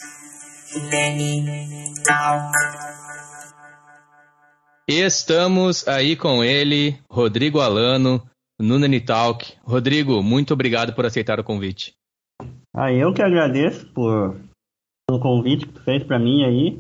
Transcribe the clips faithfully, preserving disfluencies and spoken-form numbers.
Estamos aí com ele, Rodrigo Alano, no Nenitalk. Rodrigo, muito obrigado por aceitar o convite. Ah, eu que agradeço por, pelo convite que tu fez para mim aí.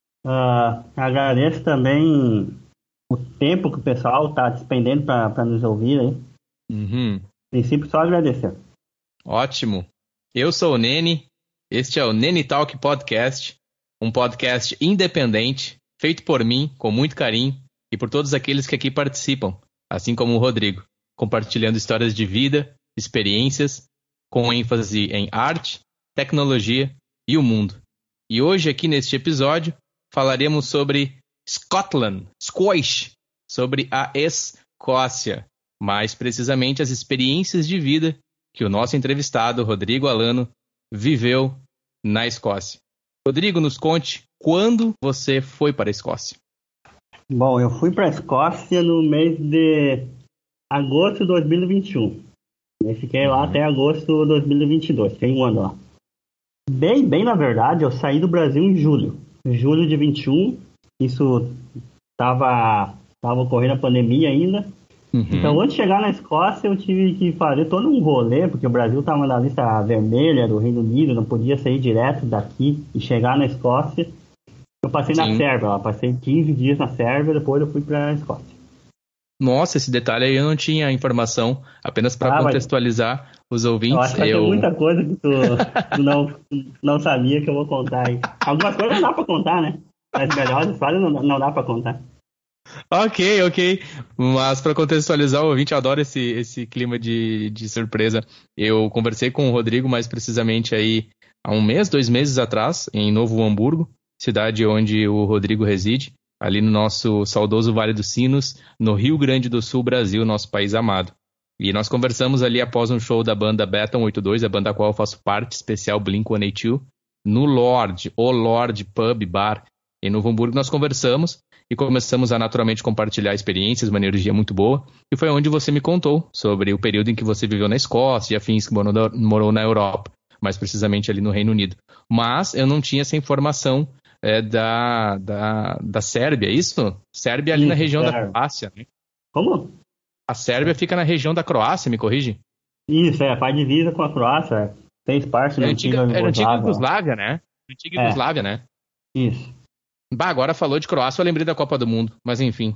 Uh, agradeço também o tempo que o pessoal está despendendo para nos ouvir aí. Uhum. No princípio, só agradecer. Ótimo. Eu sou o Nene, este é o Nenitalk Podcast, um podcast independente, feito por mim, com muito carinho, e por todos aqueles que aqui participam, assim como o Rodrigo, compartilhando histórias de vida, experiências, com ênfase em arte, tecnologia e o mundo. E hoje, aqui neste episódio, falaremos sobre Scotland, Squash, sobre a Escócia, mais precisamente as experiências de vida que o nosso entrevistado, Rodrigo Alano, viveu na Escócia. Rodrigo, nos conte quando você foi para a Escócia. Bom, eu fui para a Escócia no mês de agosto de dois mil e vinte e um. Eu fiquei lá até agosto de dois mil e vinte e dois, fiquei um ano lá. Bem, bem na verdade, eu saí do Brasil em julho. Em julho de vinte e um, isso estava tava ocorrendo a pandemia ainda. Uhum. Então, antes de chegar na Escócia, eu tive que fazer todo um rolê, porque o Brasil estava na lista vermelha do Reino Unido, não podia sair direto daqui e chegar na Escócia. Eu passei Sim. na Sérvia, lá, passei quinze dias na Sérvia, depois eu fui para a Escócia. Nossa, esse detalhe aí eu não tinha informação, apenas para ah, contextualizar mas... os ouvintes. Eu acho que eu... tem muita coisa que tu, tu não, não sabia que eu vou contar aí. Algumas coisas não dá para contar, né? As melhores histórias não, não dá para contar. Ok, ok. Mas para contextualizar o ouvinte, eu adoro esse, esse clima de, de surpresa. Eu conversei com o Rodrigo mais precisamente aí há um mês, dois meses atrás, em Novo Hamburgo, cidade onde o Rodrigo reside, ali no nosso saudoso Vale dos Sinos, no Rio Grande do Sul, Brasil, nosso país amado. E nós conversamos ali após um show da banda Beton oitenta e dois, a banda da qual eu faço parte, especial Blink cento e oitenta e dois, no Lorde, o Lorde Pub Bar, em Novo Hamburgo. Nós conversamos e começamos a naturalmente compartilhar experiências, uma energia muito boa, e foi onde você me contou sobre o período em que você viveu na Escócia e afins que morou, morou na Europa, mais precisamente ali no Reino Unido. Mas eu não tinha essa informação é, da, da, da Sérvia, é isso? Sérvia ali isso, na região é. da Croácia, né? Como? A Sérvia fica na região da Croácia, me corrige? Isso, é, faz divisa com a Croácia, fez parte da antiga Yugoslávia. Era antiga Yugoslávia, né? Antiga Yugoslávia, é. né? Isso. Bah, agora falou de Croácia, eu lembrei da Copa do Mundo, mas enfim.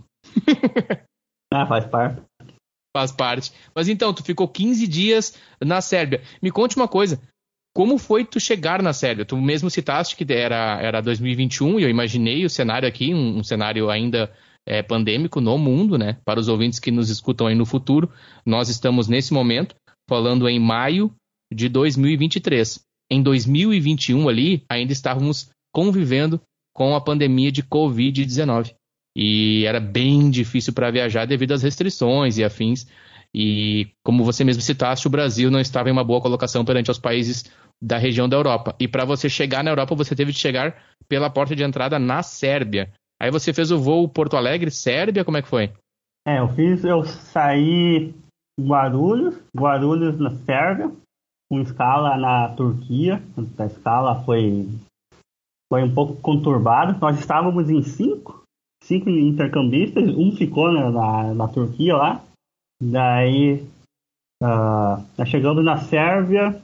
Ah, faz parte. Faz parte. Mas então, tu ficou quinze dias na Sérvia. Me conte uma coisa, como foi tu chegar na Sérvia? Tu mesmo citaste que era, era dois mil e vinte e um, e eu imaginei o cenário aqui, um, um cenário ainda é, pandêmico no mundo, né? Para os ouvintes que nos escutam aí no futuro, nós estamos nesse momento falando em maio de dois mil e vinte e três. Em dois mil e vinte e um ali, ainda estávamos convivendo com a pandemia de covid dezenove. E era bem difícil para viajar devido às restrições e afins. E como você mesmo citaste, o Brasil não estava em uma boa colocação perante os países da região da Europa. E para você chegar na Europa, você teve de chegar pela porta de entrada na Sérvia. Aí você fez o voo Porto Alegre, Sérvia, como é que foi? É, eu fiz, eu saí Guarulhos, Guarulhos na Sérvia, com escala na Turquia. A escala foi... Foi um pouco conturbado. Nós estávamos em cinco, cinco intercambistas. Um ficou na, na, na Turquia lá. Daí, uh, nós chegamos na Sérvia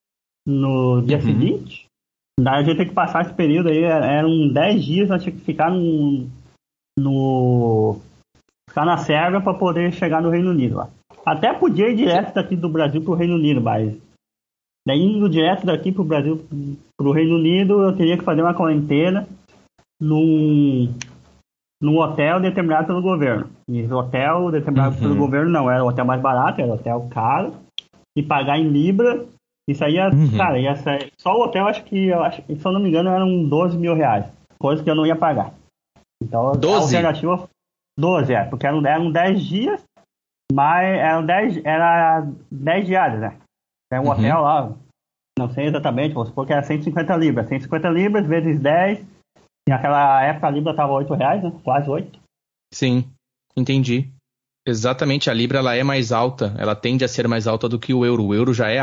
no dia uhum. seguinte. Daí a gente tem que passar esse período aí. Eram dez dias, nós tínhamos que ficar no, no ficar na Sérvia para poder chegar no Reino Unido lá. Até podia ir direto daqui do Brasil para o Reino Unido, mas... Daí, indo direto daqui para o Brasil, para o Reino Unido, eu teria que fazer uma quarentena num, num hotel determinado pelo governo. E o hotel determinado uhum. pelo governo não era o hotel mais barato, era o hotel caro. E pagar em Libra, isso aí ia, uhum. cara, ia sair. Só o hotel, acho que, eu acho, se eu não me engano, eram doze mil reais. Coisa que eu não ia pagar. Então, doze? A alternativa. doze, é, porque eram, eram dez dias, mas eram dez, era dez diários, né? Tem um uhum. hotel lá, não sei exatamente, vou supor que era cento e cinquenta libras. cento e cinquenta libras vezes dez, e naquela época a libra estava oito reais, né? Quase oito. Sim, entendi. Exatamente, a libra ela é mais alta, ela tende a ser mais alta do que o euro. O euro já é alto.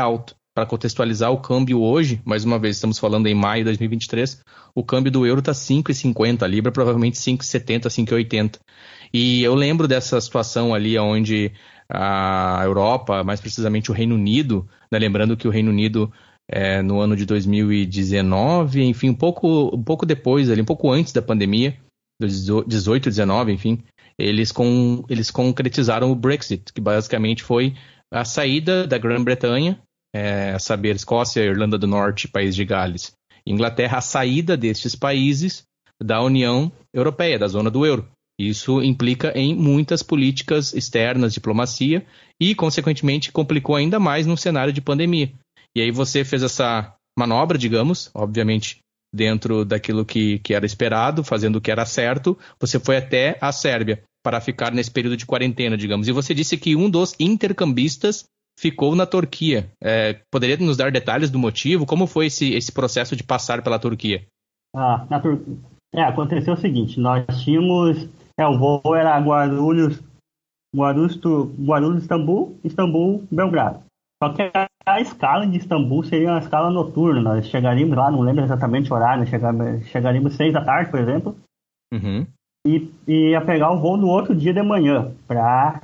para contextualizar o câmbio hoje, mais uma vez, estamos falando em maio de dois mil e vinte e três, o câmbio do euro está cinco e cinquenta, a libra provavelmente cinco e setenta, cinco e oitenta. E eu lembro dessa situação ali onde a Europa, mais precisamente o Reino Unido, né, lembrando que o Reino Unido, é, no ano de dois mil e dezenove, enfim, um pouco, um pouco depois, ali, um pouco antes da pandemia, dezoito, dezenove, enfim, eles, com, eles concretizaram o Brexit, que basicamente foi a saída da Grã-Bretanha, é, a saber, Escócia, Irlanda do Norte, País de Gales, Inglaterra, a saída destes países da União Europeia, da zona do euro. Isso implica em muitas políticas externas, diplomacia, e, consequentemente, complicou ainda mais no cenário de pandemia. E aí você fez essa manobra, digamos, obviamente dentro daquilo que, que era esperado, fazendo o que era certo, você foi até a Sérvia para ficar nesse período de quarentena, digamos. E você disse que um dos intercambistas ficou na Turquia. É, poderia nos dar detalhes do motivo? Como foi esse, esse processo de passar pela Turquia? Ah, na Tur... É, aconteceu o seguinte, nós tínhamos... É, o voo era Guarulhos, Guarulhos, tu... Guarulhos, Istambul, Istambul, Belgrado. Só que a, a escala de Istambul seria uma escala noturna. Nós chegaríamos lá, não lembro exatamente o horário, chegaríamos, chegaríamos seis da tarde, por exemplo, uhum. e, e ia pegar o voo no outro dia de manhã, pra,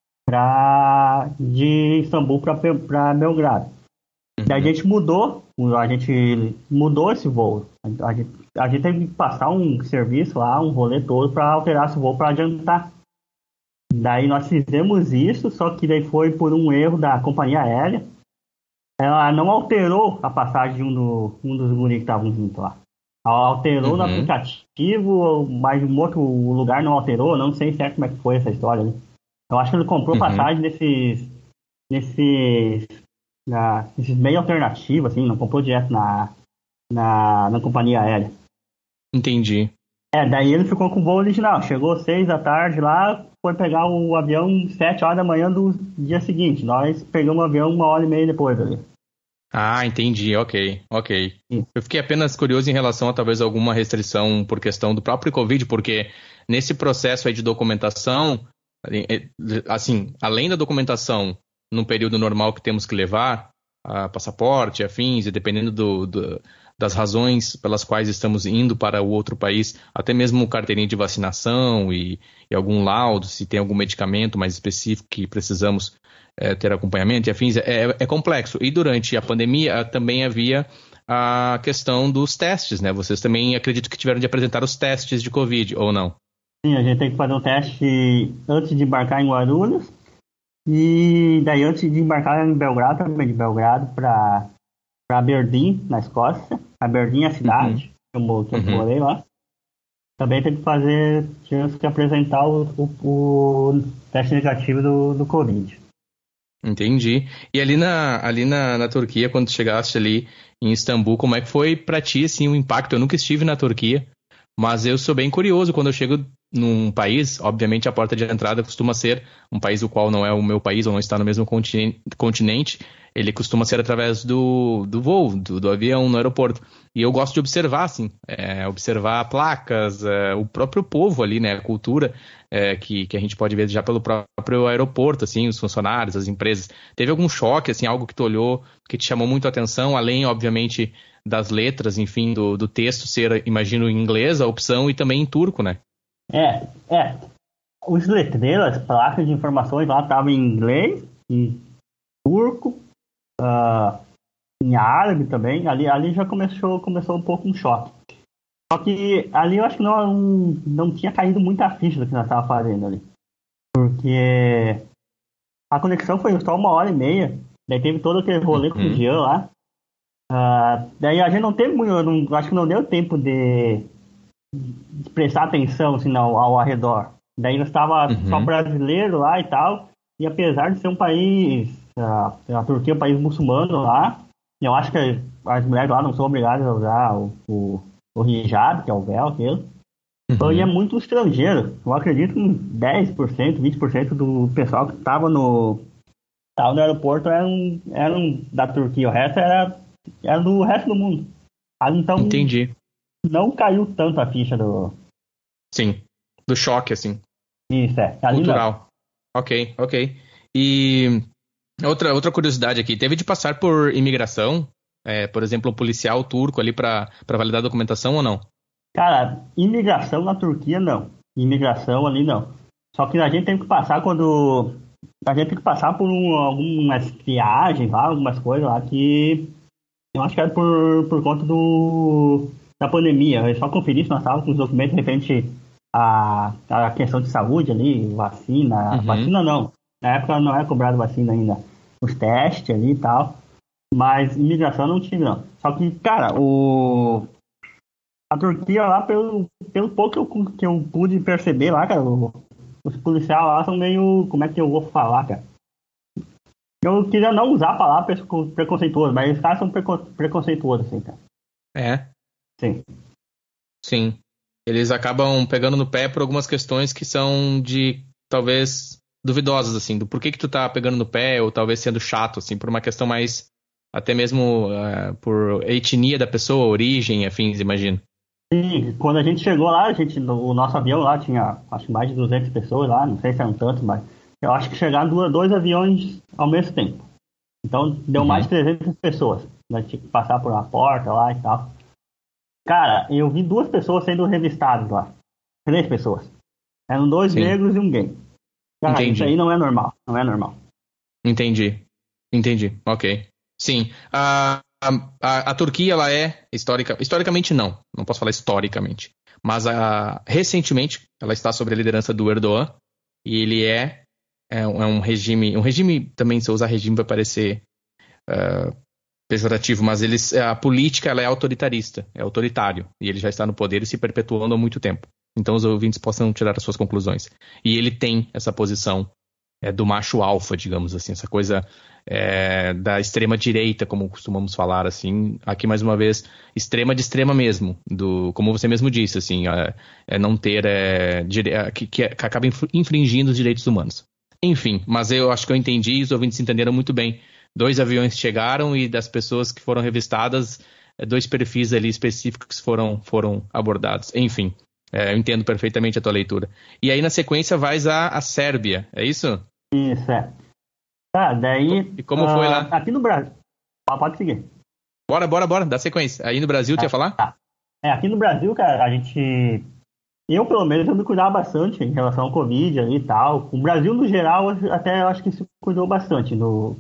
pra, de Istambul para Belgrado. Uhum. E a gente mudou, a gente mudou esse voo. A, a, gente, a gente teve que passar um serviço lá, um rolê todo para alterar esse voo para adiantar. Daí nós fizemos isso, só que daí foi por um erro da companhia aérea. Ela não alterou a passagem de um, do, um dos guris que estavam junto lá. Ela alterou uhum. no aplicativo, mas um outro lugar não alterou. Não sei certo como é que foi essa história. Né? Eu acho que ele comprou uhum. passagem nesses, nesses, na, nesses meio alternativos, assim, não comprou direto na, na, na companhia aérea. Entendi. É, daí ele ficou com o voo original. Chegou seis da tarde lá, foi pegar o avião sete horas da manhã do dia seguinte. Nós pegamos o avião uma hora e meia depois ali. Ah, entendi. Ok, ok. Sim. Eu fiquei apenas curioso em relação a talvez alguma restrição por questão do próprio Covid, porque nesse processo aí de documentação, assim, além da documentação no período normal que temos que levar, a passaporte, afins, e dependendo do... do das razões pelas quais estamos indo para o outro país, até mesmo carteirinha de vacinação e, e algum laudo, se tem algum medicamento mais específico que precisamos é, ter acompanhamento e afins, é, é complexo. E durante a pandemia também havia a questão dos testes, né? Vocês também acredito que tiveram de apresentar os testes de Covid, ou não? Sim, a gente tem que fazer um teste antes de embarcar em Guarulhos e daí antes de embarcar em Belgrado, também de Belgrado para para Aberdeen, na Escócia. Aberdeen é a cidade, uhum. que eu uhum. morei lá. Também tem que fazer, tínhamos que apresentar o, o, o teste negativo do, do Covid. Entendi. E ali, na, ali na, na Turquia, quando chegaste ali em Istambul, como é que foi para ti, assim, o impacto? Eu nunca estive na Turquia, mas eu sou bem curioso quando eu chego num país, obviamente a porta de entrada costuma ser um país o qual não é o meu país ou não está no mesmo continente, ele costuma ser através do, do voo, do, do avião no aeroporto. E eu gosto de observar, assim, é, observar placas, é, o próprio povo ali, né, a cultura é, que, que a gente pode ver já pelo próprio aeroporto, assim, os funcionários, as empresas. Teve algum choque, assim, algo que tu olhou, que te chamou muito a atenção, além, obviamente, das letras, enfim, do, do texto ser, imagino, em inglês, a opção, e também em turco, né? É, é. Os letreiros, as placas de informações lá estavam em inglês, em turco, uh, em árabe também. Ali, ali já começou, começou um pouco um choque. Só que ali eu acho que não, não tinha caído muita ficha do que nós estávamos fazendo ali. Porque a conexão foi só uma hora e meia. Daí teve todo aquele rolê com o Jean lá. Uh, daí a gente não teve muito, não, acho que não deu tempo de, de prestar atenção assim, ao, ao arredor. Daí nós estava uhum. só brasileiro lá e tal. E apesar de ser um país, uh, a Turquia é um país muçulmano lá, eu acho que as mulheres lá não são obrigadas a usar o, o, o hijab, que é o véu, aquele. Uhum. Então e é muito estrangeiro. Eu acredito que dez por cento, vinte por cento do pessoal que estava no, tava no aeroporto eram, eram da Turquia. O resto era, era do resto do mundo. Então, entendi. Não caiu tanto a ficha do... Sim, do choque, assim. Isso, é. Ali cultural. Não. Ok, ok. E Outra, outra curiosidade aqui, teve de passar por imigração? É, por exemplo, um policial turco ali para validar a documentação ou não? Cara, imigração na Turquia não. Imigração ali não. Só que a gente tem que passar quando. A gente tem que passar por um, algumas viagens lá, algumas coisas lá que. Eu acho que era por, por conta do, da pandemia. Eu só conferi se nós estávamos com os documentos referente à, à questão de saúde ali, vacina. Uhum. Vacina não. Na época não era cobrado vacina ainda. Os testes ali e tal. Mas imigração não tive, não. Só que, cara, o. A Turquia lá, pelo, pelo pouco que eu, que eu pude perceber lá, cara, o, os policiais lá são meio. Como é que eu vou falar, cara? Eu queria não usar a palavra preconceituoso, mas os caras são preco, preconceituosos, assim, cara. É? Sim. Sim. Eles acabam pegando no pé por algumas questões que são de, talvez, duvidosas, assim, do porquê que tu tá pegando no pé, ou talvez sendo chato, assim, por uma questão mais, até mesmo uh, por etnia da pessoa, origem, afins, imagino. Sim, quando a gente chegou lá, a gente, o nosso avião lá tinha, acho que mais de duzentas pessoas lá, não sei se eram tantos, mas eu acho que chegaram duas, dois aviões ao mesmo tempo. Então, deu Uhum. mais de trezentas pessoas. Nós tínhamos que passar por uma porta lá e tal. Cara, eu vi duas pessoas sendo revistadas lá. Três pessoas. Eram dois Sim. negros e um gay. Cara, Entendi. isso aí não é normal. Não é normal. Entendi. Entendi. Ok. Sim. A, a, a Turquia, ela é histórica, historicamente não. Não posso falar historicamente. Mas a, recentemente, ela está sob a liderança do Erdogan. E ele é, é, um, é um regime... Um regime, também, se eu usar regime vai parecer uh, pejorativo, mas eles, a política ela é autoritarista, é autoritário. E ele já está no poder e se perpetuando há muito tempo. Então os ouvintes possam tirar as suas conclusões. E ele tem essa posição é, do macho alfa, digamos assim, essa coisa é, da extrema direita, como costumamos falar, assim. Aqui, mais uma vez, extrema de extrema mesmo, do, como você mesmo disse, assim, é, é não ter, é, dire, é, que, que acaba infringindo os direitos humanos. Enfim, mas eu acho que eu entendi e os ouvintes entenderam muito bem. Dois aviões chegaram e das pessoas que foram revistadas, dois perfis ali específicos foram, foram abordados. Enfim, é, eu entendo perfeitamente a tua leitura. E aí, na sequência, vais à, à Sérbia, é isso? Isso, é. Tá, daí... E como uh, foi lá? Aqui no Brasil... Pode seguir. Bora, bora, bora, dá sequência. Aí no Brasil, tu ia falar? Tá. É, aqui no Brasil, cara, a gente... Eu, pelo menos, eu me cuidava bastante em relação ao Covid ali e tal. O Brasil, no geral, até eu acho que se cuidou bastante. No...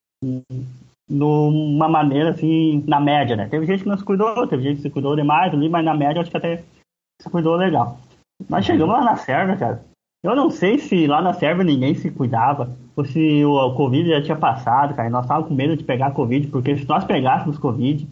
Numa maneira, assim, na média, né? Teve gente que não se cuidou, teve gente que se cuidou demais ali, mas na média, eu acho que até se cuidou legal. Nós chegamos lá na Sérvia, cara. Eu não sei se lá na Sérvia ninguém se cuidava, ou se o Covid já tinha passado, cara. Nós estávamos com medo de pegar Covid, porque se nós pegássemos Covid,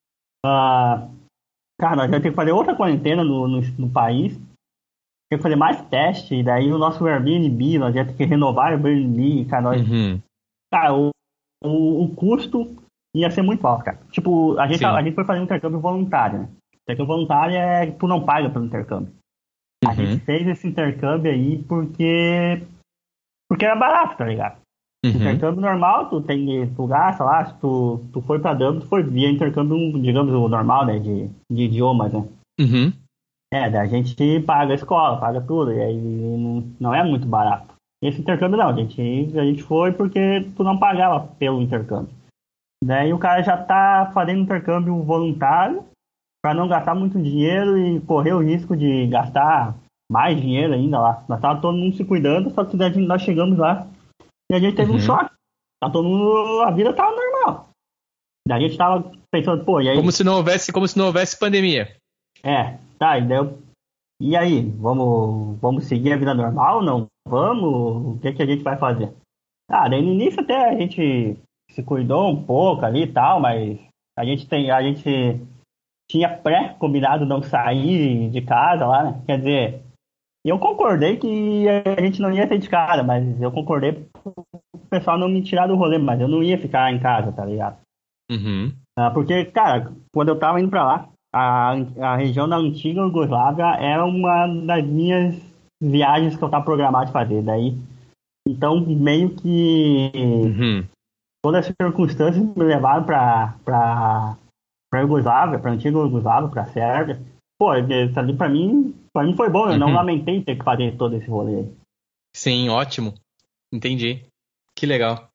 uh, cara, nós ia ter que fazer outra quarentena no, no, no país, ter que fazer mais teste, e daí o nosso Airbnb, nós ia ter que renovar o Airbnb, cara. Nós, Uhum. cara, o, o, o custo ia ser muito alto, cara. Tipo, a gente, a, a gente foi fazer um intercâmbio voluntário, né? Intercâmbio voluntário é tu não paga pelo intercâmbio. A Uhum. gente fez esse intercâmbio aí porque porque era barato, tá ligado? Uhum. Intercâmbio normal, tu tem tu gasta lá, se tu, tu foi pra Dublin, tu foi via intercâmbio, digamos, o normal, né, de, de idiomas, né? Uhum. É, daí a gente paga a escola, paga tudo, e aí não, não é muito barato. Esse intercâmbio não, a gente, a gente foi porque tu não pagava pelo intercâmbio. Daí o cara já tá fazendo intercâmbio voluntário, para não gastar muito dinheiro e correr o risco de gastar mais dinheiro ainda lá. Nós tava todo mundo se cuidando, só que nós chegamos lá e a gente teve Uhum. um choque. Tá todo mundo, a vida tava normal. Daí a gente tava pensando, pô, e aí? Como se não houvesse, como se não houvesse pandemia. É, tá, e daí eu, e aí? Vamos, vamos seguir a vida normal? Não vamos? O que que a gente vai fazer? Ah, daí no início até a gente se cuidou um pouco ali e tal, mas a gente tem, a gente tinha pré-combinado não sair de casa lá, né? Quer dizer, eu concordei que a gente não ia sair de casa, mas eu concordei pro pessoal não me tirar do rolê, mas eu não ia ficar em casa, tá ligado? Uhum. Ah, porque, cara, quando eu tava indo pra lá, a, a região da antiga Iugoslávia era uma das minhas viagens que eu tava programado de fazer. Daí, então, meio que Uhum. todas as circunstâncias me levaram pra, pra, pra Iugoslávia, pra antiga Iugoslávia, pra Sérvia. Pô, isso ali pra mim, pra mim foi bom, eu não Uhum. lamentei ter que fazer todo esse rolê. Sim, ótimo. Entendi. Que legal.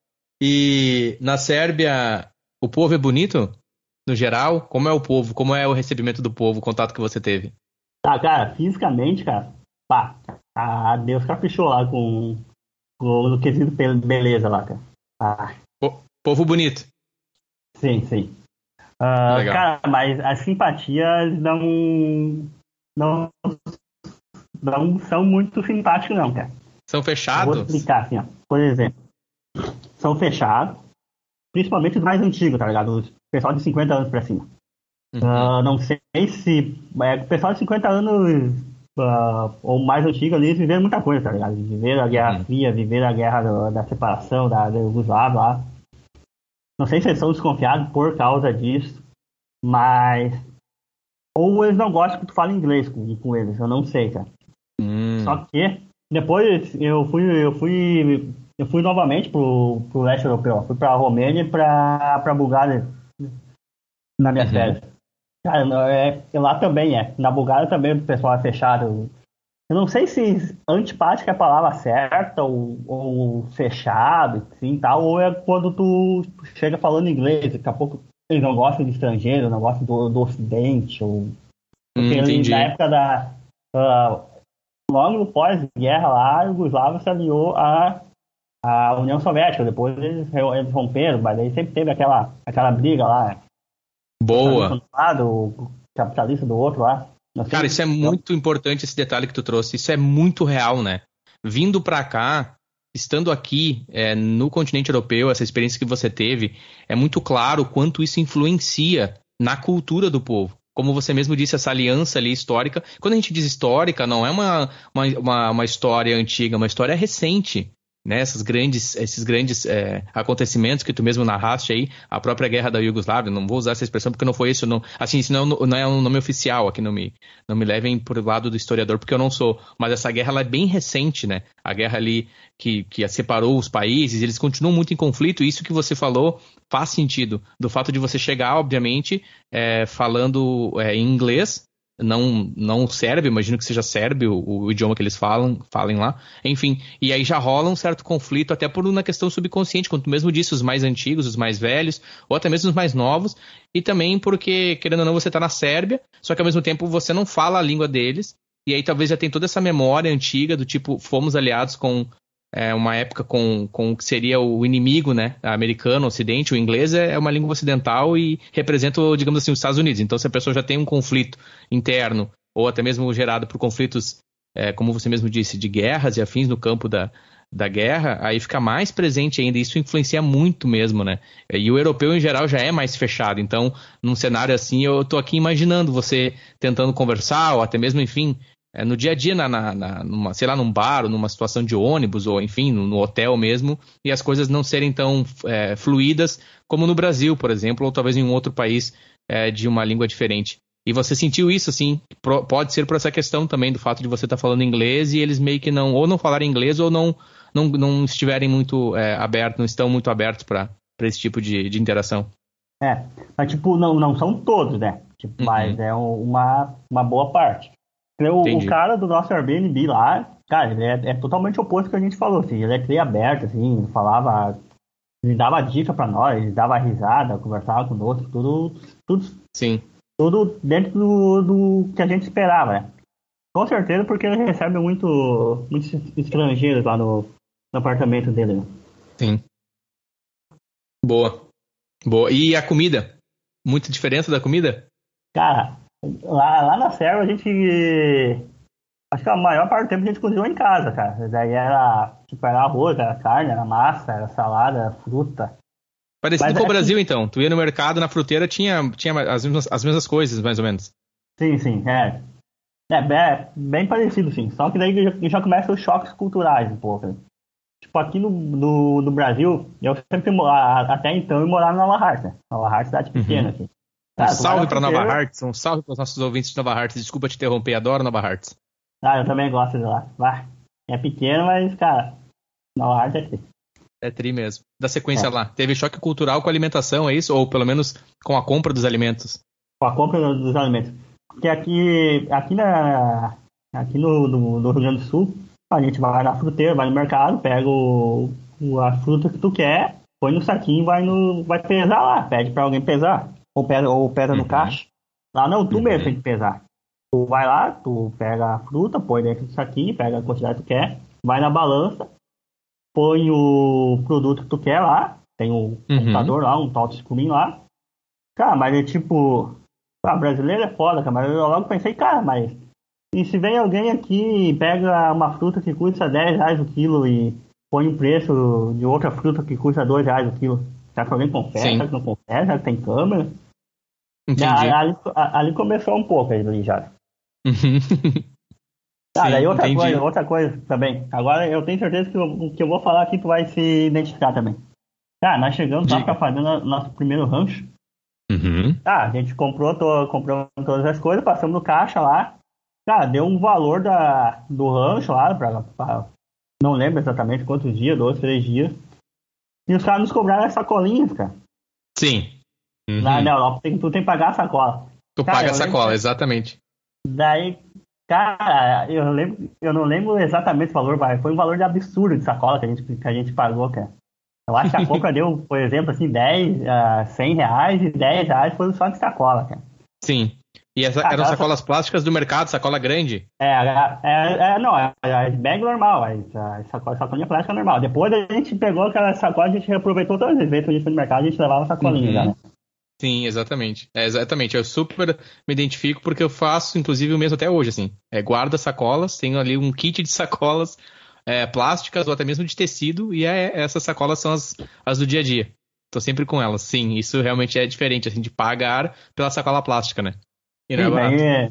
E na Sérvia, o povo é bonito? No geral? Como é o povo? Como é o recebimento do povo, o contato que você teve? Tá, cara, fisicamente, cara, pá, a Deus caprichou lá com, com o quesito be- beleza lá, cara. Ah, Po- povo bonito. sim, sim. Ah, Legal. cara, mas as simpatias não, não, não são muito simpáticas, não, cara. São Eu vou fechados? explicar assim, ó. Por exemplo, são fechados, principalmente os mais antigos, tá ligado? Os pessoal de cinquenta anos pra cima. Uhum, Ah, não sei se. É, o pessoal de cinquenta anos ah, ou mais antigo ali viveram muita coisa, tá ligado? Viveram a Guerra uhum. Fria, viveram a Guerra da, da Separação, da, da Yugoslávia lá. Não sei se eles são desconfiados por causa disso, mas. Ou eles não gostam que tu fale inglês com, com eles, eu não sei, cara. Só Hum, que depois eu fui, eu fui, eu fui novamente pro, pro leste europeu. Fui pra Romênia e pra, pra Bulgária na minha uhum. férias. Cara, não, é, lá também é. Na Bulgária também o pessoal é fechado. Eu não sei se antipática é a palavra certa ou, ou fechado, assim, tal, ou é quando tu chega falando inglês, daqui a pouco eles não gostam de estrangeiro, não gostam do, do Ocidente, ou porque Hum, ele, na entendi. época da. ah, logo no pós-guerra lá, a Yugoslávia se aliou à, à União Soviética, depois eles, eles romperam, mas aí sempre teve aquela, aquela briga lá, socialista Boa. de um lado, capitalista do outro lá. Não Cara, sei. isso é muito importante, esse detalhe que tu trouxe. Isso é muito real, né? Vindo pra cá, estando aqui, é, no continente europeu, essa experiência que você teve, é muito claro o quanto isso influencia na cultura do povo. Como você mesmo disse, essa aliança ali histórica. Quando a gente diz histórica, não é uma, uma, uma, uma história antiga, é uma história recente. Né, essas grandes, esses grandes é, acontecimentos que tu mesmo narraste aí, a própria guerra da Iugoslávia, não vou usar essa expressão porque não foi isso, não, assim, isso não, não é um nome oficial aqui, não me, não me levem por lado do historiador, porque eu não sou. Mas essa guerra ela é bem recente, né? A guerra ali que, que separou os países, eles continuam muito em conflito, e isso que você falou faz sentido. Do fato de você chegar, obviamente, é, falando é, em inglês, não, não sérvio, imagino que seja sérvio o, o idioma que eles falam, falem lá. Enfim, e aí já rola um certo conflito, até por uma questão subconsciente, como tu mesmo disse, os mais antigos, os mais velhos, ou até mesmo os mais novos, e também porque, querendo ou não, você está na Sérvia, só que ao mesmo tempo você não fala a língua deles, e aí talvez já tem toda essa memória antiga do tipo, fomos aliados com é, uma época com, com o que seria o inimigo, né, americano, ocidente, o inglês é, é uma língua ocidental e representa, digamos assim, os Estados Unidos. Então, se a pessoa já tem um conflito interno, ou até mesmo gerado por conflitos, é, como você mesmo disse, de guerras e afins no campo da, da guerra, aí fica mais presente ainda, e isso influencia muito mesmo, né? E o europeu, em geral, já é mais fechado, então, num cenário assim, eu tô aqui imaginando você tentando conversar, ou até mesmo, enfim, é, no dia a dia, na, na, na- numa, sei lá, num bar, ou numa situação de ônibus, ou enfim, no, no hotel mesmo, e as coisas não serem tão é, fluídas como no Brasil, por exemplo, ou talvez em um outro país é, de uma língua diferente. E você sentiu isso, assim, pro- pode ser por essa questão também do fato de você estar falando inglês e eles meio que não, ou não falarem inglês ou não, não, não estiverem muito é, abertos, não estão muito abertos para esse tipo de, de interação. É, mas tipo, não, não são todos, né? Tipo, mas Uhum, é um- uma, uma boa parte. O, o entendi. cara do nosso Airbnb lá, cara, ele é, é totalmente oposto do que a gente falou, assim, ele é bem aberto, assim, ele falava, ele dava dica pra nós, ele dava risada, conversava conosco, tudo, tudo, Sim. tudo dentro do, do que a gente esperava, né? Com certeza porque ele recebe muito, muitos estrangeiros lá no, no apartamento dele, né? Sim. Boa. Boa. E a comida? Muita diferença da comida? Cara, lá, lá na Serra a gente. Acho que a maior parte do tempo a gente cozinhou em casa, cara. Daí era, tipo, era arroz, era carne, era massa, era salada, era fruta. Parecido Mas com o é Brasil, que, então. Tu ia no mercado, na fruteira, tinha, tinha as mesmas, as mesmas coisas, mais ou menos. sim, sim, é. É, é bem parecido, sim. Só que daí já, já começam os choques culturais um pouco, né? Tipo, aqui no, no, no Brasil, eu sempre, mo- a- até então, eu morava na La Hartz, né? Na La Hartz, cidade pequena Uhum. aqui. Um Cara, tu vai na salve para Nova fruteira. Hartz, um salve para os nossos ouvintes de Nova Hartz. Desculpa te interromper, adoro Nova Hartz. Ah, eu também gosto de lá. Vai. É pequeno, mas, cara, na La Hartz é tri. É tri mesmo. Da sequência É. lá. Teve choque cultural com a alimentação, é isso? Ou pelo menos com a compra dos alimentos? Com a compra dos alimentos. Porque aqui, aqui, na, aqui no, no, no Rio Grande do Sul, a gente vai na fruteira, vai no mercado, pega o, o- a fruta que tu quer, põe no saquinho e vai, no, vai pesar lá. Pede pra alguém pesar. Ou pesa, ou pesa no Uhum. caixa. Lá não, tu Uhum. mesmo tem que pesar. Tu vai lá, tu pega a fruta, põe dentro do saquinho, pega a quantidade que tu quer, vai na balança, põe o produto que tu quer lá, tem o Uhum. computador lá, um touchscreen lá. Cara, mas é tipo... Ah, brasileiro é foda, cara, mas eu logo pensei, cara, mas... E se vem alguém aqui e pega uma fruta que custa dez reais o quilo e põe o preço de outra fruta que custa dois reais o quilo? Será que alguém confere? Sim. Será que não confere? Será que tem câmera? Entendi. Já, ali, ali começou um pouco ali já. Uhum. Ah, Sim, daí outra entendi. coisa, outra coisa também. Agora eu tenho certeza que o que eu vou falar aqui tu vai se identificar também. Cara, nós chegamos lá pra Diga. fazer no- nosso primeiro rancho. Uhum. Ah, a gente comprou, to, comprou todas as coisas, passamos no caixa lá. Cara, deu um valor da, do rancho lá, pra, pra- não lembro exatamente quantos dias, dois, três dias. E os caras nos cobraram as sacolinhas, cara. Sim. Lá Uhum. na Europa tem, tu tem que pagar a sacola. Tu Cara, paga a eu lembro, sacola, exatamente. daí, cara, eu lembro, eu não lembro exatamente o valor, mas foi um valor de absurdo de sacola que a gente, que a gente pagou, cara. Eu acho que a compra deu, por exemplo, assim, dez, uh, cem reais e dez reais foi só de sacola, cara. Sim. E essa, Ah, eram aquela sacolas plásticas do mercado, sacola grande? É, a- é, é, não, é a bag normal, a, a sacola, sacolinha plástica normal. Depois a gente pegou aquela sacola, a gente reaproveitou todas as vezes que a gente foi no mercado, a gente levava sacolinha já, Uhum. né? Sim, exatamente. É, exatamente. Eu super me identifico porque eu faço, inclusive, o mesmo até hoje, assim. É, guarda sacolas, tenho ali um kit de sacolas é, plásticas ou até mesmo de tecido, e é, essas sacolas são as, as do dia a dia. Tô sempre com elas. Sim, isso realmente é diferente, assim, de pagar pela sacola plástica, né? E não é Sim, barato. daí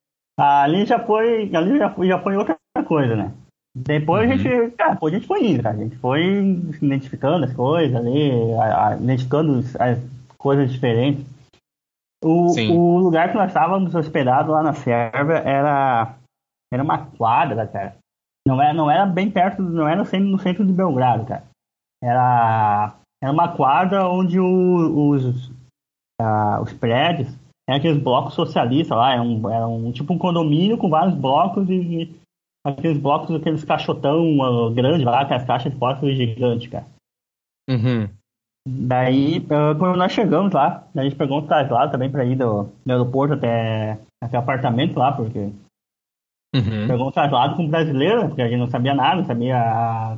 ali já foi, ali já foi, já foi outra coisa, né? Depois a Uhum. gente, cara, depois a gente foi indo, cara. A gente foi identificando as coisas ali, a- a- identificando as as coisas diferentes. O, Sim. o lugar que nós estávamos hospedados lá na Sérvia era, era uma quadra, cara. Não era, não era bem perto, não era no centro, no centro de Belgrado, cara. Era, era uma quadra onde o- os, ah, os prédios eram aqueles blocos socialistas lá, era um, era um tipo um condomínio com vários blocos e, e aqueles blocos, aqueles caixotão ah, grande lá, com as caixas de fósforo gigantes, cara. Uhum. Daí, ah, quando nós chegamos lá, a gente pegou um traslado também para ir do, do aeroporto até, até o apartamento lá, porque Uhum. pegou um traslado com um brasileiro, né, porque a gente não sabia nada, não sabia. A,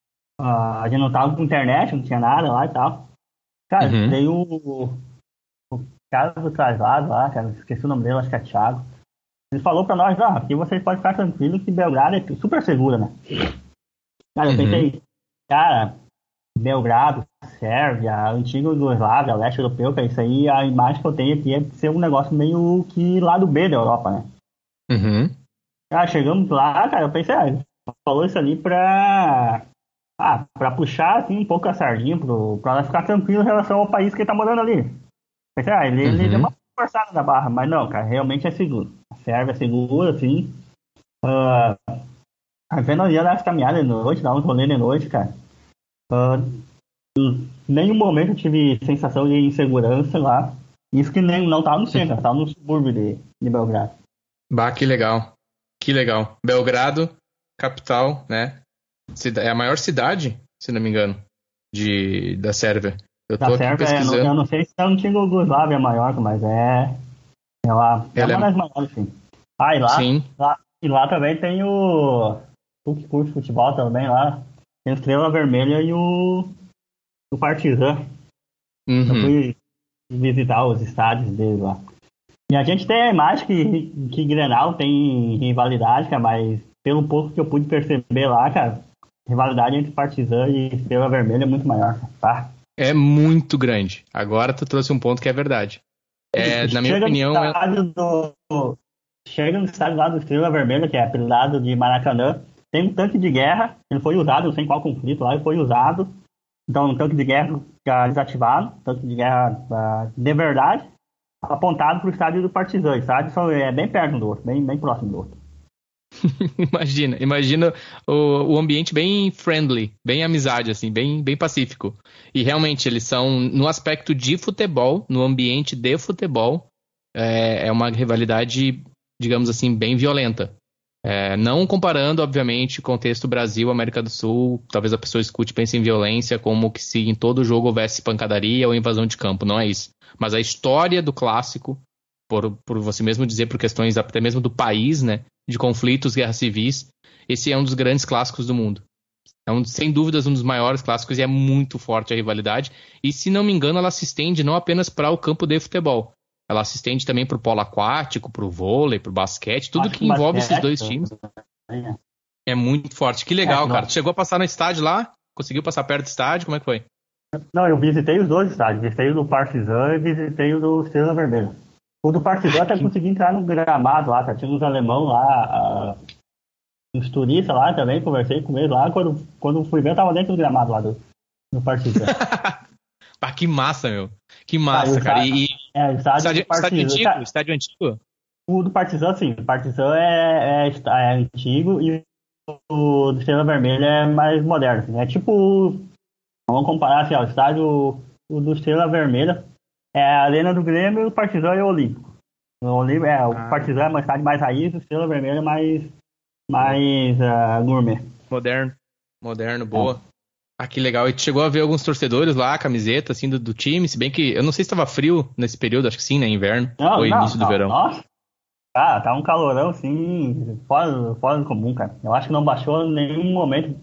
a, a gente não tava com internet, não tinha nada lá e tal. Cara, Uhum. daí o, o cara do traslado lá, cara, esqueci o nome dele, acho que é Thiago. Ele falou pra nós, ah, aqui vocês podem ficar tranquilos que Belgrado é super segura, né? Cara, eu Uhum. pensei, cara, Belgrado, Sérvia, a antiga Yugoslávia, leste europeu, cara, isso aí, a imagem que eu tenho aqui é de ser um negócio meio que lado B da Europa, né? Uhum. Cara, chegamos lá, cara, eu pensei, ah, ele falou isso ali pra, ah, pra puxar, assim, um pouco a sardinha, pro, pra nós ficar tranquilo em relação ao país que ele tá morando ali. Pensei, ah, ele, ele deu Uhum. uma forçada na barra, mas não, cara, realmente é seguro. A Sérvia é segura, assim. Uh, vendo ali nas caminhadas de noite, dar uns rolê de noite, cara. Uh, em nenhum momento eu tive sensação de insegurança lá. Isso que nem, não tava no centro, tava no subúrbio de, de Belgrado. Bah, que legal. Que legal. Belgrado, capital, né? Cida- É a maior cidade, se não me engano, de, da Sérvia. Eu Da tô aqui Sérvia, eu não, eu pesquisando. não sei se é a antiga Yugoslávia maior, mas é, ela é Ela uma é. das maiores, sim. Ah, e lá, Sim. lá, e lá também tem o. Tu que curte futebol também lá. Tem o Estrela Vermelha e o, o Partizan. Eu Uhum. fui visitar os estádios deles lá. E a gente tem a imagem que, que Grenal tem rivalidade, cara, mas pelo pouco que eu pude perceber lá, cara, rivalidade entre Partizan e Estrela Vermelha é muito maior, tá? É muito grande. Agora tu trouxe um ponto que é verdade. É, na minha Chega no opinião, é. estádio do. Chega no estádio lá do Estrela Vermelha, que é apelidado de Maracanã, tem um tanque de guerra, ele foi usado, não sei em qual conflito lá, ele foi usado. Então, um tanque de guerra já desativado, tanque de guerra uh, de verdade, apontado para o estádio do Partizan. O estádio só é bem perto um do outro, bem, bem próximo do outro. Imagina, imagina o, o ambiente bem friendly, bem amizade, assim, bem, bem pacífico. E realmente, eles são, no aspecto de futebol, no ambiente de futebol, é, é uma rivalidade, digamos assim, bem violenta. É, não comparando, obviamente, contexto Brasil, América do Sul, talvez a pessoa escute e pense em violência como que se em todo jogo houvesse pancadaria ou invasão de campo, não é isso. Mas a história do clássico, por, por você mesmo dizer, por questões até mesmo do país, né, de conflitos, guerras civis, esse é um dos grandes clássicos do mundo. É um, sem dúvidas um dos maiores clássicos e é muito forte a rivalidade. E se não me engano, ela se estende não apenas para o campo de futebol. Ela se estende também pro polo aquático, pro vôlei, pro basquete, tudo Acho que envolve basquete, esses dois times. É muito forte. Que legal, É, cara. não. Tu chegou a passar no estádio lá? Conseguiu passar perto do estádio? Como é que foi? Não, eu visitei os dois estádios. Visitei o do Partizan e visitei o do Estrela Vermelha. O do Partizan até consegui entrar no gramado lá, tá? Tinha uns alemão lá, uh, uns turistas lá também, conversei com eles lá. Quando, quando fui ver, eu tava dentro do gramado lá do, do Partizan. Ah, que massa, meu. Que massa, Ah, cara. estádio, E, é, o estádio, estádio, do estádio Partizan, antigo? cara, Estádio antigo? o do Partizan, sim. O Partizan é, é, é antigo e o do Estrela Vermelha é mais moderno. Assim. É tipo, vamos comparar assim, ó, o estádio o do Estrela Vermelha é a Arena do Grêmio e o Partizan é o Olímpico. O, Olímpico, é, o Ah. Partizan é um estádio mais raiz, o Estrela Vermelha é mais, mais uh, gourmet. Moderno. Moderno, boa. É. Ah, que legal. E tu chegou a ver alguns torcedores lá, camiseta, assim, do, do time, se bem que, eu não sei se estava frio nesse período, acho que sim, né, inverno, Não, ou não, início do não, verão. Nossa, cara, tá um calorão, assim, fora, fora do comum, cara. Eu acho que não baixou em nenhum momento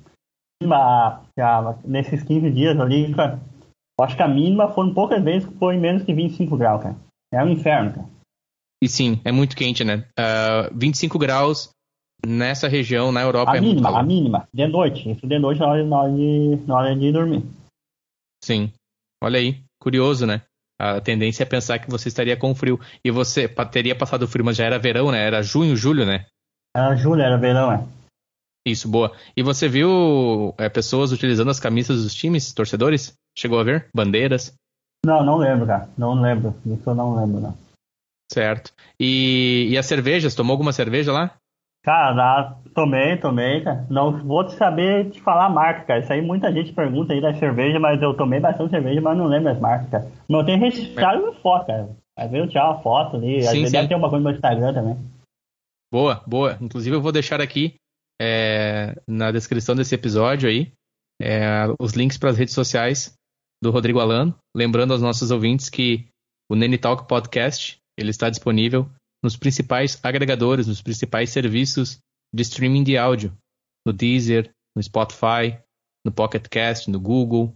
a, a, nesses quinze dias ali, cara. Eu acho que a mínima foram poucas vezes que foi menos que vinte e cinco graus, cara. É um inferno, cara. E sim, é muito quente, né? Uh, vinte e cinco graus nessa região, na Europa, a é mínima, muito calor. A mínima, de noite. Isso de noite na hora, na hora, de, na hora de dormir. Sim. Olha aí, curioso, né? A tendência é pensar que você estaria com frio. E você teria passado frio, mas já era verão, né? Era junho, julho, né? Era julho, era verão, é. Isso, boa. E você viu é, pessoas utilizando as camisas dos times, torcedores? Chegou a ver? Bandeiras? Não, não lembro, cara. Não lembro. Isso eu não lembro, não. Certo. E, e as cervejas? Tomou alguma cerveja lá? Cara, lá, tomei, tomei, cara. Não vou te saber te falar a marca, cara. Isso aí muita gente pergunta aí da cerveja, mas eu tomei bastante cerveja, mas não lembro as marcas, cara. Não tem registrado é. foto, cara. Às vezes eu tiro uma foto ali, às sim, vezes sim. deve ter uma coisa no meu Instagram também. Boa, boa. Inclusive eu vou deixar aqui é, na descrição desse episódio aí é, os links para as redes sociais do Rodrigo Alano. Lembrando aos nossos ouvintes que o Nene Talk Podcast ele está disponível nos principais agregadores, nos principais serviços de streaming de áudio. No Deezer, no Spotify, no Pocket Cast, no Google,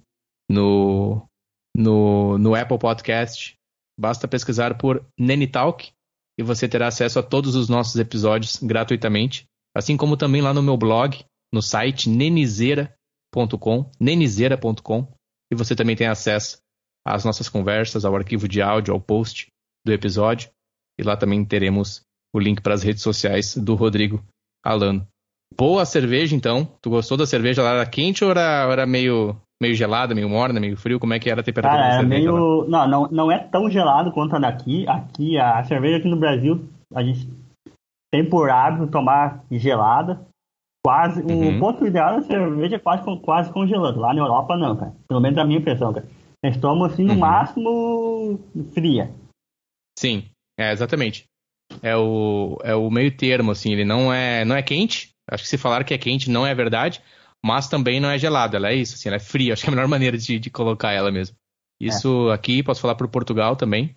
no, no, no Apple Podcast. Basta pesquisar por Nene Talk e você terá acesso a todos os nossos episódios gratuitamente. Assim como também lá no meu blog, no site nenizeira ponto com, nenizeira ponto com. E você também tem acesso às nossas conversas, ao arquivo de áudio, ao post do episódio. E lá também teremos o link para as redes sociais do Rodrigo Alano. Boa cerveja, então. Tu gostou da cerveja? Ela era quente ou era, era meio, meio gelada, meio morna, meio frio? Como é que era a temperatura Cara, da é cerveja? meio... Não, não, não é tão gelado quanto a daqui. Aqui, a cerveja aqui no Brasil, a gente tem por hábito tomar gelada. Quase, uhum. O ponto ideal da cerveja é quase, quase congelando. Lá na Europa, não, cara. Pelo menos a minha impressão, cara. Eles tomam, assim, no uhum. máximo, fria. Sim. É, exatamente. É o, é o meio termo, assim, ele não é, não é quente, acho que se falar que é quente não é verdade, mas também não é gelada, ela é isso, assim, ela é fria, acho que é a melhor maneira de, de colocar ela mesmo. Isso é. Aqui, posso falar por Portugal também,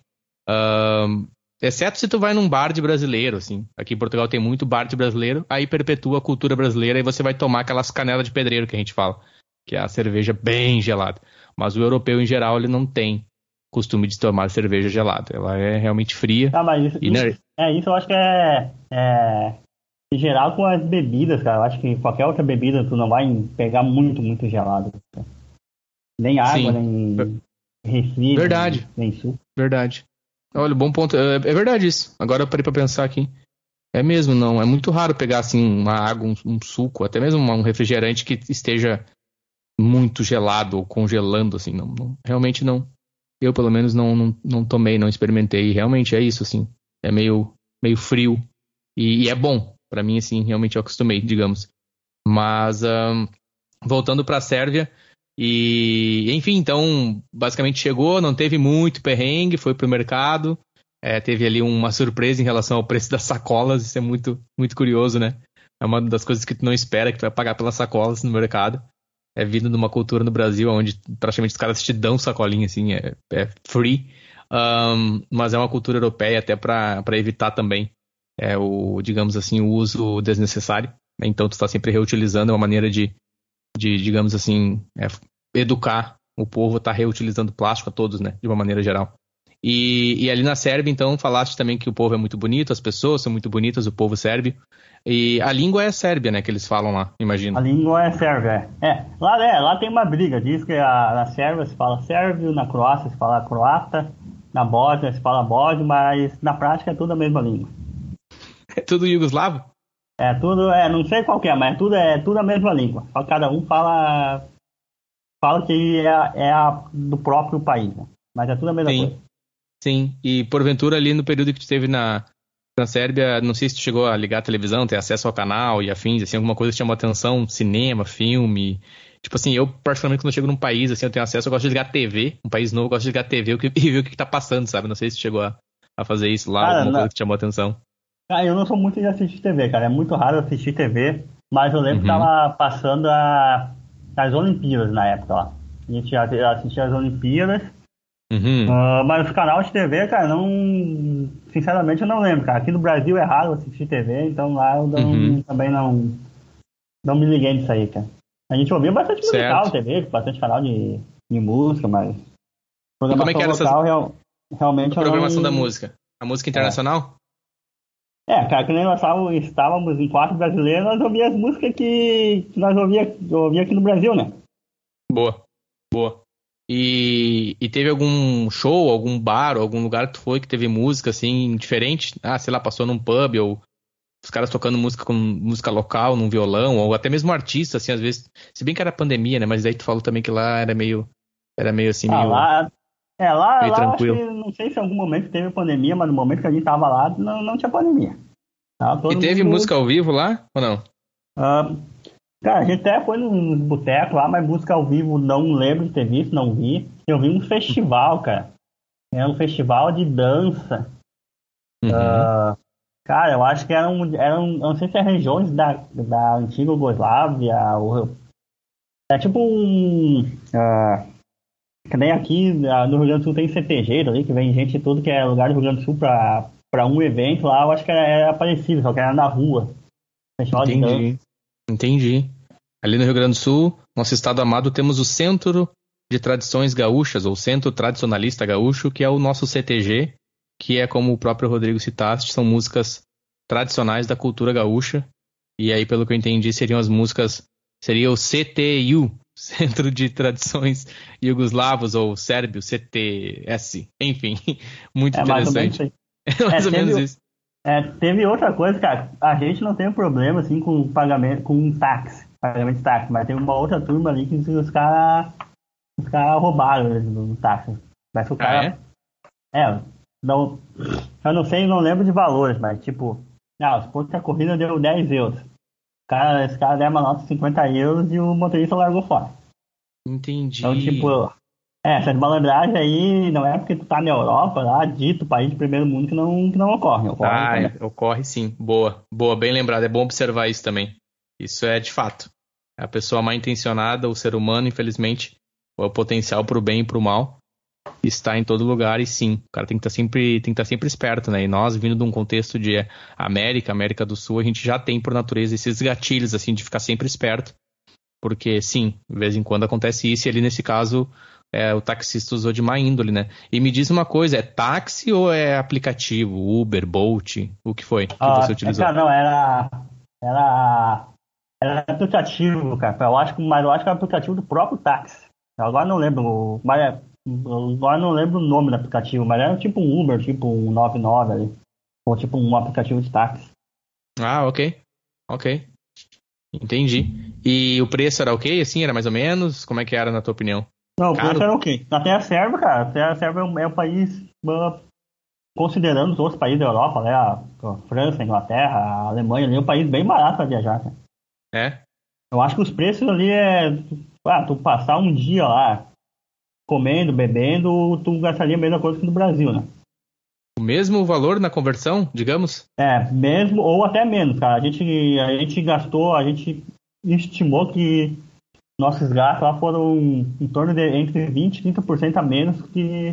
um, exceto se tu vai num bar de brasileiro, assim, aqui em Portugal tem muito bar de brasileiro, aí perpetua a cultura brasileira e você vai tomar aquelas canelas de pedreiro que a gente fala, que é a cerveja bem gelada, mas o europeu em geral ele não tem costume de tomar cerveja gelada. Ela é realmente fria. Ah, mas isso, e isso, é, isso eu acho que é, é em geral com as bebidas, cara. Eu acho que qualquer outra bebida tu não vai pegar muito, muito gelado. Cara. Nem água, Sim. nem refri, verdade. nem, nem suco. Verdade. Olha, bom ponto. É, é verdade isso. Agora eu parei pra pensar aqui. É mesmo, não. É muito raro pegar assim uma água, um, um suco, até mesmo um refrigerante que esteja muito gelado ou congelando, assim. Não, não, realmente não. Eu, pelo menos, não, não, não tomei, não experimentei. Realmente é isso, assim. É meio, meio frio. E, e é bom. Pra mim, assim, realmente eu acostumei, digamos. Mas, um, voltando pra Sérvia. E, enfim, então, basicamente chegou, não teve muito perrengue, foi pro mercado. É, teve ali uma surpresa em relação ao preço das sacolas. Isso é muito, muito curioso, né? É uma das coisas que tu não espera, que tu vai pagar pelas sacolas no mercado. É vindo de uma cultura no Brasil onde praticamente os caras te dão sacolinha, assim, é, é free. Um, mas é uma cultura europeia até para evitar também é, o, digamos assim, o uso desnecessário. Então tu está sempre reutilizando, é uma maneira de, de digamos assim, é, educar o povo, tá reutilizando plástico a todos, né, de uma maneira geral. E, e ali na Sérvia, então, falaste também que o povo é muito bonito, as pessoas são muito bonitas, o povo sérvio. E a língua é sérvia, né, que eles falam lá, imagino. A língua é sérvia, é. É, lá, é, lá tem uma briga, diz que a, na Sérvia se fala sérvio, na Croácia se fala croata, na Bósnia se fala bósnio, mas na prática é tudo a mesma língua. É tudo iugoslavo? É tudo, é, não sei qual que é, mas tudo é tudo a mesma língua. Só que cada um fala, fala que é, é a do próprio país, né? Mas é tudo a mesma Sim. coisa. Sim, e porventura ali no período que tu esteve na, na Sérvia, não sei se tu chegou a ligar a televisão, ter acesso ao canal e afins, assim, alguma coisa que chamou atenção, cinema, filme. Tipo assim, eu particularmente quando eu chego num país, assim, eu tenho acesso, eu gosto de ligar a T V, um país novo, eu gosto de ligar a T V e ver o que, que tá passando, sabe? Não sei se tu chegou a, a fazer isso lá, Cara, alguma na, coisa que te chamou atenção. cara, eu não sou muito de assistir T V, cara. É muito raro assistir T V, mas eu lembro que Uhum, tava passando a, as Olimpíadas na época lá. A gente assistia as Olimpíadas. uhum, Uh, mas os canais de T V, cara, não. Sinceramente eu não lembro, cara. Aqui no Brasil é raro assistir T V, então lá eu não, uhum, também não. Não me liguei nisso aí, cara. A gente ouvia bastante musical na certo. T V, bastante canal de, de música, mas. E como é que Programação era essa, local real, a realmente eu programação da não. música? A música É, internacional? é cara, que nem nós estávamos, estávamos em quatro brasileiros, nós ouvíamos as músicas que, que nós ouvia, ouvia aqui no Brasil, né? Boa, boa. E, e teve algum show, algum bar, ou algum lugar que tu foi que teve música assim diferente? Ah, sei lá, passou num pub ou os caras tocando música com música local, num violão, ou até mesmo artista, assim, às vezes. Se bem que era pandemia, né? Mas daí tu falou também que lá era meio, era meio assim, Ah, meio, lá. É, lá, meio lá eu acho que, tranquilo. não sei se em algum momento teve pandemia, mas no momento que a gente tava lá, não, não tinha pandemia. Tava E todo teve mundo. música ao vivo lá ou não? ah, Cara, a gente até foi nos botecos lá, mas música ao vivo não lembro de ter visto, não vi. Eu vi um festival, cara. Era um festival de dança. Uhum. Cara, eu acho que eram, eram eu não sei se é regiões da, da antiga Yugoslávia, ou, é tipo um. ah, que nem aqui ah, no Rio Grande do Sul tem C T G ali, que vem gente de tudo que é lugar do Rio Grande do Sul pra, pra um evento lá, eu acho que era, era parecido, só que era na rua. Festival de dança. Entendi, entendi. Ali no Rio Grande do Sul, nosso estado amado, temos o Centro de Tradições Gaúchas, ou Centro Tradicionalista Gaúcho, que é o nosso C T G, que é como o próprio Rodrigo citaste, são músicas tradicionais da cultura gaúcha. E aí, pelo que eu entendi, seriam as músicas, seria o C T U, Centro de Tradições Iugoslavos, ou Sérbio, C T S, enfim, muito É mais ou menos isso interessante. aí. É É, mais ou menos teve, isso. É, teve outra coisa, cara. A gente não tem problema assim com pagamento, com táxi, pagamento de táxi, mas tem uma outra turma ali que os caras os cara roubaram eles no táxi. Mas o Ah, cara. é? É, não, eu não sei, não lembro de valores, mas tipo, ah, suposto que a corrida deu dez euros. Cara, esse cara deu uma nota de cinquenta euros e o motorista largou fora. Então, Entendi. tipo, é, essa malandragem aí não é porque tu tá na Europa, lá, dito país de primeiro mundo que não, que não ocorre, ocorre Ah, também. é, ocorre sim. Boa, boa, bem lembrado. É bom observar isso também. Isso é de fato. A pessoa mal intencionada, o ser humano, infelizmente, o potencial para o bem e para o mal está em todo lugar e sim, o cara tem que estar sempre, tem que estar sempre esperto, né? E nós, vindo de um contexto de América, América do Sul, a gente já tem por natureza esses gatilhos assim de ficar sempre esperto, porque sim, de vez em quando acontece isso e ali nesse caso é, o taxista usou de má índole, né? E me diz uma coisa, é táxi ou é aplicativo? Uber, Bolt? O que foi que você Ah, é, utilizou? cara, não, era, era, era aplicativo, cara. Eu acho que, mas eu acho que era aplicativo do próprio táxi. Eu agora não lembro, mas é, eu agora não lembro o nome do aplicativo, mas era tipo um Uber, tipo um noventa e nove ali, ou tipo um aplicativo de táxi. Ah, ok. Ok. Entendi. E o preço era ok, assim? Era mais ou menos? Como é que era, na tua opinião? Não, o preço Caro? era ok. Até a Sérvia, cara, até a Sérvia é um, é um país, ah, considerando os outros países da Europa, né, a, a França, a Inglaterra, a Alemanha, ali, é um país bem barato para viajar, cara. É? Eu acho que os preços ali é, ah, tu passar um dia lá comendo, bebendo, tu gastaria a mesma coisa que no Brasil, né? mesmo valor na conversão, digamos? É, mesmo ou até menos, cara. A gente, a gente gastou, a gente estimou que nossos gastos lá foram em torno de entre vinte e trinta por cento a menos que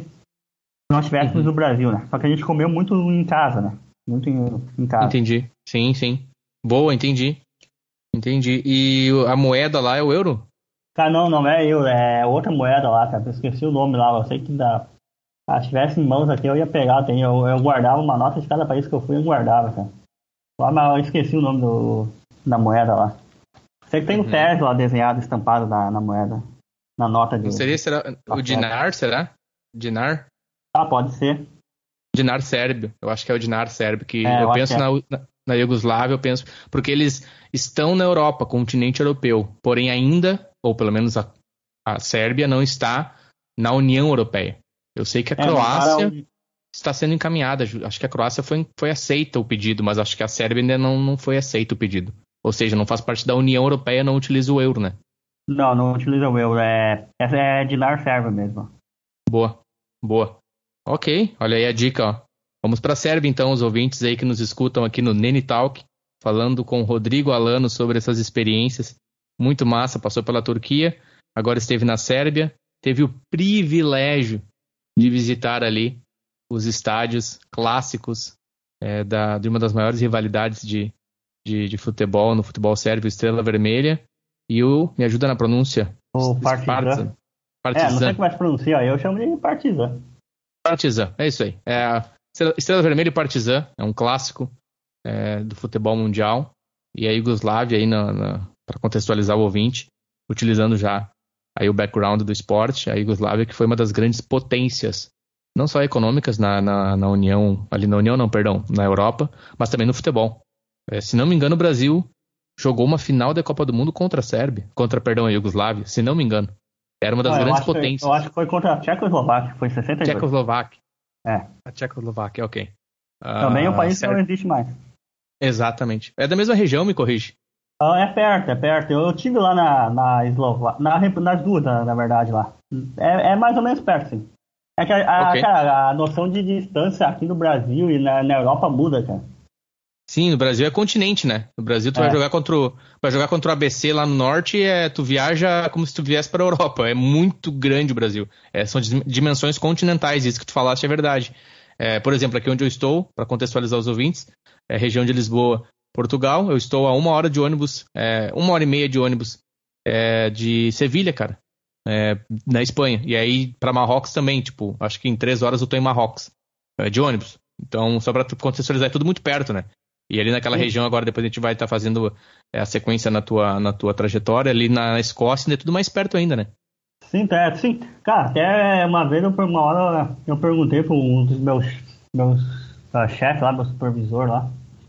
nós tivéssemos Uhum. no Brasil, né? Só que a gente comeu muito em casa, né? Muito em, em casa. Entendi. Sim, sim. Boa, entendi. Entendi. E o- a moeda lá é o euro? Cara, não, não é euro, é outra moeda lá, cara. Eu esqueci o nome lá. Eu sei que dá. Ah, se tivesse em mãos aqui, eu ia pegar. Tem, eu, eu guardava uma nota de cada país que eu fui, eu guardava, cara. Lá, mas eu esqueci o nome do, da moeda lá. Sei que tem Uhum. um Sérgio lá desenhado, estampado na, na moeda. Na nota de. Não seria, será, o dinar, será? Dinar? Ah, pode ser. Dinar sérbio. Eu acho que é o dinar sérbio, que É, eu eu acho penso que é. na, na, na Iugoslávia, eu penso, porque eles estão na Europa, continente europeu, porém ainda, ou pelo menos a, a Sérvia não está na União Europeia. Eu sei que a É, mas para Croácia o- está sendo encaminhada, ju- acho que a Croácia foi, foi aceita o pedido, mas acho que a Sérvia ainda não, não foi aceita o pedido. Ou seja, não faz parte da União Europeia, não utiliza o euro, né? Não, não utiliza o euro. É, essa é dinar sérvio mesmo. Boa, boa. Ok, olha aí a dica, ó. Vamos para a Sérvia, então, os ouvintes aí que nos escutam aqui no Nene Talk, falando com o Rodrigo Alano sobre essas experiências. Muito massa, passou pela Turquia, agora esteve na Sérvia, teve o privilégio de visitar ali os estádios clássicos é, da, de uma das maiores rivalidades de, de, de futebol no futebol sérvio, Estrela Vermelha, e o, me ajuda na pronúncia, O Partizan. Partizan. É, não sei como é que pronuncia, ó, eu chamo de Partizan. Partizan, é isso aí. É a Estrela Estrela Vermelha e Partizan, é um clássico é, do futebol mundial. E a Iugoslávia, aí para contextualizar o ouvinte, utilizando já aí o background do esporte, a Iugoslávia que foi uma das grandes potências, não só econômicas na, na, na União, ali na União não, perdão, na Europa, mas também no futebol. É, se não me engano, o Brasil jogou uma final da Copa do Mundo contra a Sérvia, contra, perdão, a Iugoslávia, se não me engano. Era uma das Não, eu grandes acho, que, potências. eu acho que foi contra a Tchecoslováquia, foi sessenta e dois. Tchecoslováquia. É. A Tchecoslováquia, ok. Também é um Ah, país que não Sérvia- existe mais. Exatamente. É da mesma região, me corrige. Ah, é perto, é perto. Eu tive lá na, na Eslováquia, na, nas duas, na, na verdade, lá. É, é mais ou menos perto, sim. É que a, a, Ok. cara, a noção de distância aqui no Brasil e na, na Europa muda, cara. Sim, no Brasil é continente, né? No Brasil tu É. vai jogar contra o, vai jogar contra o A B C lá no norte, é, tu viaja como se tu viesse para a Europa. É muito grande o Brasil. É, são dis- dimensões continentais, isso que tu falaste é verdade. É, por exemplo, aqui onde eu estou, para contextualizar os ouvintes, é região de Lisboa, Portugal. Eu estou a uma hora de ônibus, é, uma hora e meia de ônibus é, de Sevilha, cara, é, na Espanha. E aí para Marrocos também, tipo, acho que em três horas eu tô em Marrocos, é, de ônibus. Então, só para contextualizar, é tudo muito perto, né? E ali naquela Sim. região agora, depois a gente vai estar fazendo é, a sequência na tua, na tua trajetória, ali na Escócia, ainda é tudo mais perto ainda, né? Sim, é, sim. Cara, até uma vez, eu, por uma hora, eu perguntei para um dos meus, meus uh, chefes lá, meu supervisor lá,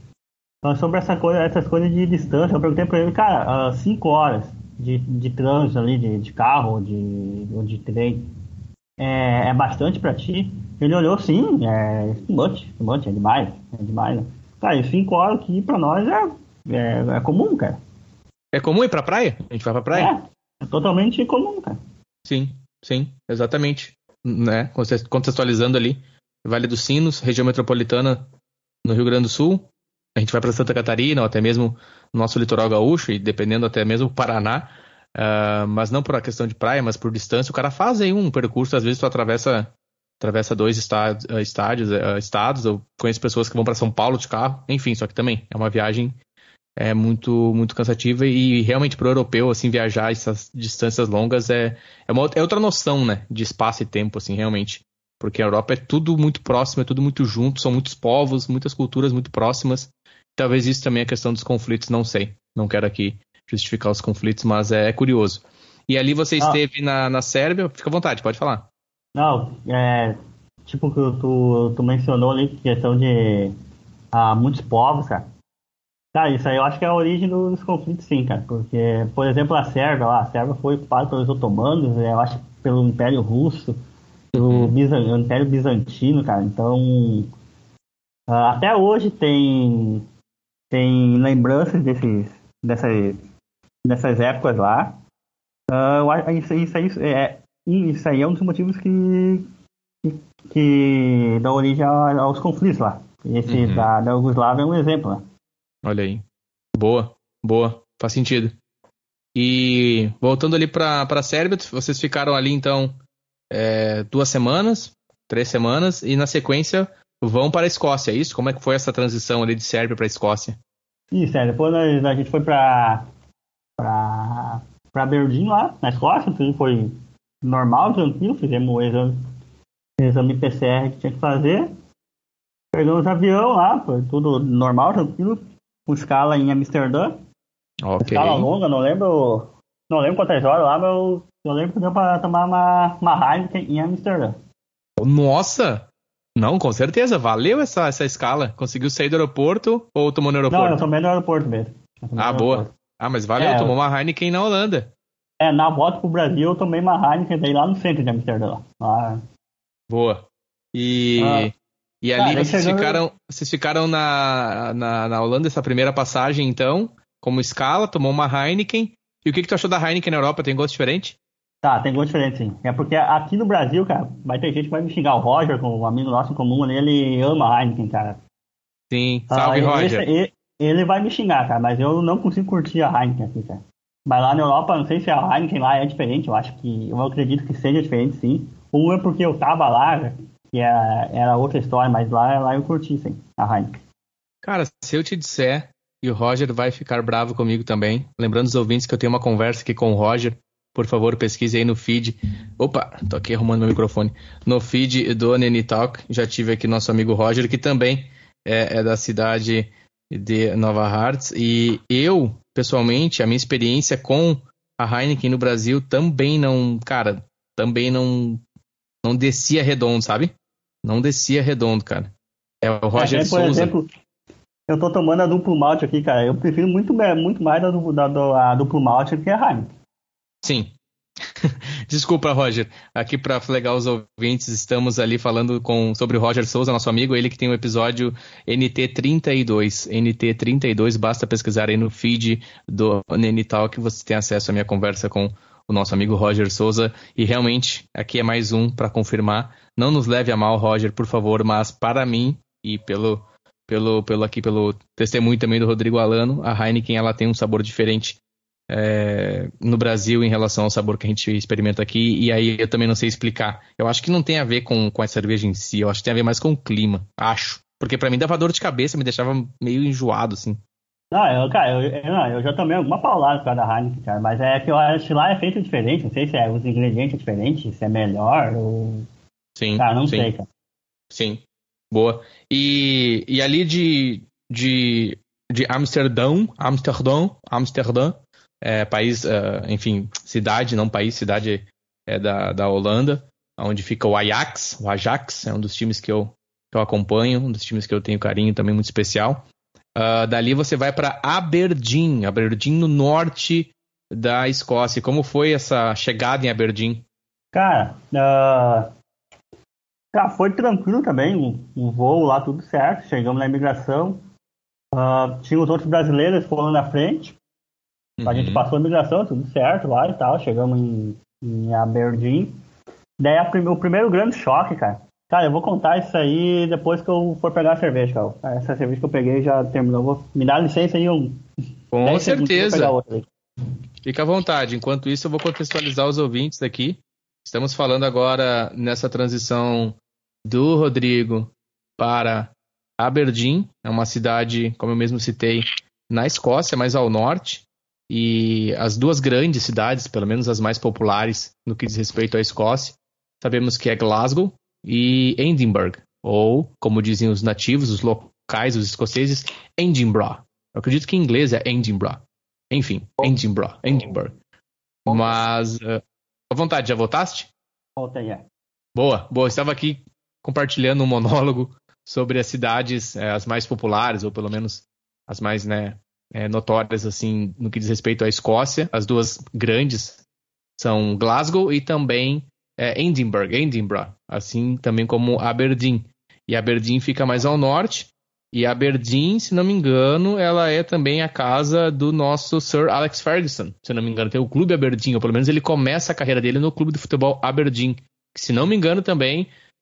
uh, sobre essa coisa, essas coisas de distância. Eu perguntei para ele, cara, uh, cinco horas de, de trânsito ali, de, de carro ou de, ou de trem, é, é bastante para ti? Ele olhou, sim, é much, much, é demais, é demais, né? Cara, e cinco horas aqui para nós é, é, é comum, cara. É comum ir pra praia? A gente vai pra praia? É, é totalmente comum, cara. Sim, sim, exatamente. Né? Conte- Contextualizando ali, Vale dos Sinos, região metropolitana no Rio Grande do Sul. A gente vai para Santa Catarina, ou até mesmo no nosso litoral gaúcho, e dependendo até mesmo o Paraná. Ah, mas não por uma questão de praia, mas por distância. O cara faz aí um percurso, às vezes tu atravessa, atravessa dois estádios, ah, estádios, ah, estados. Eu conheço pessoas que vão para São Paulo de carro, enfim, só que também é uma viagem é muito muito cansativa e realmente para o europeu assim viajar essas distâncias longas é é, uma, outra- é outra noção, né, de espaço e tempo assim realmente, porque a Europa é tudo muito próximo, é tudo muito junto, são muitos povos, muitas culturas muito próximas. Talvez isso também é a questão dos conflitos, não sei, não quero aqui justificar os conflitos, mas é, é curioso. E ali você Ah, esteve na, na Sérvia, fica à vontade, pode falar. não, é, tipo que tu, tu mencionou ali, questão de ah, muitos povos, cara. Cara, isso aí eu acho que é a origem dos conflitos, sim, cara. Porque, por exemplo, a Sérvia lá, a Sérvia foi ocupada pelos otomanos, né, eu acho que pelo Império Russo, pelo Uhum. Bizan- Império Bizantino, cara. Então, ah, até hoje tem, tem lembranças desses, dessas, dessas épocas lá. Ah, eu acho- isso, isso, aí, é, isso aí é um dos motivos que que dá origem aos conflitos lá. Esse uhum. da, da Iugoslávia é um exemplo, né? Olha aí. Boa, boa. Faz sentido. E voltando ali para a Sérvia, vocês ficaram ali então é, duas semanas, três semanas, e na sequência vão para a Escócia, é isso? Como é que foi essa transição ali de Sérvia para a Escócia? Isso, é, depois a gente foi para para para Aberdeen lá, na Escócia, tudo foi normal, tranquilo, fizemos o exame, exame P C R que tinha que fazer, pegamos o avião lá, foi tudo normal, tranquilo, com escala em Amsterdã, okay. Escala longa, não lembro, não lembro quantas horas lá, mas eu, eu lembro que deu para tomar uma, uma Heineken em Amsterdã. Nossa! Não, com certeza, valeu essa, essa escala. Conseguiu sair do aeroporto ou tomou no aeroporto? Não, eu tomei no aeroporto mesmo. Ah, no boa. Aeroporto. Ah, mas valeu, é, tomou uma Heineken na Holanda. É, na volta pro Brasil eu tomei uma Heineken daí lá no centro de Amsterdã. Lá. Boa. E, ah, e ali ah, vocês, chegando... ficaram, vocês ficaram na, na, na Holanda essa primeira passagem, então, como escala, tomou uma Heineken. E o que, que tu achou da Heineken na Europa? Tem gosto diferente? Tá, tem gosto diferente, sim. É porque aqui no Brasil, cara, vai ter gente que vai me xingar. O Roger, um amigo nosso em comum, ele ama a Heineken, cara. Sim, salve, ah, Roger. Esse, ele, ele vai me xingar, cara, mas eu não consigo curtir a Heineken aqui, cara. Mas lá na Europa, não sei se a Heineken lá é diferente, eu acho que, eu acredito que seja diferente, sim. Um é porque eu tava lá, que era, era outra história, mas lá, lá eu curti, sim, a Heineken. Cara, se eu te disser, e o Roger vai ficar bravo comigo também, lembrando os ouvintes que eu tenho uma conversa aqui com o Roger, por favor, pesquise aí no feed. Opa, tô aqui arrumando meu microfone. No feed do Nene Talk, já tive aqui nosso amigo Roger, que também é, é da cidade de Nova Hartz. E eu, pessoalmente, a minha experiência com a Heineken no Brasil também não, cara, também não, não descia redondo, sabe? Não descia redondo, cara. É o Roger é, por Souza. Exemplo, eu tô tomando a duplo malte aqui, cara. Eu prefiro muito, muito mais a duplo, a duplo malte que a Heineken. Sim. Desculpa, Roger. Aqui para flegar os ouvintes, estamos ali falando com, sobre o Roger Souza, nosso amigo, ele que tem o episódio N T trinta e dois. N T trinta e dois, basta pesquisar aí no feed do Nene Talk que você tem acesso à minha conversa com o nosso amigo Roger Souza. E realmente, aqui é mais um para confirmar. Não nos leve a mal, Roger, por favor, mas para mim e pelo, pelo, pelo, aqui, pelo testemunho também do Rodrigo Alano, a Heineken ela tem um sabor diferente. É, no Brasil em relação ao sabor que a gente experimenta aqui, e aí eu também não sei explicar. Eu acho que não tem a ver com, com a cerveja em si, eu acho que tem a ver mais com o clima, acho. Porque pra mim dava dor de cabeça, me deixava meio enjoado, assim. Não, eu, cara, eu, eu, não, eu já tomei alguma paulada por causa da Heineken, cara, mas é que eu acho que lá é feito diferente, não sei se é, os ingredientes é diferentes, se é melhor, ou... Sim, cara, não sim. sei, cara. Sim, boa. E, e ali de, de, de Amsterdão, Amsterdão, Amsterdã, É, país, uh, enfim, cidade, não país, cidade é da, da Holanda, onde fica o Ajax. O Ajax é um dos times que eu, que eu acompanho, um dos times que eu tenho carinho também muito especial. Uh, dali você vai para Aberdeen, Aberdeen no norte da Escócia. Como foi essa chegada em Aberdeen? Cara, uh, cara foi tranquilo também, o, o voo lá tudo certo, chegamos na imigração, uh, tinha os outros brasileiros foram na frente. A gente passou a migração, tudo certo lá e tal, chegamos em, em Aberdeen. Daí a prim- o primeiro grande choque, cara. Cara, eu vou contar isso aí depois que eu for pegar a cerveja, cara. Essa cerveja que eu peguei já terminou. Vou, me dá licença aí um. Com certeza. Fica à vontade. Enquanto isso, eu vou contextualizar os ouvintes aqui. Estamos falando agora nessa transição do Rodrigo para Aberdeen. É uma cidade, como eu mesmo citei, na Escócia, mais ao norte. E as duas grandes cidades, pelo menos as mais populares no que diz respeito à Escócia, sabemos que é Glasgow e Edinburgh, ou, como dizem os nativos, os locais, os escoceses, Edinburgh. Eu acredito que em inglês é Edinburgh. Enfim, Edinburgh, Edinburgh. Mas, uh, à vontade, já votaste? Voltei, é. Boa, boa. Estava aqui compartilhando um monólogo sobre as cidades, eh, as mais populares, ou pelo menos as mais, né, É, notórias assim no que diz respeito à Escócia. As duas grandes são Glasgow e também é, Edinburgh, Edinburgh, assim também como Aberdeen. E Aberdeen fica mais ao norte. E Aberdeen, se não me engano, ela é também a casa do nosso Sir Alex Ferguson. Se não me engano, tem o clube Aberdeen, ou pelo menos ele começa a carreira dele no clube de futebol Aberdeen, que se não me engano também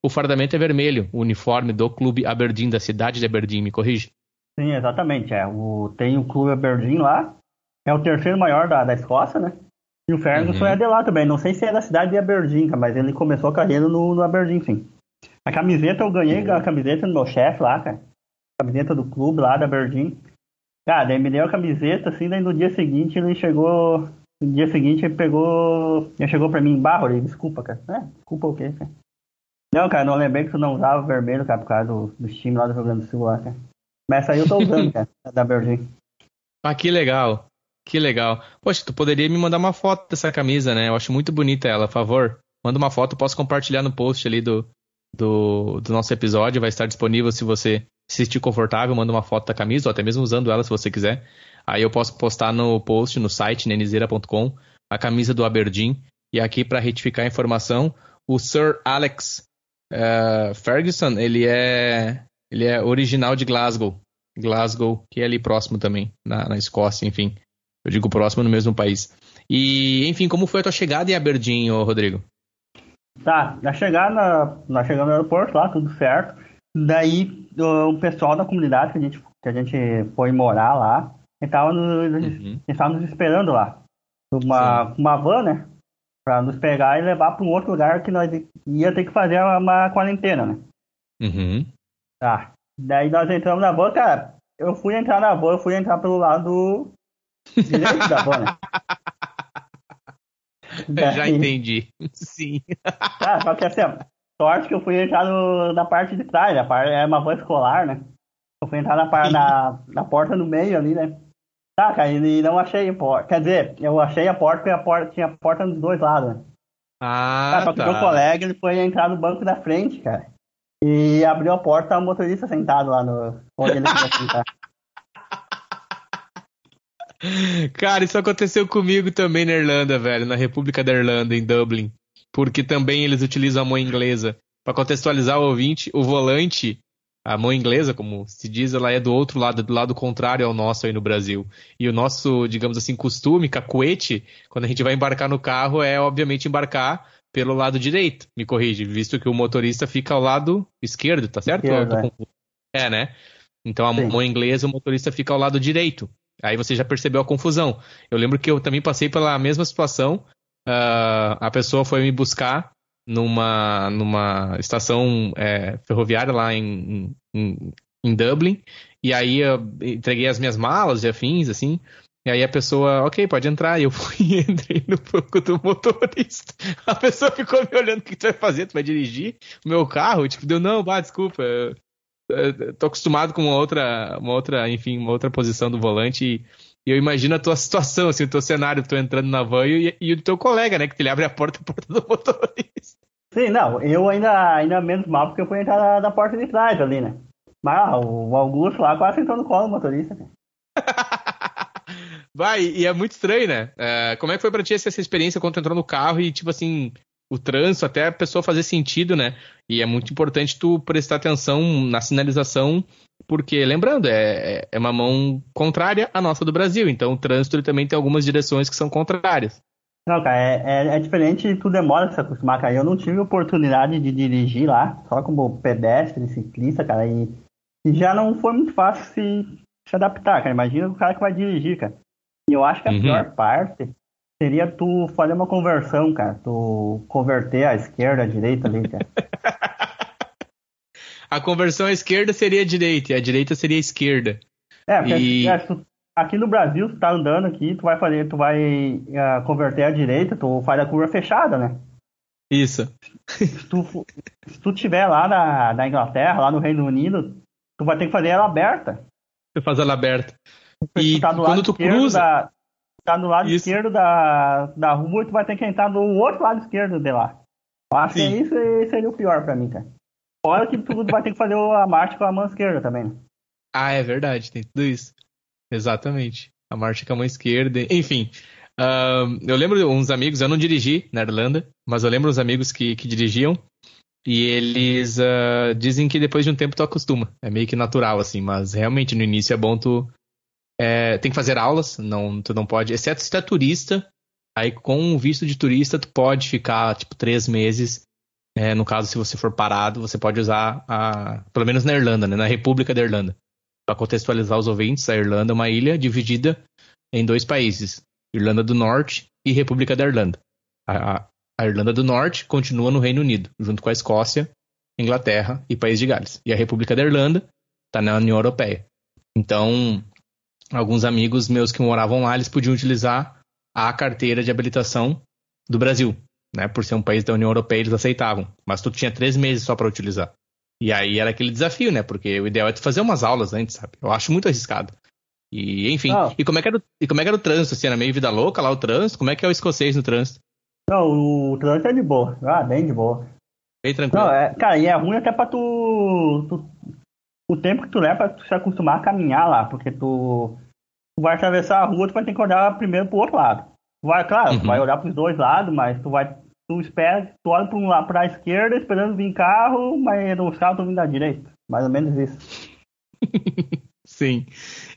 o fardamento é vermelho, o uniforme do clube Aberdeen, da cidade de Aberdeen, me corrige? Sim, exatamente. É. O, tem o clube Aberdeen lá, é o terceiro maior da, da Escócia, né? E o Ferguson Uhum. é de lá também. Não sei se é da cidade de Aberdeen, cara, mas ele começou a carreira no, no Aberdeen, sim. A camiseta, eu ganhei a camiseta do meu chefe lá, cara. A camiseta do clube lá da Aberdeen. Cara, daí me deu a camiseta, assim, daí no dia seguinte ele chegou... No dia seguinte ele pegou... Ele chegou pra mim, barro, ele, desculpa, cara. É, desculpa o quê, cara? Não, cara, não lembrei que tu não usava vermelho, cara, por causa do, dos times lá do Rio Grande do Sul, lá, cara. Mas essa aí eu tô usando, cara, da Aberdeen. Ah, que legal. Que legal. Poxa, tu poderia me mandar uma foto dessa camisa, né? Eu acho muito bonita ela, por favor. Manda uma foto, posso compartilhar no post ali do, do, do nosso episódio. Vai estar disponível se você se sentir confortável. Manda uma foto da camisa, ou até mesmo usando ela se você quiser. Aí eu posso postar no post, no site, nenizeira ponto com, a camisa do Aberdeen. E aqui, para retificar a informação, o Sir Alex uh, Ferguson, ele é, ele é original de Glasgow. Glasgow, que é ali próximo também, na, na Escócia, enfim. Eu digo próximo no mesmo país. E, enfim, como foi a tua chegada em Aberdeen, ô Rodrigo? Tá, na chegada, nós chegamos no aeroporto lá, tudo certo. Daí o, o pessoal da comunidade que a gente, que a gente foi morar lá, ele tava nos, Uhum. ele tava nos esperando lá. Uma, uma van, né? Pra nos pegar e levar para um outro lugar que nós ia ter que fazer uma, uma quarentena, né? Uhum. Tá. Daí nós entramos na van, cara. Eu fui entrar na van, eu fui entrar pelo lado direito da van, né? Eu já Daí, entendi. Sim. tá, só que assim, ó, sorte que eu fui entrar no, na parte de trás, a parte, é uma van escolar, né? Eu fui entrar na, par- na, na porta no meio ali, né? Tá, cara, e não achei a porta. Quer dizer, eu achei a porta porque a porta tinha a porta nos dois lados, né? Tá, Ah, só que meu tá. colega, ele foi entrar no banco da frente, cara. E abriu a porta, tava o motorista sentado lá no... onde ele queria sentar. Cara, isso aconteceu comigo também na Irlanda, velho, na República da Irlanda, em Dublin. Porque também eles utilizam a mão inglesa. Para contextualizar o ouvinte, o volante, a mão inglesa, como se diz, ela é do outro lado, do lado contrário ao nosso aí no Brasil. E o nosso, digamos assim, costume, cacuete, quando a gente vai embarcar no carro, é obviamente embarcar pelo lado direito. Me corrige, visto que o motorista fica ao lado esquerdo, tá certo? Ou eu tô Esquerda, confuso? É, né? Então a sim. mão inglesa, o motorista fica ao lado direito. Aí você já percebeu a confusão. Eu lembro que eu também passei pela mesma situação. Uh, a pessoa foi me buscar numa, numa estação é, ferroviária lá em, em, em Dublin. E aí eu entreguei as minhas malas e afins, assim. E aí a pessoa, ok, pode entrar. E eu fui e entrei no banco do motorista. A pessoa ficou me olhando, o que tu vai fazer? Tu vai dirigir o meu carro? Tipo, deu, não, bah, desculpa. Tô acostumado com uma outra, uma outra, enfim, uma outra posição do volante e, e eu imagino a tua situação, assim, o teu cenário, tu entrando na van e, e o teu colega, né, que ele abre a porta, a porta do motorista. Sim, não, eu ainda, ainda menos mal porque eu fui entrar na, na porta de trás ali, né? Mas ah, o Augusto lá quase entrou no colo do motorista, cara. Vai, e é muito estranho, né? É, como é que foi pra ti essa experiência quando tu entrou no carro e, tipo assim, o trânsito, até a pessoa fazer sentido, né? E é muito importante tu prestar atenção na sinalização, porque, lembrando, é, é uma mão contrária à nossa do Brasil, então o trânsito ele também tem algumas direções que são contrárias. Não, cara, é, é, é diferente e tu demora pra se acostumar, cara. Eu não tive oportunidade de dirigir lá, só como pedestre, ciclista, cara, e, e já não foi muito fácil se, se adaptar, cara. Imagina o cara que vai dirigir, cara. E eu acho que a Uhum. pior parte seria tu fazer uma conversão, cara. Tu converter a esquerda, a direita ali, cara. A conversão à esquerda seria a direita e a direita seria a esquerda. É, porque E é, tu, aqui no Brasil, tu tá andando aqui, tu vai fazer, tu vai uh, converter à direita, tu faz a curva fechada, né? isso. Se tu, fu- se tu tiver lá na, na Inglaterra, lá no Reino Unido, tu vai ter que fazer ela aberta. Você faz ela aberta. Se E tu tá do quando lado tu esquerdo cruza, da, tá do lado isso. esquerdo da, da rua e tu vai ter que entrar do outro lado esquerdo de lá. Eu acho que Sim. isso seria o pior pra mim, cara. Fora que tu vai ter que fazer a marcha com a mão esquerda também, né? Ah, é verdade, tem tudo isso. Exatamente. A marcha com a mão esquerda. Enfim. ahn, eu lembro uns amigos, eu não dirigi na Irlanda, mas eu lembro uns amigos que, que dirigiam. E eles ah, dizem que depois de um tempo tu acostuma. É meio que natural, assim. Mas realmente no início é bom tu. é, tem que fazer aulas, não, tu não pode. Exceto se tu é turista. Aí com o visto de turista tu pode ficar, tipo, três meses É, no caso, se você for parado, você pode usar, a, pelo menos na Irlanda, né, na República da Irlanda. Para contextualizar os ouvintes, a Irlanda é uma ilha dividida em dois países, Irlanda do Norte e República da Irlanda. A, a, a Irlanda do Norte continua no Reino Unido, junto com a Escócia, Inglaterra e País de Gales. E a República da Irlanda está na União Europeia. Então, alguns amigos meus que moravam lá, eles podiam utilizar a carteira de habilitação do Brasil. Né, por ser um país da União Europeia, eles aceitavam. Mas tu tinha três meses só para utilizar. E aí era aquele desafio, né? Porque o ideal é tu fazer umas aulas antes, sabe? Eu acho muito arriscado. E, enfim. Não. E como é que era o, e como é que era o trânsito? Assim, era meio vida louca lá o trânsito? Como é que é o escocês no trânsito? Não, o trânsito é de boa. Ah, bem de boa. Bem tranquilo. Não, é, cara, e é ruim até pra tu, tu... O tempo que tu leva pra tu se acostumar a caminhar lá. Porque tu... Tu vai atravessar a rua, tu vai ter que olhar primeiro pro outro lado. Tu vai, claro, Uhum. tu vai olhar pros dois lados, mas tu vai... Tu espera, tu olha para um lado, para a esquerda, esperando vir carro, mas os carros estão vindo da direita. Mais ou menos isso. Sim.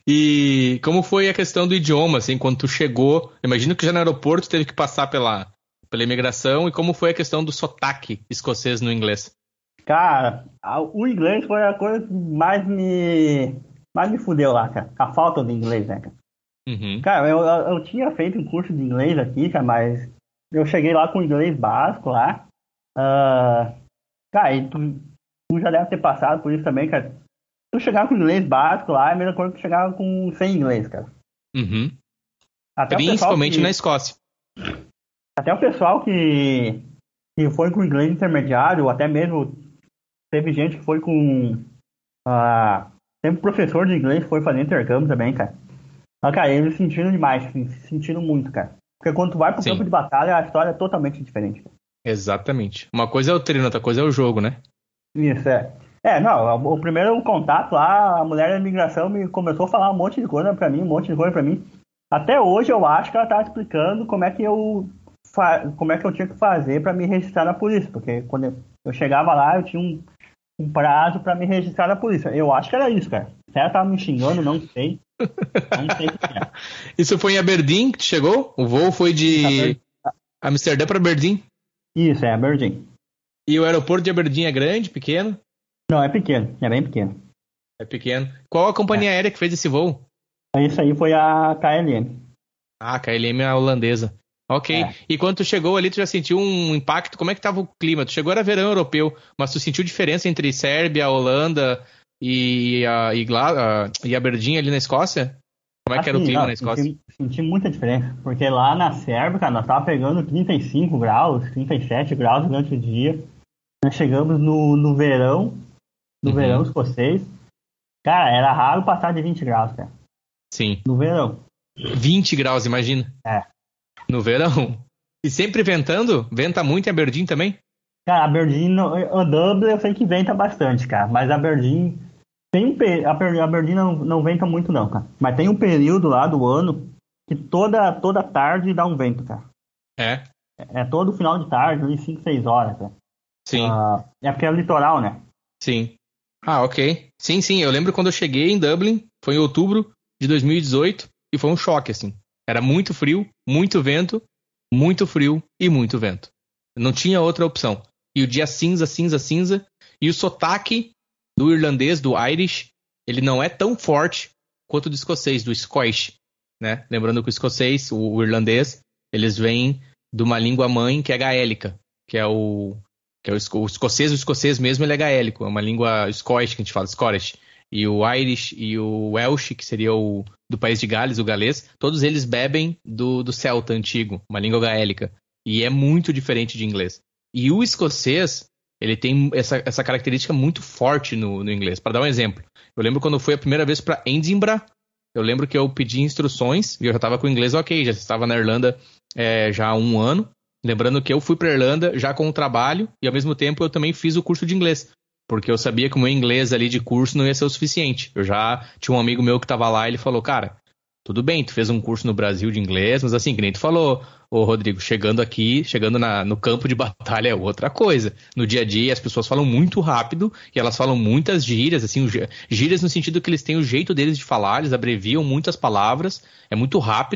E como foi a questão do idioma, assim, quando tu chegou? Imagino que já no aeroporto teve que passar pela, pela imigração. E como foi a questão do sotaque escocês no inglês? Cara, a, o inglês foi a coisa que mais me, mais me fudeu lá, cara. A falta de inglês, né, cara? Uhum. Cara, eu, eu, eu tinha feito um curso de inglês aqui, cara, mas... Eu cheguei lá com inglês básico lá. Uh, cara, e tu, tu já deve ter passado por isso também, cara. Tu chegar com inglês básico lá é a mesma coisa que chegar com sem inglês, cara. Uhum. Até Principalmente que, na Escócia. Até o pessoal que, que foi com inglês intermediário, ou até mesmo teve gente que foi com... Uh, teve professor de inglês que foi fazer intercâmbio também, cara. Mas, cara, eles sentiram demais, assim, sentiram muito, cara. Porque quando tu vai pro Sim. campo de batalha, a história é totalmente diferente. Exatamente. Uma coisa é o treino, outra coisa é o jogo, né? Isso, é. É, não, o primeiro contato lá, a mulher da imigração me começou a falar um monte de coisa pra mim, um monte de coisa pra mim. Até hoje eu acho que ela tava explicando como é que eu, fa... como é que eu tinha que fazer pra me registrar na polícia. Porque quando eu chegava lá, eu tinha um, um prazo pra me registrar na polícia. Eu acho que era isso, cara. Se ela tava me xingando, não sei. Não sei o que é. Isso foi em Aberdeen que tu chegou? O voo foi de Amsterdã para Aberdeen? Isso, é Aberdeen. E o aeroporto de Aberdeen é grande, pequeno? Não, é pequeno, é bem pequeno. É pequeno. Qual a companhia é. aérea que fez esse voo? Isso aí foi a K L M. Ah, a K L M é a holandesa. Ok. É. E quando tu chegou ali, tu já sentiu um impacto? Como é que tava o clima? Tu chegou, era verão europeu, mas tu sentiu diferença entre Sérvia, Holanda e, a, e, a, e Aberdeen ali na Escócia? Como é que assim, era o clima não, na Escócia? Senti, senti muita diferença, porque lá na Sérvia, cara, nós tava pegando trinta e cinco graus, trinta e sete graus durante o dia. Nós chegamos no, no verão, no uhum. verão escocês. Cara, era raro passar de vinte graus, cara. Sim. No verão. vinte graus, imagina. É. No verão. E sempre ventando? Venta muito em Aberdeen também? Cara, Aberdeen, o Dublin eu sei que venta bastante, cara, mas Aberdeen... Tem um, a Aberdeen não, não venta muito não, cara. Mas tem um período lá do ano que toda, toda tarde dá um vento, cara. É? É, é todo final de tarde, ali cinco, seis horas, cara. Sim. Uh, é porque é litoral, né? Sim. Ah, ok. Sim, sim. Eu lembro quando eu cheguei em Dublin, foi em outubro de dois mil e dezoito, e foi um choque, assim. Era muito frio, muito vento, muito frio e muito vento. Não tinha outra opção. E o dia cinza, cinza, cinza, e o sotaque do irlandês, do Irish, ele não é tão forte quanto do escocês, do Scottish, né? Lembrando que o escocês, o, o irlandês, eles vêm de uma língua mãe que é gaélica, que é o que é o, o escocês, o escocês mesmo ele é gaélico, é uma língua Scottish que a gente fala, Scottish. E o Irish e o Welsh, que seria o do país de Gales, o galês, todos eles bebem do, do celta antigo, uma língua gaélica. E é muito diferente de inglês. E o escocês, ele tem essa, essa característica muito forte no, no inglês. Para dar um exemplo, eu lembro quando eu fui a primeira vez para Edinburgh, eu lembro que eu pedi instruções, e eu já estava com o inglês ok, já estava na Irlanda é, já há um ano. Lembrando que eu fui para a Irlanda já com o trabalho, e ao mesmo tempo eu também fiz o curso de inglês. Porque eu sabia que o meu inglês ali de curso não ia ser o suficiente. Eu já tinha um amigo meu que estava lá e ele falou, cara, tudo bem, tu fez um curso no Brasil de inglês, mas assim, que nem tu falou, ô Rodrigo, chegando aqui, chegando na, no campo de batalha é outra coisa. No dia a dia as pessoas falam muito rápido e elas falam muitas gírias, assim, gírias no sentido que eles têm o jeito deles de falar, eles abreviam muitas palavras, é muito rápido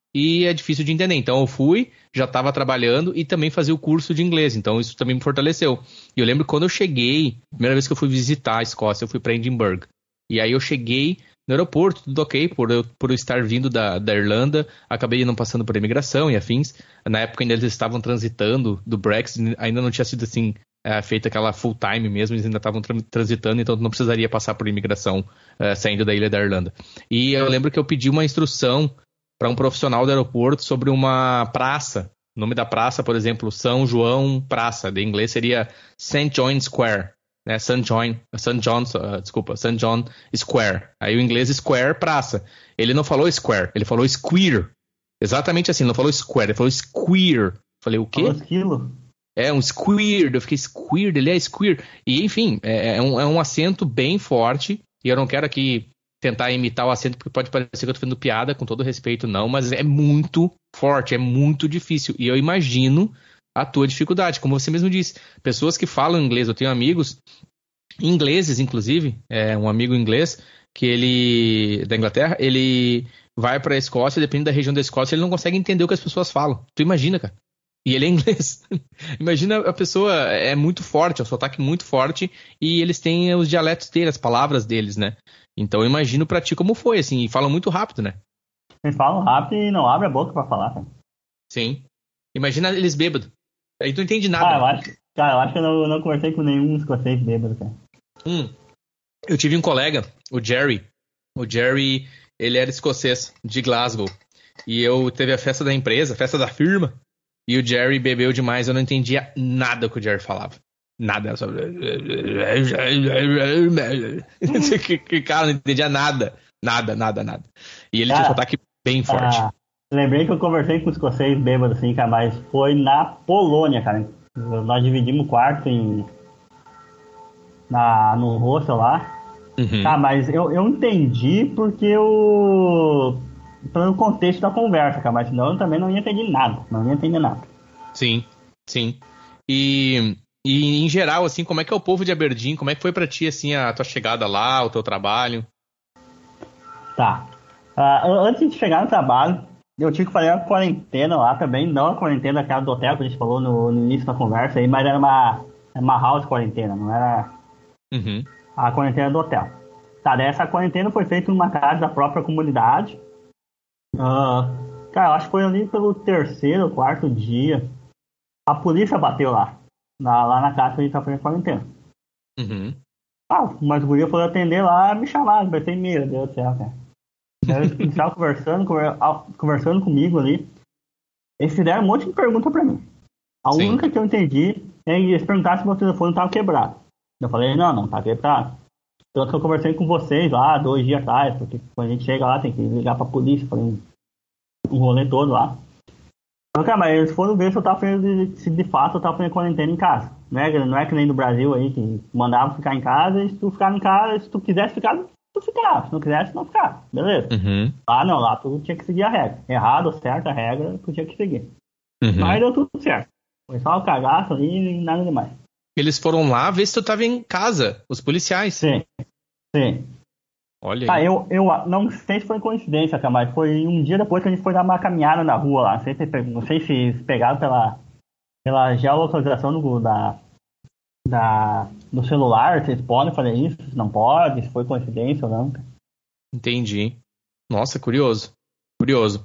e é difícil de entender. Então eu fui, já estava trabalhando e também fazia o curso de inglês, então isso também me fortaleceu. E eu lembro que quando eu cheguei, primeira vez que eu fui visitar a Escócia, eu fui para Edimburgo. E aí eu cheguei no aeroporto, tudo ok, por eu, por eu estar vindo da, da Irlanda, acabei não passando por imigração e afins. Na época ainda eles estavam transitando do Brexit, ainda não tinha sido assim, é, feita aquela full time mesmo, eles ainda estavam tra- transitando, então não precisaria passar por imigração é, saindo da ilha da Irlanda. E eu lembro que eu pedi uma instrução para um profissional do aeroporto sobre uma praça. O nome da praça, por exemplo, São João Praça, de inglês seria Saint John Square. Né, Saint John, Saint John, uh, desculpa, Saint John Square. Aí o inglês Square, praça. Ele não falou Square, ele falou Square. Exatamente assim, não falou Square, ele falou Square. Falei, o quê? Esquilo. É um Square, eu fiquei Square, ele é Square. E enfim, é, é, um, é um acento bem forte, e eu não quero aqui tentar imitar o acento, porque pode parecer que eu tô fazendo piada, com todo respeito, não, mas é muito forte, é muito difícil. E eu imagino a tua dificuldade, como você mesmo disse. Pessoas que falam inglês, eu tenho amigos ingleses, inclusive, é, um amigo inglês que ele da Inglaterra, ele vai para a Escócia, dependendo da região da Escócia, ele não consegue entender o que as pessoas falam. Tu imagina, cara? E ele é inglês. Imagina, a pessoa é muito forte, é um sotaque muito forte, e eles têm os dialetos deles, as palavras deles, né? Então eu imagino pra ti como foi, assim, e falam muito rápido, né? Eles falam rápido e não abre a boca pra falar, cara. Sim. Imagina eles bêbados. Aí tu não entende nada. Ah, eu acho, cara, eu acho que eu não, eu não conversei com nenhum escocês bêbado, cara. Hum. Eu tive um colega, o Jerry. O Jerry, ele era escocês, de Glasgow. E eu teve a festa da empresa, a festa da firma. E o Jerry bebeu demais, eu não entendia nada que o Jerry falava. Nada. Só... Cara, não entendia nada. Nada, nada, nada. E ele Cara, tinha um sotaque bem forte. Ah, lembrei que eu conversei com os escocês bêbados, assim, cara, mas foi na Polônia, cara. Nós dividimos o quarto em... Na, no hostel lá. Uhum. Tá, mas eu, eu entendi porque eu... pelo contexto da conversa, cara, mas senão eu também não ia entender nada. Não ia entender nada. Sim, sim. E, e em geral, assim, como é que é o povo de Aberdeen? Como é que foi pra ti, assim, a tua chegada lá, o teu trabalho? Tá. Uh, antes de chegar no trabalho, eu tive que fazer uma quarentena lá também. Não a quarentena aquela do hotel que a gente falou no, no início da conversa aí, mas era uma, uma house quarentena, não era Uhum. a quarentena do hotel. Tá, dessa quarentena foi feita numa casa da própria comunidade. Uh, cara, eu acho que foi ali pelo terceiro, quarto dia. A polícia bateu lá. Na, lá na casa que a gente tá fazendo quarentena. Uhum. Ah, umas gurias foram atender lá, me chamaram, pensei, meu Deus do céu, cara. Eles estavam conversando, conversando comigo ali. Eles fizeram um monte de perguntas pra mim. A Sim. única que eu entendi é que eles perguntaram se meu telefone tava quebrado. Eu falei, não, não tá quebrado. Tanto que eu conversei com vocês lá dois dias atrás, porque quando a gente chega lá tem que ligar pra polícia, fazer um, um rolê todo lá. Então, cara, mas eles foram ver se eu tava fazendo, se de fato eu tava fazendo quarentena em casa. Não é, não é que nem no Brasil aí, que mandava ficar em casa, e se tu ficar em casa, se tu quisesse ficar, tu ficava. Se não quisesse, não ficava. Beleza? Uhum. Lá não, lá tu tinha que seguir a regra. Errado ou certo, a regra, tu tinha que seguir. Uhum. Mas deu tudo certo. Foi só o cagaço ali e nada demais. Eles foram lá ver se tu tava em casa, os policiais. Sim, sim. Olha Tá, aí. eu, eu não sei se foi coincidência, cara, mas foi um dia depois que a gente foi dar uma caminhada na rua lá. Não sei se, não sei se pegaram pela, pela geolocalização do, da, da, do celular, vocês podem fazer isso, se não pode, se foi coincidência ou não. Entendi. Nossa, curioso. Curioso.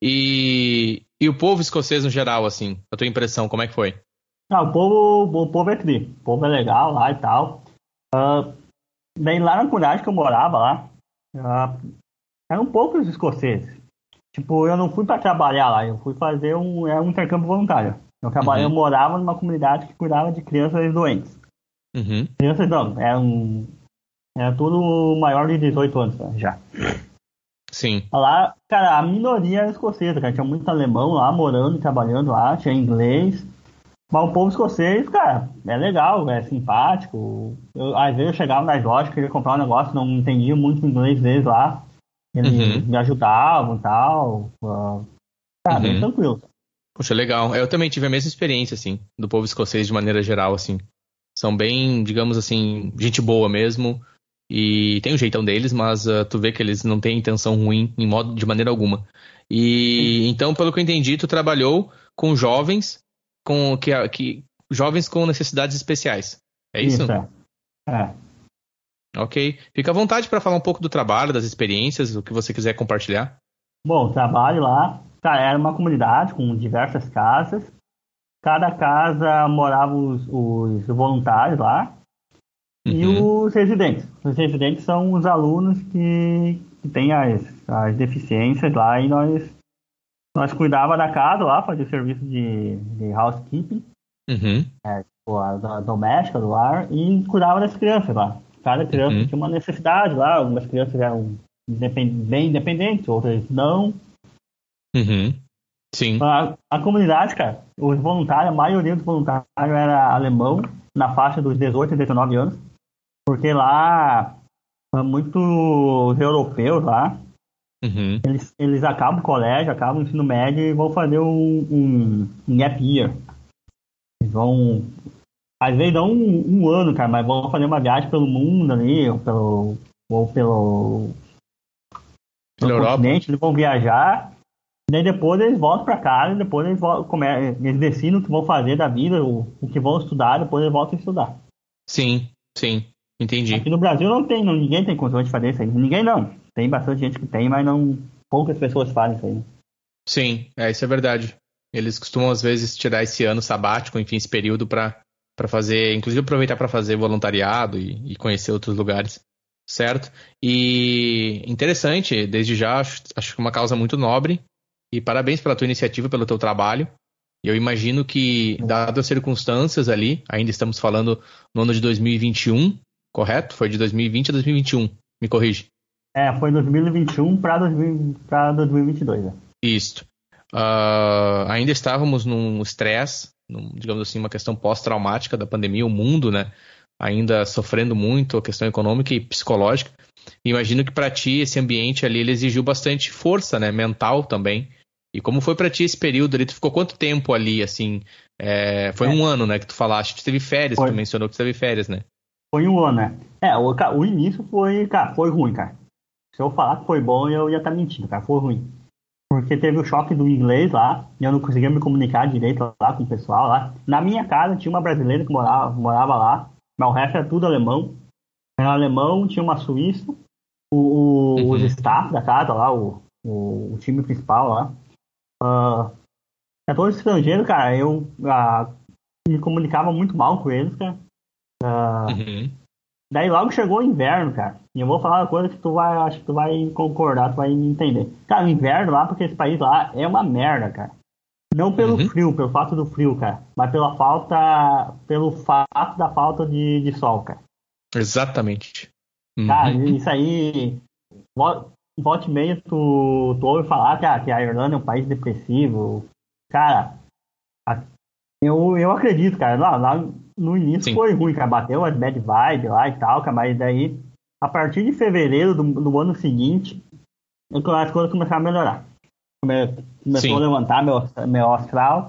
E, e o povo escocês no geral, assim, a tua impressão, como é que foi? Ah, o povo, o povo é tri, o povo é legal lá e tal. Uh, daí lá na comunidade que eu morava lá, uh, eram poucos escoceses. Tipo, eu não fui pra trabalhar lá, eu fui fazer um, era um intercâmbio voluntário. Eu, trabalhei, Uhum. eu morava numa comunidade que cuidava de crianças doentes. Uhum. Crianças não, eram, era tudo maior de dezoito anos né, já. Sim. Lá, cara, a minoria era escocesa, cara. Tinha muito alemão lá, morando e trabalhando lá, tinha inglês. Mas o povo escocês, cara, é legal, é simpático. Eu, às vezes eu chegava nas lojas, queria comprar um negócio, não entendia muito inglês deles lá. Eles Uhum. me ajudavam e tal. Uh, cara, bem Uhum. tranquilo. Poxa, legal. Eu também tive a mesma experiência, assim, do povo escocês de maneira geral, assim. São bem, digamos assim, gente boa mesmo. E tem o jeitão deles, mas uh, tu vê que eles não têm intenção ruim em modo, de maneira alguma. E então, pelo que eu entendi, tu trabalhou com jovens com que, que jovens com necessidades especiais. É isso? Isso, é. é. Ok. Fica à vontade para falar um pouco do trabalho, das experiências, o que você quiser compartilhar. Bom, o trabalho lá, cara, era uma comunidade com diversas casas. Cada casa morava os, os voluntários lá e Uhum. os residentes. Os residentes são os alunos que, que têm as, as deficiências lá e nós, nós cuidava da casa lá, fazia o serviço de, de housekeeping, Uhum. é, tipo, a, da doméstica do lar, e cuidava das crianças lá. Cada criança Uhum. tinha uma necessidade lá, algumas crianças eram independ, bem independentes, outras não. Uhum. Sim. A, a comunidade, cara, os voluntários, a maioria dos voluntários era alemão, na faixa dos dezoito e dezenove anos, porque lá, muitos europeus lá, Uhum. eles, eles acabam o colégio, acabam o ensino médio e vão fazer um, um, um gap year. Eles vão, às vezes dão um, um ano, cara, mas vão fazer uma viagem pelo mundo ali, ou pelo, ou pelo, Pela pelo Europa? continente, eles vão viajar. Daí depois eles voltam para casa e depois eles, voltam, come, eles decidem o que vão fazer da vida, o, o que vão estudar, depois eles voltam a estudar. Sim, sim. Entendi. Aqui no Brasil não tem, não, ninguém tem condições de fazer isso aí. Ninguém não. Tem bastante gente que tem, mas não, poucas pessoas fazem isso aí. Sim, é, isso é verdade. Eles costumam, às vezes, tirar esse ano sabático, enfim, esse período para para fazer, inclusive aproveitar para fazer voluntariado e, e conhecer outros lugares, certo? E interessante, desde já, acho, acho que uma causa muito nobre. E parabéns pela tua iniciativa, pelo teu trabalho. Eu imagino que, dadas as circunstâncias ali, ainda estamos falando no ano de dois mil e vinte e um, correto? Foi de dois mil e vinte a dois mil e vinte e um, me corrige. É, foi dois mil e vinte e um para dois mil e vinte e dois. Né? Isso. Uh, ainda estávamos num estresse, num, digamos assim, uma questão pós-traumática da pandemia, o mundo, né? Ainda sofrendo muito a questão econômica e psicológica. E imagino que para ti esse ambiente ali ele exigiu bastante força, né? Mental também. E como foi para ti esse período ali? Tu ficou quanto tempo ali, assim? É, foi É, um ano, né? Que tu falaste. Tu teve férias, foi, tu mencionou que tu teve férias, né? foi um ano, né? É, o, o início foi, cara, foi ruim, cara. Se eu falar que foi bom, eu ia estar mentindo, cara. Foi ruim. Porque teve o choque do inglês lá, e eu não conseguia me comunicar direito lá com o pessoal lá. Na minha casa tinha uma brasileira que morava, morava lá, mas o resto era tudo alemão. Era alemão, tinha uma suíça, o, o, Uhum. os staff da casa lá, o, o, o time principal lá. Uh, é todo estrangeiro, cara. Eu uh, me comunicava muito mal com eles, cara. Uh, Uhum. Daí logo chegou o inverno, cara. E eu vou falar uma coisa que tu vai, acho que tu vai concordar, tu vai entender. Cara, o inverno lá, porque esse país lá é uma merda, cara. Não pelo Uhum. frio, pelo fato do frio, cara. Mas pela falta, pelo fato da falta de, de sol, cara. Exatamente. Uhum. Cara, isso aí, volta e meia tu, tu ouve falar que a, que a Irlanda é um país depressivo. Cara, a, eu, eu acredito, cara. Lá, lá no início Sim. foi ruim, cara. Bateu as bad vibes lá e tal, cara. Mas daí, a partir de fevereiro do, do ano seguinte, as coisas começaram a melhorar. Come, começou Sim. a levantar meu, meu astral.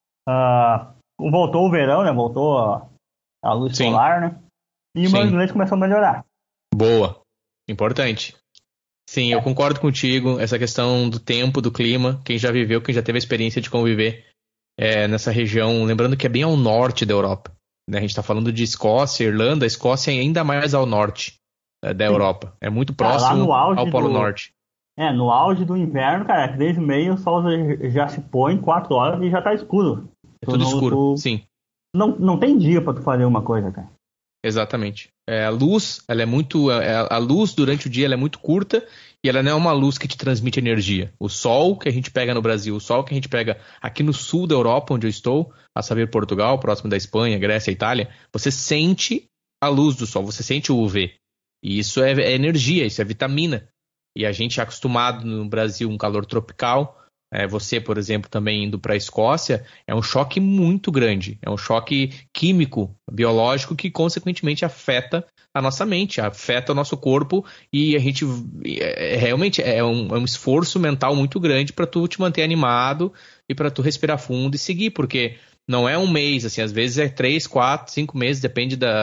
Uh, voltou o verão, né? Voltou a, a luz Sim. solar, né? E o meu Sim. inglês começou a melhorar. Boa. Importante. Sim, eu concordo contigo. Essa questão do tempo, do clima, quem já viveu, quem já teve a experiência de conviver é, nessa região, lembrando que é bem ao norte da Europa. Né? A gente está falando de Escócia, Irlanda, a Escócia é ainda mais ao norte é, da Sim. Europa. É muito Cara, próximo lá no auge ao Polo do, Norte. É, no auge do inverno, cara, três e meia o sol já se põe, quatro horas e já tá escuro. É tudo não, escuro, tu, sim. Não, não tem dia pra tu fazer uma coisa, cara. Exatamente. É, a luz, ela é muito. É, a luz durante o dia ela é muito curta e ela não é uma luz que te transmite energia. O sol que a gente pega no Brasil, o sol que a gente pega aqui no sul da Europa, onde eu estou, a saber, Portugal, próximo da Espanha, Grécia, Itália, você sente a luz do sol, você sente o U V. E isso é, é energia, isso é vitamina. E a gente é acostumado no Brasil um calor tropical. É, você, por exemplo, também indo para a Escócia, é um choque muito grande. É um choque químico, biológico, que consequentemente afeta a nossa mente, afeta o nosso corpo. E a gente é, realmente é um, é um esforço mental muito grande para tu te manter animado e para tu respirar fundo e seguir, porque não é um mês, assim, às vezes é três, quatro, cinco meses, depende da,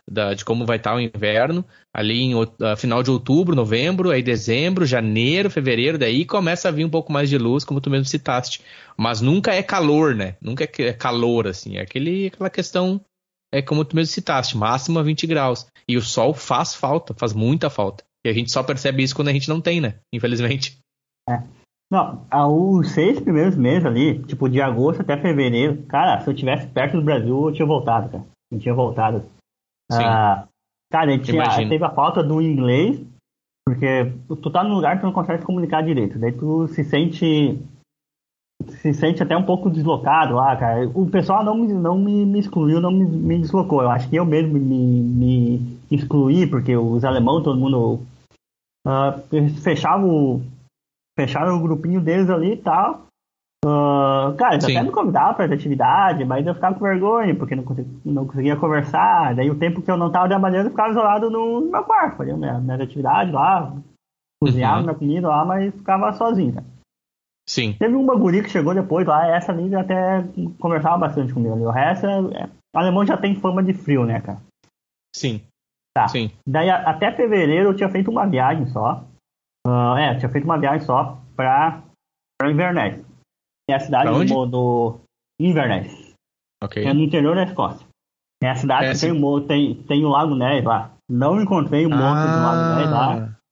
da, de como vai estar o inverno, ali em uh, final de outubro, novembro, aí dezembro, janeiro, fevereiro, daí começa a vir um pouco mais de luz, como tu mesmo citaste. Mas nunca é calor, né? Nunca é, é calor, assim. É aquele, aquela questão, é como tu mesmo citaste, máxima vinte graus. E o sol faz falta, faz muita falta. E a gente só percebe isso quando a gente não tem, né? Infelizmente. É. Não, ah, os seis primeiros meses ali, tipo, de agosto até fevereiro, cara, se eu tivesse perto do Brasil, eu tinha voltado, cara. Eu tinha voltado. Sim. Ah, cara, ele tinha, Imagino. teve a falta do inglês, porque tu tá num lugar que tu não consegue se comunicar direito. Daí tu se sente. Se sente até um pouco deslocado lá, cara. O pessoal não me, não me, me excluiu, não me, me deslocou. Eu acho que eu mesmo me, me excluí, porque os alemães, todo mundo. Uh, fechava o. Fecharam o grupinho deles ali e tal. Uh, cara, eles Sim. até me convidavam para atividade, mas eu ficava com vergonha, porque não, consegui, não conseguia conversar. Daí o tempo que eu não estava trabalhando, eu ficava isolado no, no meu quarto, fazia minha, minhas atividades lá, cozinhava Uhum. minha comida lá, mas ficava sozinho, cara. Sim. Teve uma guri que chegou depois lá, essa ali até conversava bastante comigo ali. O resto, é, é, o alemão já tem fama de frio, né, cara? Sim. Tá. Sim. Daí a, até fevereiro eu tinha feito uma viagem só. Uh, é, eu tinha feito uma viagem só pra, pra Inverness. É a cidade Pra onde? do, do Inverness. Ok. É no interior da Escócia. É a cidade É, que se- tem, o, tem, tem o Lago Ness lá. Não encontrei o monstro do Lago Ness lá. Ah,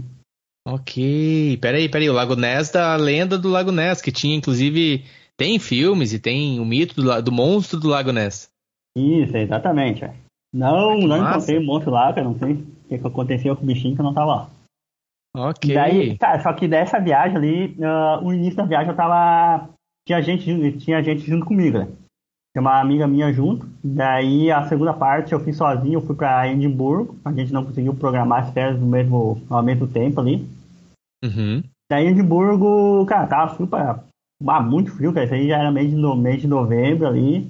ok. Peraí, peraí. O Lago Ness da lenda do Lago Ness, que tinha, inclusive, tem filmes e tem o mito do, la- do monstro do Lago Ness. Isso, exatamente. É. Não, Ah, que não encontrei massa. o monstro lá, cara. Não sei o que, que aconteceu com o bichinho que eu não tava lá. Ok. Daí, cara, só que dessa viagem ali, uh, o início da viagem eu tava. Tinha gente, tinha gente junto comigo, né? Tem uma amiga minha junto. Daí a segunda parte eu fiz sozinho, eu fui pra Edimburgo. A gente não conseguiu programar as férias no mesmo, ao mesmo tempo ali. Uhum. Daí Edimburgo, cara, tava frio pra. Ah, muito frio, cara. Isso aí já era mês de, no, mês de novembro ali.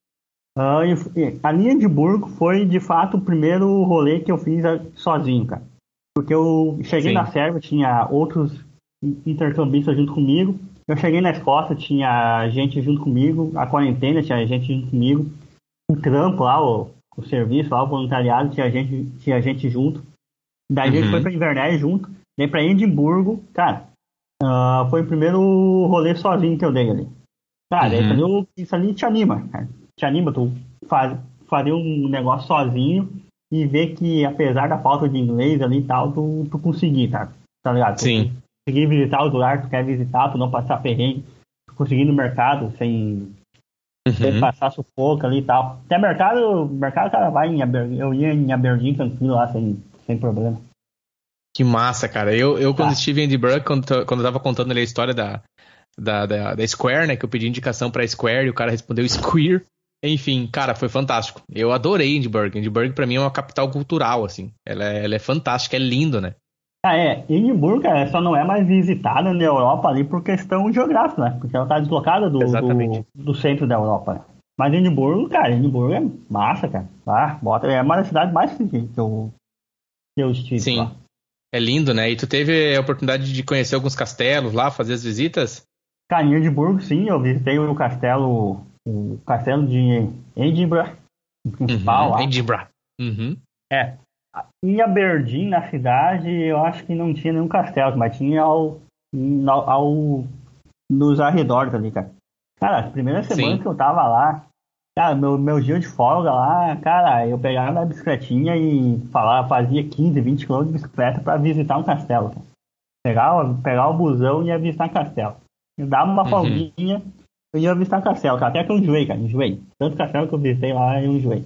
Ah, e, e, ali em Edimburgo foi de fato o primeiro rolê que eu fiz ah, sozinho, cara. Porque eu cheguei na Sim. Sérvia, tinha outros intercambistas junto comigo. Eu cheguei na Escócia, tinha gente junto comigo. A quarentena tinha gente junto comigo. O trampo lá, o, o serviço lá, o voluntariado, tinha gente, tinha gente junto. Daí a gente foi Uhum. pra Inverness junto. Daí pra Edimburgo, cara, uh, foi o primeiro rolê sozinho que eu dei ali. Cara, isso Uhum. ali, isso ali te anima, cara. Te anima tu faz, fazer um negócio sozinho e ver que apesar da falta de inglês ali e tal, tu, tu conseguir, tá? Tá ligado? Tu Sim. conseguir visitar os lugares que tu quer visitar, tu não passar perrengue, tu conseguir ir no mercado sem, sem Uhum. passar sufoco ali e tal. Até mercado, mercado, cara, vai em Aberdeen, eu ia em Aberdeen tranquilo lá, sem, sem problema. Que massa, cara. Eu, eu quando Tá. estive em Edinburgh, quando, quando eu tava contando ali a história da, da, da, da Square, né? Que eu pedi indicação pra Square e o cara respondeu Square. Enfim, cara, foi fantástico. Eu adorei Edinburgh. Edinburgh pra mim é uma capital cultural, assim. Ela é, ela é fantástica, é lindo, né? Ah, é. Edimburgo, cara, só não é mais visitada na Europa ali por questão geográfica, né? Porque ela tá deslocada do, Exatamente. do, do centro da Europa, né? Mas Edimburgo, cara, Edimburgo é massa, cara. Ah, bota, é uma das cidades mais que eu, que eu estive Sim, lá. é lindo, né? E tu teve a oportunidade de conhecer alguns castelos lá, fazer as visitas? Cara, em Edimburgo, sim, eu visitei o castelo, o castelo de Edinburgh, o principal Uhum. lá. Edinburgh. Uhum. É. Em Aberdeen, na cidade, eu acho que não tinha nenhum castelo, mas tinha ao, ao, ao nos arredores ali, cara. Cara, as primeiras semanas Sim. que eu tava lá, cara, meu, meu dia de folga lá, cara, eu pegava minha bicicletinha e falava, fazia quinze, vinte quilômetros de bicicleta pra visitar um castelo, cara. Pegava, pegava o busão e ia visitar um castelo. Eu dava uma Uhum. folguinha, eu ia visitar um castelo, cara. Até que eu enjoei, cara, enjoei. Tanto castelo que eu visitei lá, eu enjoei.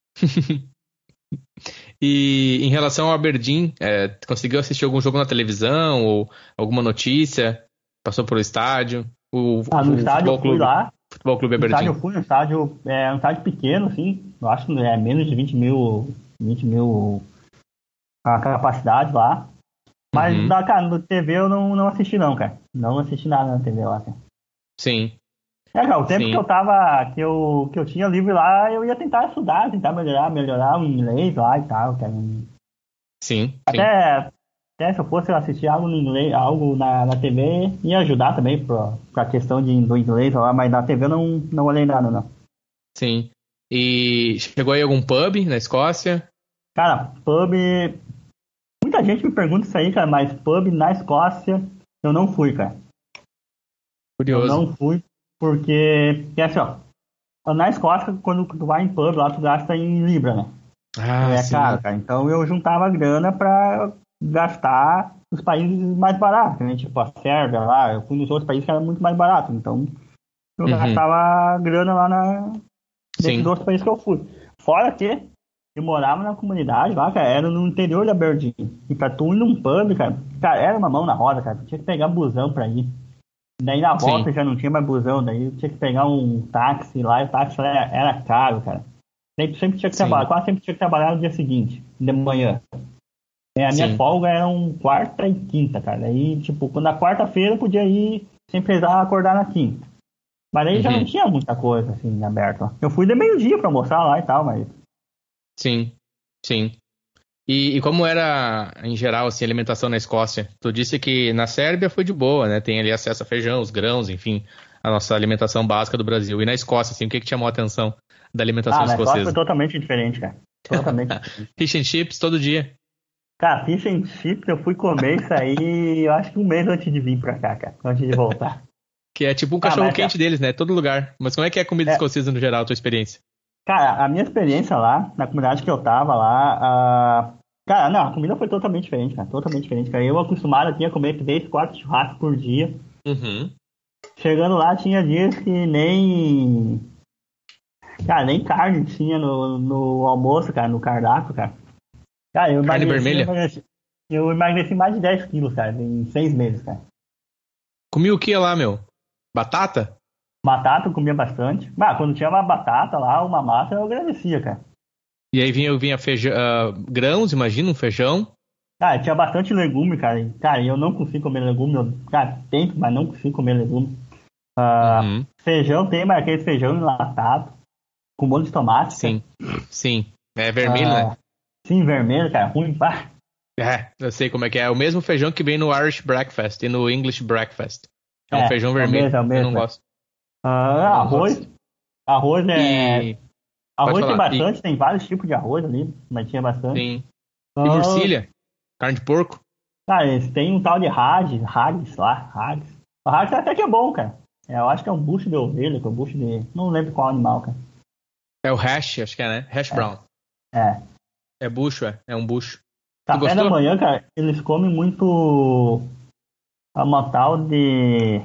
E em relação ao Aberdeen, é, tu conseguiu assistir algum jogo na televisão ou alguma notícia? Passou pelo estádio? O, Ah, no o estádio eu Futebol fui Clube, lá, Futebol Clube no estádio Aberdeen. eu fui, no estádio, é um estádio pequeno, assim, eu acho que é menos de vinte mil, vinte mil a capacidade lá. Mas, Uhum. da, cara, no T V eu não, não assisti não, cara. Não assisti nada na T V lá, cara. Sim, É, cara, o tempo que eu sim, tava, que eu, que eu tinha livre lá, eu ia tentar estudar, tentar melhorar, melhorar o inglês lá e tal, cara. sim, sim, Até, até se eu fosse assistir algo no inglês, algo na, na T V, ia ajudar também pra, pra questão de, do inglês lá, mas na T V eu não, não olhei nada, não. sim. E chegou aí algum pub na Escócia? Cara, pub. Muita gente me pergunta isso aí, cara, mas pub na Escócia eu não fui, cara. Curioso. Eu não fui, porque, porque assim, ó, na Escócia, quando tu vai em pub lá, tu gasta em libra, né? Ah, É sim. caro, cara. Então eu juntava grana pra gastar nos países mais baratos, né? Tipo a Sérvia lá, eu fui nos outros países que era muito mais barato. Então eu Uhum. gastava grana lá na, nesses Sim. outros países que eu fui. Fora que eu morava na comunidade lá, cara, era no interior de Aberdeen. E pra tu ir num pub, cara, cara, era uma mão na roda, cara. Tu tinha que pegar busão pra ir. Daí na volta Sim. já não tinha mais busão, daí eu tinha que pegar um táxi lá, e o táxi era, era caro, cara. Sempre, sempre tinha que Sim. trabalhar, quase sempre tinha que trabalhar no dia seguinte, de manhã. É, a minha Sim. folga era um quarta e quinta, cara. Aí, tipo, quando na quarta-feira eu podia ir sem precisar acordar na quinta. Mas aí já não Uhum. tinha muita coisa, assim, aberta. Eu fui de meio-dia pra almoçar lá e tal, mas... Sim. Sim. E, e como era, em geral, assim, a alimentação na Escócia? Tu disse que na Sérvia foi de boa, né? Tem ali acesso a feijão, os grãos, enfim, a nossa alimentação básica do Brasil. E na Escócia, assim, o que que chamou a atenção da alimentação Ah, na Escócia foi escocesa? totalmente diferente, cara. Totalmente diferente. Fish and chips todo dia. Cara, fish and chips, eu fui comer isso aí, eu acho que um mês antes de vir pra cá, cara. Antes de voltar. Que é tipo um Ah, mas, cachorro-quente deles, né? Todo lugar. Mas como é que é a comida é, escocesa no geral, a tua experiência? cara, a minha experiência lá, na comunidade que eu tava lá, ah, cara, não, a comida foi totalmente diferente, cara, totalmente diferente, cara. Eu acostumado aqui a comer três, quatro churrascos por dia. Uhum. Chegando lá, tinha dias que nem, cara, nem carne tinha no, no almoço, cara, no cardápio, cara. Cara, eu Carne emagreci, eu vermelha? emagreci, eu emagreci mais de dez quilos, cara, em seis meses, cara. Comi o que lá, meu? Batata? Batata eu comia bastante. Mas quando tinha uma batata lá, uma massa, eu agradecia, cara. E aí vinha, vinha feijão, ah, grãos, imagina, um feijão. Cara, tinha bastante legume, cara. E, cara, eu não consigo comer legume. Eu, cara, tento, mas não consigo comer legume. Ah, Uhum. feijão tem, mas aquele feijão enlatado, com molho de tomate, cara. Sim, sim. É vermelho, né? Ah, sim, vermelho, cara, ruim, pá. É, eu sei como é que é. É o mesmo feijão que vem no Irish Breakfast e no English Breakfast. É um É, feijão é o vermelho. mesmo, é o Eu não mesmo. gosto. Eu Ah, não arroz. gosto. Arroz é. E. Pode Arroz tem falar. E, bastante, tem vários tipos de arroz ali, mas tinha bastante. sim. E Ah, morcilha? Carne de porco? cara, eles têm um tal de haggis, haggis lá, haggis. O haggis até que é bom, cara. É, eu acho que é um bucho de ovelha, que é um bucho de. Não lembro qual animal, cara. É o hash, acho que é, né? Hash brown. É. É bucho, é. É um bucho. Tu Café da gostou? manhã, cara, eles comem muito uma tal de.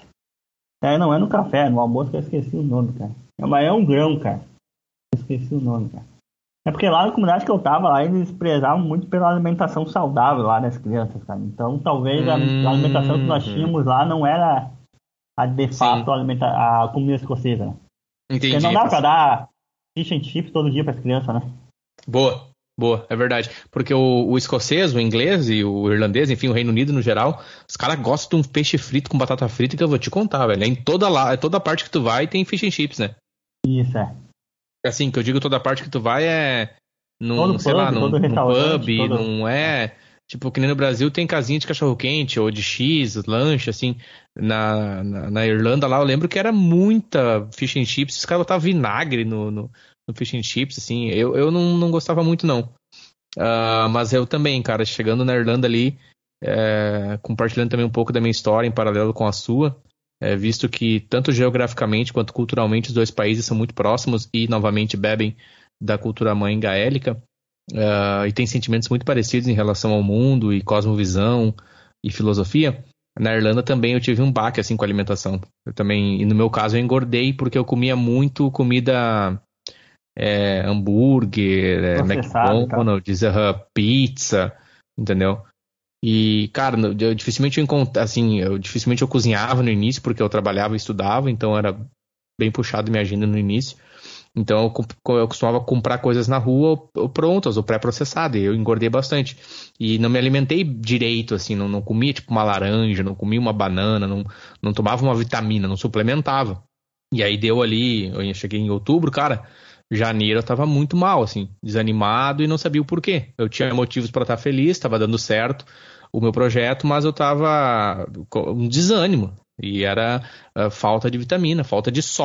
É, não é no café, é no almoço que eu esqueci o nome, cara. É, mas é um grão, cara. Eu esqueci o nome, cara. É porque lá na comunidade que eu tava, lá eles prezavam muito pela alimentação saudável lá das crianças, cara. Então talvez a, a alimentação que nós Uhum. tínhamos lá não era a de Sim. fato a, alimenta a comida escocesa, né? Porque não Entendi. dá Faz- pra dar fish and chips todo dia pras crianças, né? Boa. Boa, é verdade. Porque o, o escocês, o inglês e o irlandês, enfim, o Reino Unido no geral, os caras gostam de um peixe frito com batata frita que eu vou te contar, velho. Em toda, lá, toda parte que tu vai tem fish and chips, né? Isso, é. Assim, que eu digo toda parte que tu vai é num, Todo sei lá, pub, num, todo num pub, restaurante, todo. não é. Tipo, que nem no Brasil tem casinha de cachorro-quente ou de X, lanche, assim. Na, na, na Irlanda lá, eu lembro que era muita fish and chips, os caras botavam vinagre no, no, no fish and chips, assim. Eu, eu não, não gostava muito, não. Ah, mas eu também, cara, chegando na Irlanda ali, é, compartilhando também um pouco da minha história em paralelo com a sua, é, visto que tanto geograficamente quanto culturalmente os dois países são muito próximos e, novamente, bebem da cultura mãe gaélica, ah, e têm sentimentos muito parecidos em relação ao mundo e cosmovisão e filosofia. Na Irlanda também eu tive um baque assim com a alimentação. Eu também, e no meu caso eu engordei porque eu comia muito comida, é, hambúrguer, é, Processado e tal. McDonald's, uh, pizza, entendeu? E, cara, no- eu dificilmente eu encont- assim, eu dificilmente eu cozinhava no início porque eu trabalhava e estudava, então era bem puxado minha agenda no início. Então eu, comp- eu costumava comprar coisas na rua ou- ou prontas ou pré-processadas, e eu engordei bastante. E não me alimentei direito, assim, não, não comia tipo uma laranja, não comia uma banana, não, não tomava uma vitamina, não suplementava. E aí deu ali, eu cheguei em outubro, cara, janeiro eu tava muito mal, assim, desanimado e não sabia o porquê. Eu tinha motivos para estar feliz, tava dando certo o meu projeto, mas eu tava com um desânimo. E era ah, falta de vitamina, falta de sol.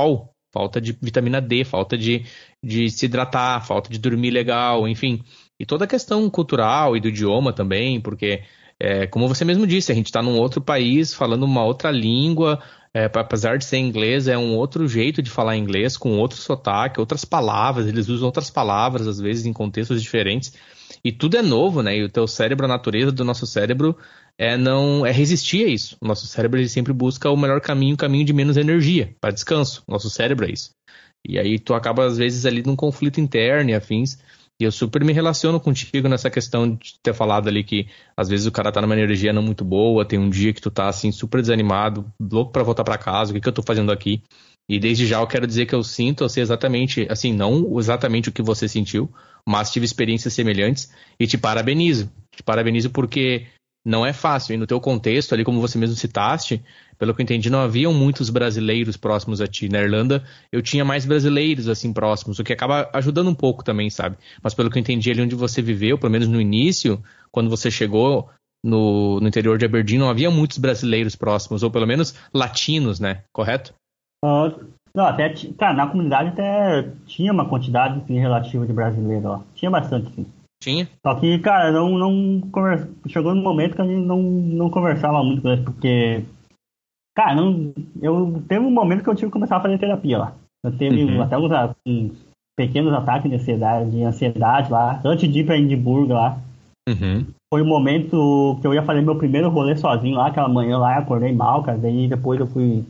falta de vitamina D, falta de, de se hidratar, falta de dormir legal, enfim. E toda a questão cultural e do idioma também, porque, é, como você mesmo disse, a gente está num outro país, falando uma outra língua, é, apesar de ser inglês, é um outro jeito de falar inglês, com outro sotaque, outras palavras, eles usam outras palavras, às vezes, em contextos diferentes. E tudo é novo, né? E o teu cérebro, a natureza do nosso cérebro é não é resistir a isso. O nosso cérebro ele sempre busca o melhor caminho, o caminho de menos energia, para descanso. Nosso cérebro é isso. E aí tu acaba, às vezes, ali num conflito interno e afins. E eu super me relaciono contigo nessa questão de ter falado ali que às vezes o cara tá numa energia não muito boa, tem um dia que tu tá assim super desanimado, louco pra voltar pra casa, o que que eu tô fazendo aqui? E desde já eu quero dizer que eu sinto, eu sei exatamente, assim, não exatamente o que você sentiu, mas tive experiências semelhantes e te parabenizo. Te parabenizo porque não é fácil. E no teu contexto, ali como você mesmo citaste, pelo que eu entendi, não haviam muitos brasileiros próximos a ti. Na Irlanda, eu tinha mais brasileiros, assim, próximos, o que acaba ajudando um pouco também, sabe? Mas pelo que eu entendi, ali onde você viveu, pelo menos no início, quando você chegou no, no interior de Aberdeen, não havia muitos brasileiros próximos, ou pelo menos latinos, né? Correto? Ah, não, até, ti- cara, na comunidade até tinha uma quantidade assim, relativa de brasileiros lá. Tinha bastante, sim. Tinha? Só que, cara, não, não conver- chegou no momento que a gente não, não conversava muito com eles, porque, cara, não, eu teve um momento que eu tive que começar a fazer terapia lá. Eu teve um- Uhum. até uns, a- uns pequenos ataques de ansiedade, de ansiedade lá, antes de ir pra Edimburgo lá. Uhum. Foi o momento que eu ia fazer meu primeiro rolê sozinho lá, aquela manhã lá, eu acordei mal, cara. Daí depois eu fui,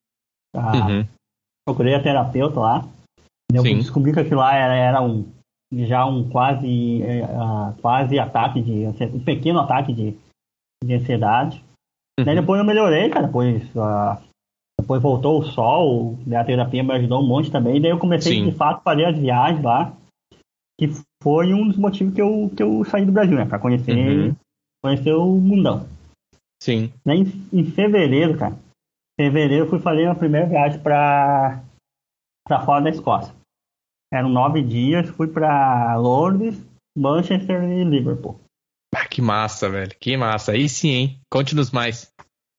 ah, Uhum. procurei a terapeuta lá. Eu Sim. descobri que aquilo lá era, era um, já um quase, é, ah, quase ataque de ansiedade, um pequeno ataque de, de ansiedade. Daí Uhum. depois eu melhorei, cara. Depois, ah, depois voltou o sol, daí a terapia me ajudou um monte também. Daí eu comecei de Sim. fato a fazer as viagens lá, que foi um dos motivos que eu, que eu saí do Brasil, né? Pra conhecer, Uhum. conhecer o mundão. Sim. Daí em, em fevereiro, cara, em fevereiro eu fui fazer a primeira viagem pra, pra fora da Escócia. Eram nove dias, fui pra Londres, Manchester e Liverpool. Ah, que massa, velho. Que massa. Aí sim, hein? Conte-nos mais.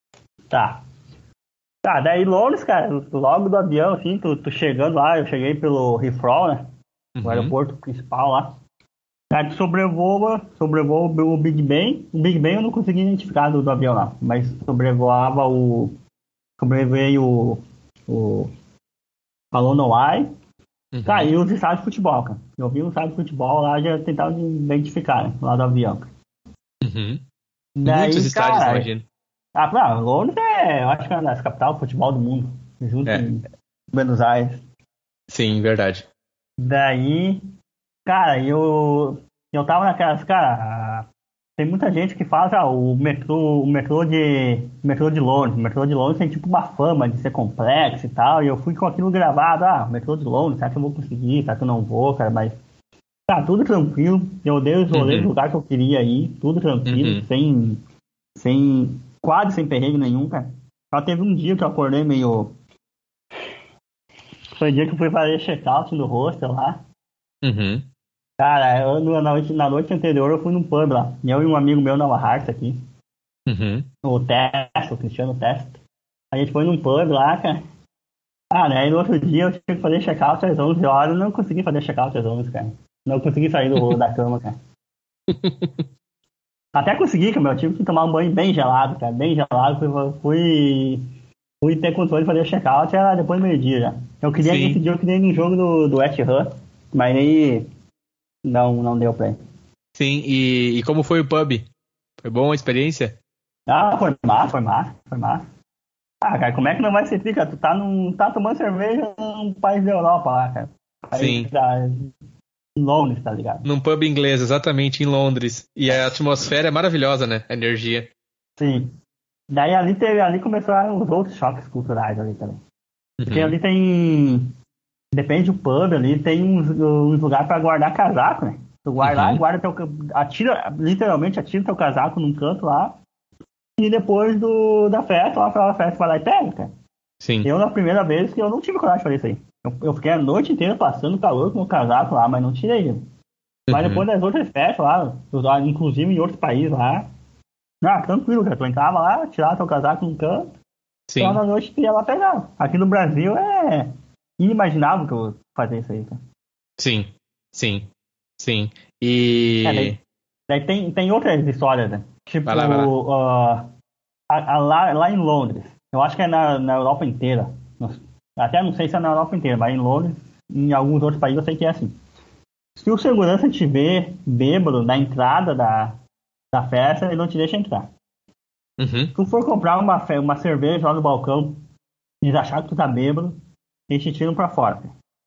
Tá. Tá, daí Londres, cara, logo do avião, assim, tu, tu chegando lá, eu cheguei pelo Heathrow, né? O Uhum. aeroporto principal lá. Aí tu sobrevoa, sobrevoa o Big Ben. O Big Ben eu não consegui identificar do, do avião lá, mas sobrevoava o. Sobrevoei o. o a London Eye. Cara, Uhum. e os estádios de futebol, cara. Eu vi um estádio de futebol lá, já tentava identificar, né, lá do avião. Uhum. Muitos Daí, estádios, cara. imagino. Ah, não, Londres é, eu acho que é uma das capitais do futebol do mundo, junto É, com Buenos Aires. sim, verdade. Daí, cara, eu, eu tava naquelas, cara, tem muita gente que fala, ah, o metrô, o metrô de, o metrô de Londres, o metrô de Londres tem tipo uma fama de ser complexo e tal, e eu fui com aquilo gravado, ah, o metrô de Londres, será que eu vou conseguir, será que eu não vou, cara, mas tá tudo tranquilo, eu dei os rolês do Uhum. lugar que eu queria ir, tudo tranquilo, Uhum. sem, sem, quase sem perrengue nenhum, cara. Só teve um dia que eu acordei meio, foi o dia que eu fui fazer check-out no hostel lá. Uhum. Cara, eu, na, noite, na noite anterior eu fui num pub lá. Eu e um amigo meu na Hartz aqui. Uhum. O Test, o Cristiano Test. A gente foi num pub lá, cara. Ah, né? E no outro dia eu tinha que fazer check-out às onze horas. Eu não consegui fazer check-out às onze, cara. Não consegui sair do rolo da cama, cara. Até consegui, cara. Eu tive que tomar um banho bem gelado, cara. Bem gelado. Fui, fui, fui ter controle de fazer check-out era depois do meio-dia já. Eu queria, esse Sim, dia eu queria ir no jogo do, do West Ham. Mas aí não, não deu pra ir. sim. E, e como foi o pub? Foi bom a experiência? Ah, foi massa, foi massa, foi massa. Ah, cara, como é que não vai ser tri, cara? Tu tá, num, tá tomando cerveja num país da Europa lá, cara. País Sim. da em Londres, tá ligado? Num pub inglês, exatamente, em Londres. E a atmosfera é maravilhosa, né? A energia. Sim. Daí ali, teve, ali começaram os outros choques culturais ali também. Porque Uhum. ali tem. Depende do pub ali, tem uns, uns lugares pra guardar casaco, né? Tu guarda lá, Uhum. guarda teu. Atira, literalmente atira teu casaco num canto lá. E depois do, da festa, lá pra festa, vai lá e pega, cara. Sim. Eu, na primeira vez, que eu não tive coragem de fazer isso aí. Eu, eu fiquei a noite inteira passando calor com o casaco lá, mas não tirei ele. Mas depois Uhum. das outras festas lá, eu- inclusive em outros países lá, ah, tranquilo, cara. Tu entrava lá, tirava teu casaco num canto, final Sim. da noite tu ia lá pegar. Aqui no Brasil é. inimaginável que eu fazer isso aí, cara. Sim, sim, sim. E... É, daí, daí tem, tem outras histórias, né? Tipo, Vai lá, vai lá. Uh, a, a, lá, lá em Londres, eu acho que é na, na Europa inteira. Até não sei se é na Europa inteira, mas em Londres, em alguns outros países eu sei que é assim. Se o segurança te vê bêbado na entrada da, da festa, ele não te deixa entrar. Uhum. Se tu for comprar uma, uma cerveja lá no balcão e eles acharem que tu tá bêbado, eles te tiram pra fora.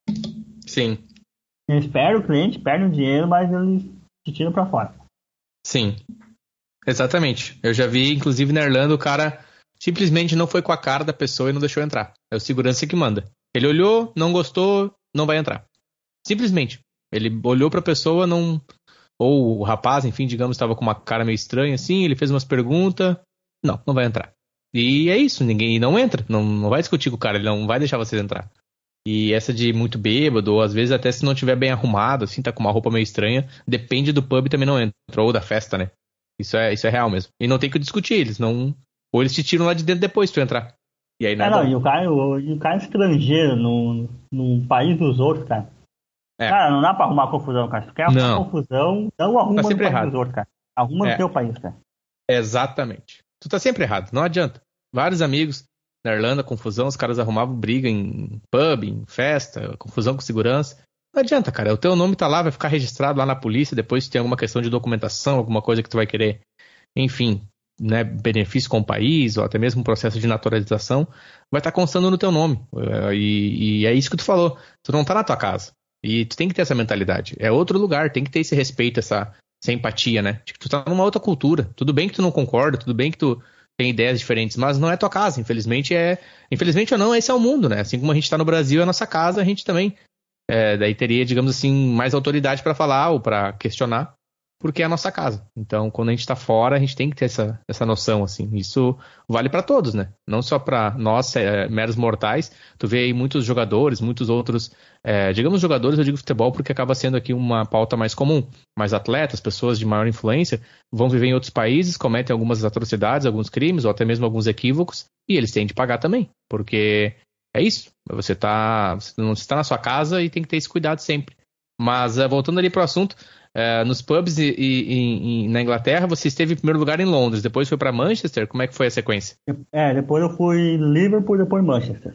Sim. Eles perdem o cliente, perdem o dinheiro, mas eles te tiram pra fora. Sim. Exatamente. Eu já vi, inclusive, na Irlanda, o cara simplesmente não foi com a cara da pessoa e não deixou entrar. É o segurança que manda. Ele olhou, não gostou, não vai entrar. Simplesmente. Ele olhou pra pessoa, não... Ou o rapaz, enfim, digamos, estava com uma cara meio estranha assim, ele fez umas perguntas. Não, não vai entrar. E é isso, ninguém não entra. Não, não vai discutir com o cara, ele não vai deixar vocês entrar. E essa de muito bêbado, ou às vezes até se não tiver bem arrumado, assim, tá com uma roupa meio estranha, depende do pub também não entra. Ou da festa, né? Isso é, isso é real mesmo. E não tem que discutir, eles não... Ou eles te tiram lá de dentro depois pra tu entrar. E aí não é, É, não, bom. e o cara, o, e o cara estrangeiro no, no país dos outros, cara. É. Cara, não dá pra arrumar confusão, cara. Se tu quer arrumar Não. confusão, não arruma Tá no sempre país errado. dos outros, cara. Arruma É. no teu país, cara. Exatamente. Tu tá sempre errado, não adianta. Vários amigos na Irlanda, confusão, os caras arrumavam briga em pub, em festa, confusão com segurança. Não adianta, cara. O teu nome tá lá, vai ficar registrado lá na polícia, depois se tem alguma questão de documentação, alguma coisa que tu vai querer, enfim, né, benefício com o país, ou até mesmo um processo de naturalização, vai estar constando no teu nome. E, e é isso que tu falou. Tu não tá na tua casa. E tu tem que ter essa mentalidade. É outro lugar, tem que ter esse respeito, essa, essa empatia, né? De que tu tá numa outra cultura. Tudo bem que tu não concorda, tudo bem que tu tem ideias diferentes, mas não é tua casa. Infelizmente é. Infelizmente ou não, esse é o mundo, né? Assim como a gente tá no Brasil, é a nossa casa, a gente também. É, daí teria, digamos assim, mais autoridade para falar ou para questionar, porque é a nossa casa. Então, quando a gente tá fora, a gente tem que ter essa, essa noção, assim. Isso vale para todos, né? Não só para nós, é, meros mortais. Tu vê aí muitos jogadores, muitos outros, é, digamos jogadores, eu digo futebol porque acaba sendo aqui uma pauta mais comum. Mas atletas, pessoas de maior influência, vão viver em outros países, cometem algumas atrocidades, alguns crimes, ou até mesmo alguns equívocos, e eles têm de pagar também, porque é isso. Você tá, você não está na sua casa e tem que ter esse cuidado sempre. Mas, é, voltando ali pro assunto, é, nos pubs e, e, e na Inglaterra, você esteve em primeiro lugar em Londres, depois foi para Manchester. Como é que foi a sequência? É, depois eu fui Liverpool, depois Manchester.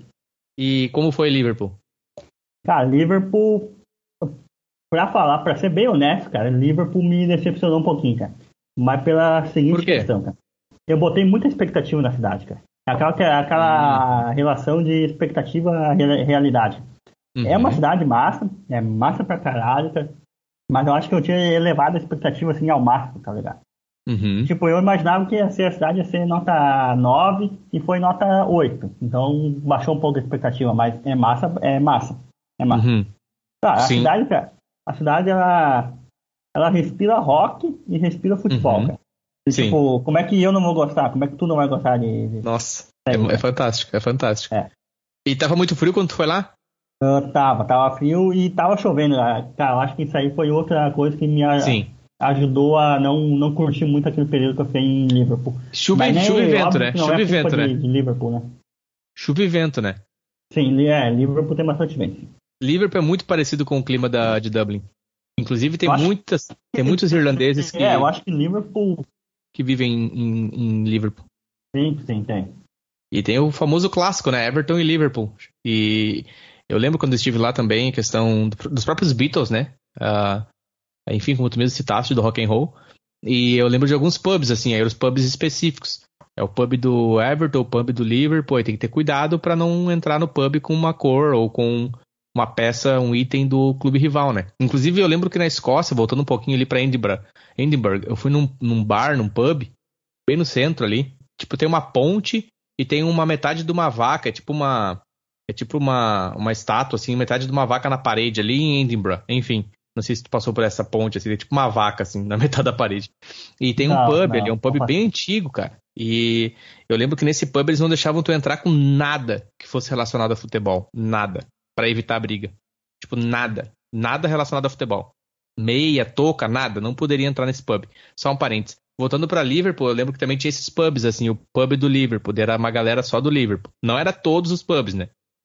E como foi Liverpool? Cara, Liverpool, pra falar, pra ser bem honesto, cara, Liverpool me decepcionou um pouquinho, cara. Mas pela seguinte Por quê? questão, cara. Eu botei muita expectativa na cidade, cara. Aquela, aquela Hum. relação de expectativa-realidade. Uhum. É uma cidade massa, é massa pra caralho, cara. Mas eu acho que eu tinha elevado a expectativa assim ao máximo, tá ligado? Uhum. Tipo, eu imaginava que ia ser, a cidade ia ser nota nove e foi nota oito. Então baixou um pouco a expectativa, mas é massa, é massa. É massa. Uhum. Tá, a Sim. cidade, cara, a cidade ela, ela respira rock e respira futebol, Uhum. cara. E, Sim. tipo, como é que eu não vou gostar? Como é que tu não vai gostar de. de... Nossa, É, é, é cara. fantástico, é fantástico. É. E tava muito frio quando tu foi lá? Eu tava, tava frio e tava chovendo. Cara, eu acho que isso aí foi outra coisa que me a- Sim. ajudou a não, não curtir muito aquele período que eu fiquei em Liverpool. Chuva, Mas e- nem, chuva e vento, óbvio né? que não Chuva é e culpa vento, de, né? de Liverpool, né? Chuva e vento, né? Sim, li- é, Liverpool tem bastante vento. Liverpool é muito parecido com o clima da, de Dublin. Inclusive tem Eu acho muitas, tem muitos irlandeses que, É, eu acho que Liverpool. que vivem em, em Liverpool. Sim, sim, tem. E tem o famoso clássico, né? Everton e Liverpool. E eu lembro quando eu estive lá também, a questão do- dos próprios Beatles, né? Ah, enfim, como tu mesmo citaste, do rock and roll. E eu lembro de alguns pubs, assim, aí os pubs específicos. É o pub do Everton, o pub do Liverpool. Aí tem que ter cuidado para não entrar no pub com uma cor ou com uma peça, um item do clube rival, né? Inclusive, eu lembro que na Escócia, voltando um pouquinho ali para Edinburgh, Edinburgh, eu fui num, num bar, num pub, bem no centro ali. Tipo, tem uma ponte e tem uma metade de uma vaca, é tipo uma é tipo uma, uma estátua, assim, metade de uma vaca na parede ali em Edinburgh. Enfim, não sei se tu passou por essa ponte, assim, é tipo uma vaca, assim, na metade da parede. E tem um Não, pub não, ali, é um pub não bem antigo, cara. E eu lembro que nesse pub eles não deixavam tu entrar com nada que fosse relacionado a futebol. Nada. Pra evitar briga. Tipo, nada. Nada relacionado a futebol. Meia, touca, nada. Não poderia entrar nesse pub. Só um parênteses. Voltando pra Liverpool, eu lembro que também tinha esses pubs, assim, o pub do Liverpool, era uma galera só do Liverpool. Não era todos os pubs, né?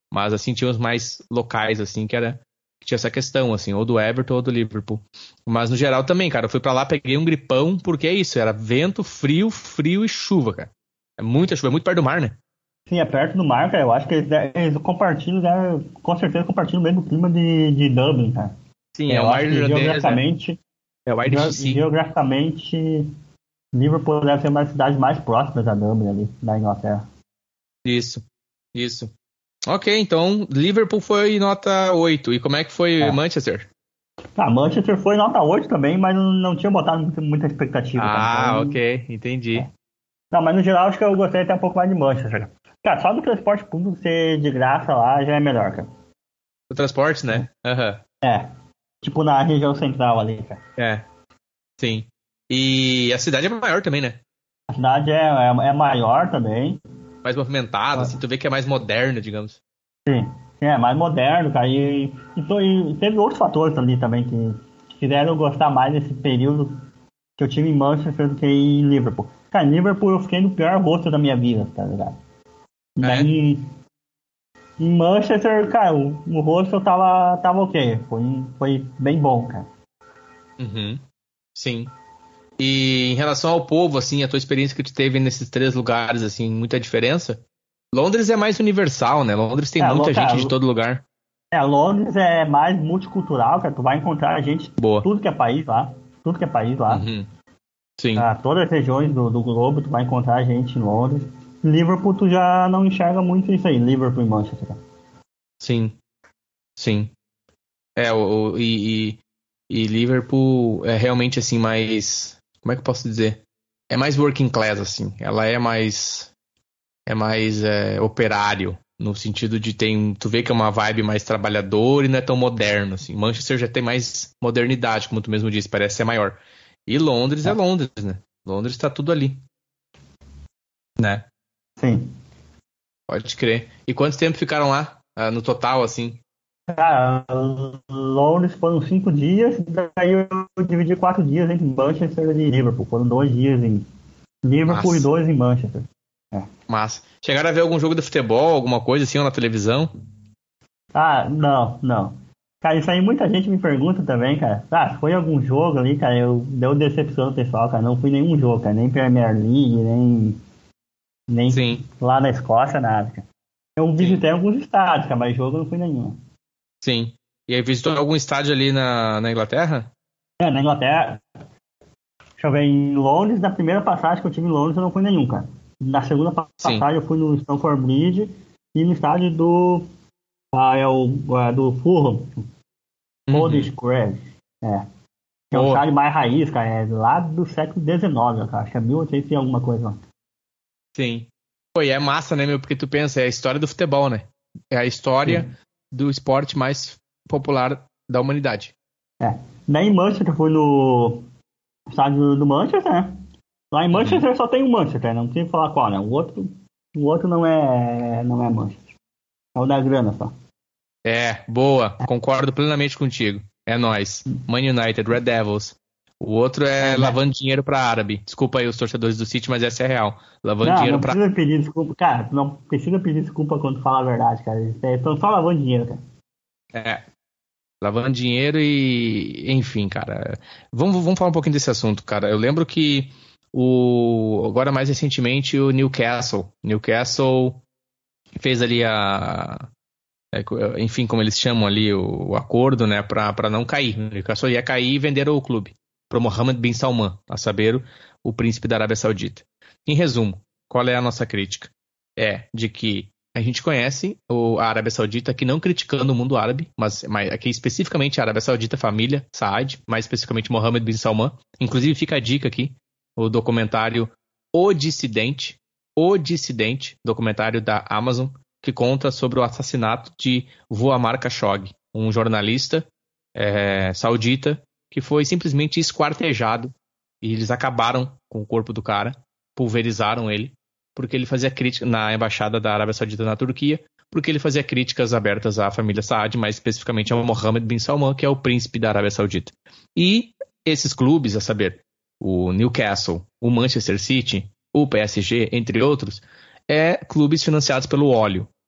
Mas, assim, tinha os mais locais, assim, que era... que tinha essa questão, assim, ou do Everton ou do Liverpool. Mas, no geral, também, cara, eu fui pra lá, peguei um gripão, porque é isso, era vento, frio, frio e chuva, cara. É muita chuva, é muito perto do mar, né? Sim, é perto do mar, cara. Eu acho que eles, eles compartilham, né, com certeza compartilham o mesmo clima de, de Dublin, cara. Sim, É, é eu o mar acho que irlandês, geograficamente, é o ge- Irish Sea. geograficamente, Liverpool deve ser uma das cidades mais próximas a Dublin ali, da Inglaterra. Isso, isso. Ok, então, Liverpool foi nota oito. E como é que foi É. Manchester? Ah, Manchester foi nota oito também, mas não, não tinha botado muita, muita expectativa, cara. Ah, Então, ok, entendi. é. Não, mas no geral acho que eu gostei até um pouco mais de Manchester. Cara, só do transporte público ser de graça lá já é melhor, cara. O transporte, né? Aham, É, tipo na região central ali, cara. é, sim. E a cidade é maior também, né? A cidade é, é, é maior também. Mais movimentada, assim, tu vê que é mais moderna, digamos. Sim, sim, é mais moderno, cara. E, e, to- e teve outros fatores ali também que fizeram eu gostar mais desse período que eu tive em Manchester do que em Liverpool. Cara, em Liverpool eu fiquei no pior rosto da minha vida, tá ligado? E Ah, é? daí, em Manchester, cara, o, o rosto tava, tava ok. Foi, foi bem bom, cara. Uhum, sim. E em relação ao povo, assim, a tua experiência que tu teve nesses três lugares, assim, muita diferença? Londres é mais universal, né? Londres tem É, muita lo- gente cara, de todo lugar. é, Londres é mais multicultural, cara. Tu vai encontrar gente, Boa. tudo que é país lá. Tudo que é país lá. Uhum, sim, Ah, todas as regiões do, do globo, tu vai encontrar gente em Londres. Liverpool, tu já não enxerga muito isso aí. Liverpool e Manchester, cara. sim, sim. É, o, o- e, e, e Liverpool é realmente, assim, mais... Como é que eu posso dizer? É mais working class, assim. Ela é mais... É mais é, operário. No sentido de tem... Tu vê que é uma vibe mais trabalhadora e não é tão moderno, assim. Manchester já tem mais modernidade, como tu mesmo disse. Parece ser maior. E Londres é É, Londres, né? Londres tá tudo ali, né? sim. Pode crer. E quanto tempo ficaram lá? Ah, no total, assim? Cara, Londres foram cinco dias, daí eu dividi quatro dias entre Manchester e Liverpool. Foram dois dias em Liverpool e Massa. dois em Manchester. É. Massa. Chegaram a ver algum jogo de futebol, alguma coisa assim, ou na televisão? Ah, não, não. Cara, isso aí muita gente me pergunta também, cara. Ah, foi algum jogo ali, cara? Eu deu decepção pessoal, cara. Não fui nenhum jogo, cara. Nem Premier League, nem, nem Sim, lá na Escócia, nada, cara. Eu sim, visitei alguns estádios, cara, mas jogo eu não fui nenhum. sim. E aí visitou algum estádio ali na, na Inglaterra? É, na Inglaterra, deixa eu ver, em Londres, na primeira passagem que eu tive em Londres, eu não fui nenhum, cara. Na segunda pa- Sim. passagem eu fui no Stamford Bridge e no estádio do. Ah, é o é, do Fulham, Old Uhum. Square. É. Que é um Boa. estádio mais raiz, cara. É lá do século dezenove, cara. Acho que é mil e oitocentos e alguma coisa lá. Sim. Pô, e é massa, né, meu? Porque tu pensa, é a história do futebol, né? É a história Sim. do esporte mais popular da humanidade. É. Daí em Manchester eu fui no estádio do Manchester, né? Lá em Uhum. Manchester só tem um Manchester, não tem que falar qual, né? O outro, o outro não é, não é Manchester. É o da grana só. É, boa. Concordo plenamente contigo. É nóis. Man United, Red Devils. O outro é É, né? lavando dinheiro pra árabe. Desculpa aí os torcedores do City, mas essa é real. Lavando Não, dinheiro não pra... precisa pedir desculpa. Cara, tu não precisa pedir desculpa quando fala a verdade, cara. Eles estão só lavando dinheiro, cara. É, lavando dinheiro e... Enfim, cara. Vamos, vamos falar um pouquinho desse assunto, cara. Eu lembro que o... Agora, mais recentemente, o Newcastle. Newcastle fez ali a... é, enfim, como eles chamam ali, o, o acordo, né, pra, pra não cair. O Newcastle ia cair e venderam o clube pro Mohammed bin Salman, a saber, o príncipe da Arábia Saudita. Em resumo, qual é a nossa crítica? É de que a gente conhece o, a Arábia Saudita aqui não criticando o mundo árabe, mas, mas aqui especificamente a Arábia Saudita, família Saad, mais especificamente Mohammed bin Salman. Inclusive fica a dica aqui, o documentário O Dissidente, O Dissidente, documentário da Amazon, que conta sobre o assassinato de Muammar Khashoggi, um jornalista é, saudita que foi simplesmente esquartejado e eles acabaram com o corpo do cara, pulverizaram ele, porque ele fazia crítica na embaixada da Arábia Saudita na Turquia, porque ele fazia críticas abertas à família Saad, mais especificamente ao Mohammed bin Salman, que é o príncipe da Arábia Saudita. E esses clubes, a saber, o Newcastle, o Manchester City, o P S G, entre outros, é clubes financiados pelo óleo.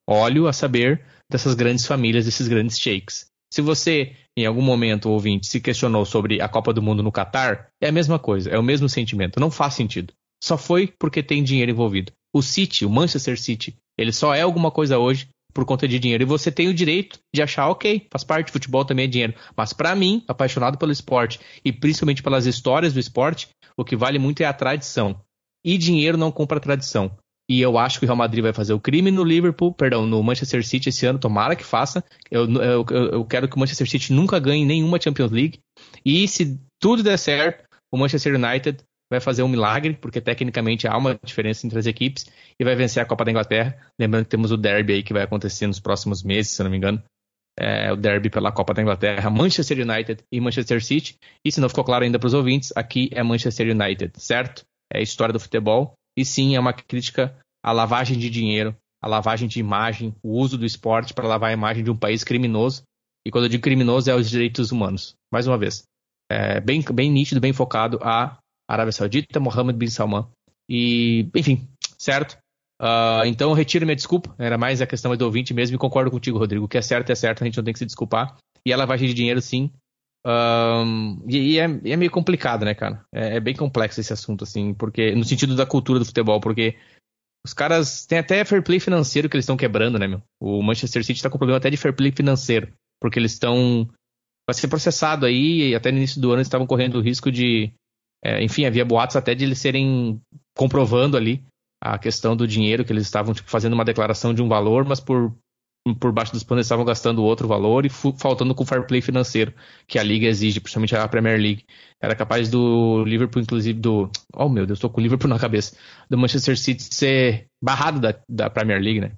Óleo a saber dessas grandes famílias, desses grandes sheiks. Se você, em algum momento, ouvinte, se questionou sobre a Copa do Mundo no Catar, é a mesma coisa, é o mesmo sentimento. Não faz sentido. Só foi porque tem dinheiro envolvido. O City, o Manchester City, ele só é alguma coisa hoje por conta de dinheiro. E você tem o direito de achar, ok, faz parte, futebol também é dinheiro. Mas para mim, apaixonado pelo esporte e principalmente pelas histórias do esporte, o que vale muito é a tradição. E dinheiro não compra tradição. E eu acho que o Real Madrid vai fazer o crime no Liverpool, perdão, no Manchester City esse ano, tomara que faça. Eu, eu, eu quero que o Manchester City nunca ganhe nenhuma Champions League. E se tudo der certo, o Manchester United vai fazer um milagre, porque tecnicamente há uma diferença entre as equipes, e vai vencer a Copa da Inglaterra. Lembrando que temos o derby aí que vai acontecer nos próximos meses, se eu não me engano. É o derby pela Copa da Inglaterra, Manchester United e Manchester City. E se não ficou claro ainda para os ouvintes, aqui é Manchester United, certo? É a história do futebol. E sim, é uma crítica à lavagem de dinheiro, à lavagem de imagem, o uso do esporte para lavar a imagem de um país criminoso. E quando eu digo criminoso, é os direitos humanos. Mais uma vez, é bem, bem nítido, bem focado a Arábia Saudita, Mohammed bin Salman. E, enfim, certo? Uh, então, eu retiro minha desculpa. Era mais a questão do ouvinte mesmo. E concordo contigo, Rodrigo. O que é certo é certo, a gente não tem que se desculpar. E a lavagem de dinheiro, sim. Um, e, e, é, e é meio complicado, né, cara? É, é bem complexo esse assunto, assim, porque no sentido da cultura do futebol, porque os caras têm até fair play financeiro que eles estão quebrando, né, meu? O Manchester City tá com problema até de fair play financeiro, porque eles estão vai ser processado aí, e até no início do ano eles estavam correndo o risco de, é, enfim, havia boatos até de eles serem comprovando ali a questão do dinheiro, que eles estavam tipo, fazendo uma declaração de um valor, mas por por baixo dos panos eles estavam gastando outro valor e fu- faltando com o fair play financeiro que a Liga exige, principalmente a Premier League. Era capaz do Liverpool, inclusive, do... Oh, meu Deus, tô com o Liverpool na cabeça. Do Manchester City ser barrado da, da Premier League, né?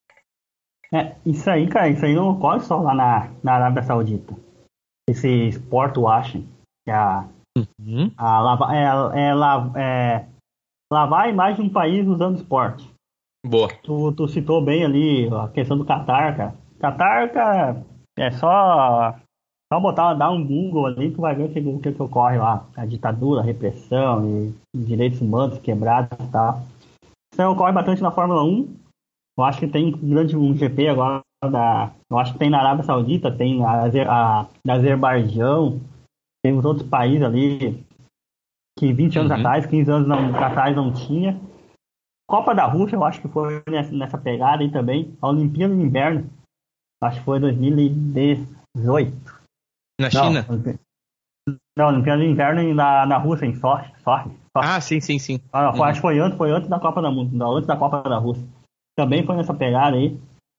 É, isso aí, cara, isso aí não ocorre só lá na, na Arábia Saudita. Esse sport washing, que é a, Uhum. a lava, é, é, la- é lavar a imagem de um país usando esporte. Boa. Tu, tu citou bem ali a questão do Catar, cara. Catar, cara, é só, só botar, dar um Google ali, tu vai ver o que, o que, que ocorre lá. A ditadura, a repressão e, e direitos humanos quebrados e tal. Isso aí ocorre bastante na Fórmula um. Eu acho que tem um grande um G P agora da. Eu acho que tem na Arábia Saudita, tem na, Azer- a, na Azerbaijão, tem os outros países ali que vinte anos Uhum. atrás, quinze anos não, atrás não tinha. Copa da Rússia, eu acho que foi nessa, nessa pegada aí também. A Olimpíada de Inverno, acho que foi dois mil e dezoito. Na China? Não, não, Olimpíada de Inverno na, na Rússia, em Sochi. Sochi, Sochi. Ah, sim, sim, sim. Ah, foi- Uhum. Acho que foi antes, foi antes da Copa da Rússia, antes da Copa da Rússia. Também foi nessa pegada aí.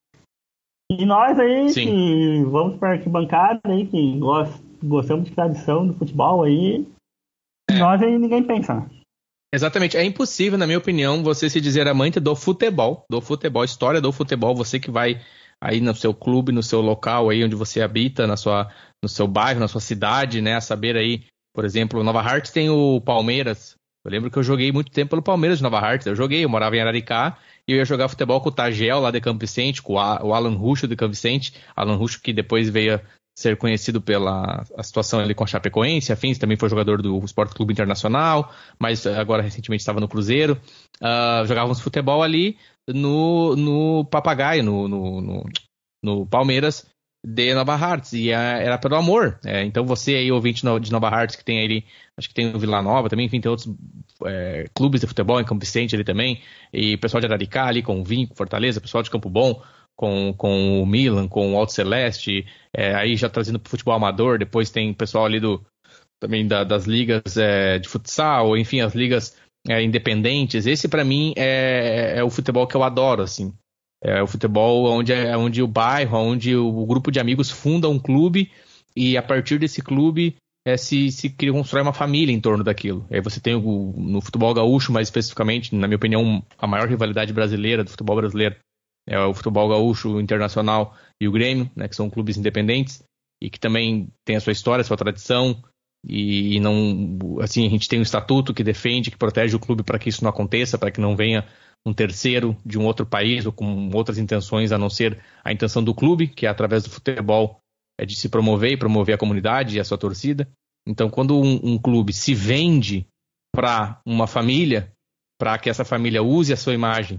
E nós aí, Sim. que vamos para arquibancada aí, que gos- gostamos de tradição do futebol aí, É. nós aí ninguém pensa, né? Exatamente. É impossível, na minha opinião, você se dizer amante do futebol, do futebol, história do futebol, você que vai aí no seu clube, no seu local aí onde você habita, na sua, no seu bairro, na sua cidade, né, a saber aí, por exemplo, Nova Hartz tem o Palmeiras. Eu lembro que eu joguei muito tempo pelo Palmeiras de Nova Hartz. Eu joguei, eu morava em Araricá e eu ia jogar futebol com o Tagel lá de Campo Vicente, com o A- o Alan Ruschel de Campo Vicente. Alan Ruschel que depois veio a ser conhecido pela a situação ali com a Chapecoense, afins, também foi jogador do Sport Clube Internacional, mas agora recentemente estava no Cruzeiro. Ah, jogávamos futebol ali no, no Papagaio, no, no, no, no Palmeiras de Nova Hartz, e ah, era pelo amor. É, então você aí, ouvinte no- de Nova Hartz, que tem ali, acho que tem o Vila Nova também, enfim, tem outros é, clubes de futebol em Campo Vicente ali também, e pessoal de Araricá ali com o Vim, com Fortaleza, pessoal de Campo Bom, com, com o Milan, com o Alto Celeste, é, aí já trazendo pro futebol amador, depois tem pessoal ali do também da- das ligas é, de futsal, enfim, as ligas é, independentes. Esse pra mim é, é o futebol que eu adoro, assim. É o futebol onde, é, onde o bairro, onde o grupo de amigos funda um clube e a partir desse clube é, se, se cria, constrói uma família em torno daquilo. Aí você tem o, no futebol gaúcho, mais especificamente, na minha opinião, a maior rivalidade brasileira do futebol brasileiro é o futebol gaúcho, o Internacional e o Grêmio, né, que são clubes independentes e que também tem a sua história, a sua tradição. E não, assim, a gente tem um estatuto que defende, que protege o clube para que isso não aconteça, para que não venha um terceiro de um outro país ou com outras intenções a não ser a intenção do clube, que é através do futebol é de se promover e promover a comunidade e a sua torcida. Então, quando um, um clube se vende para uma família, para que essa família use a sua imagem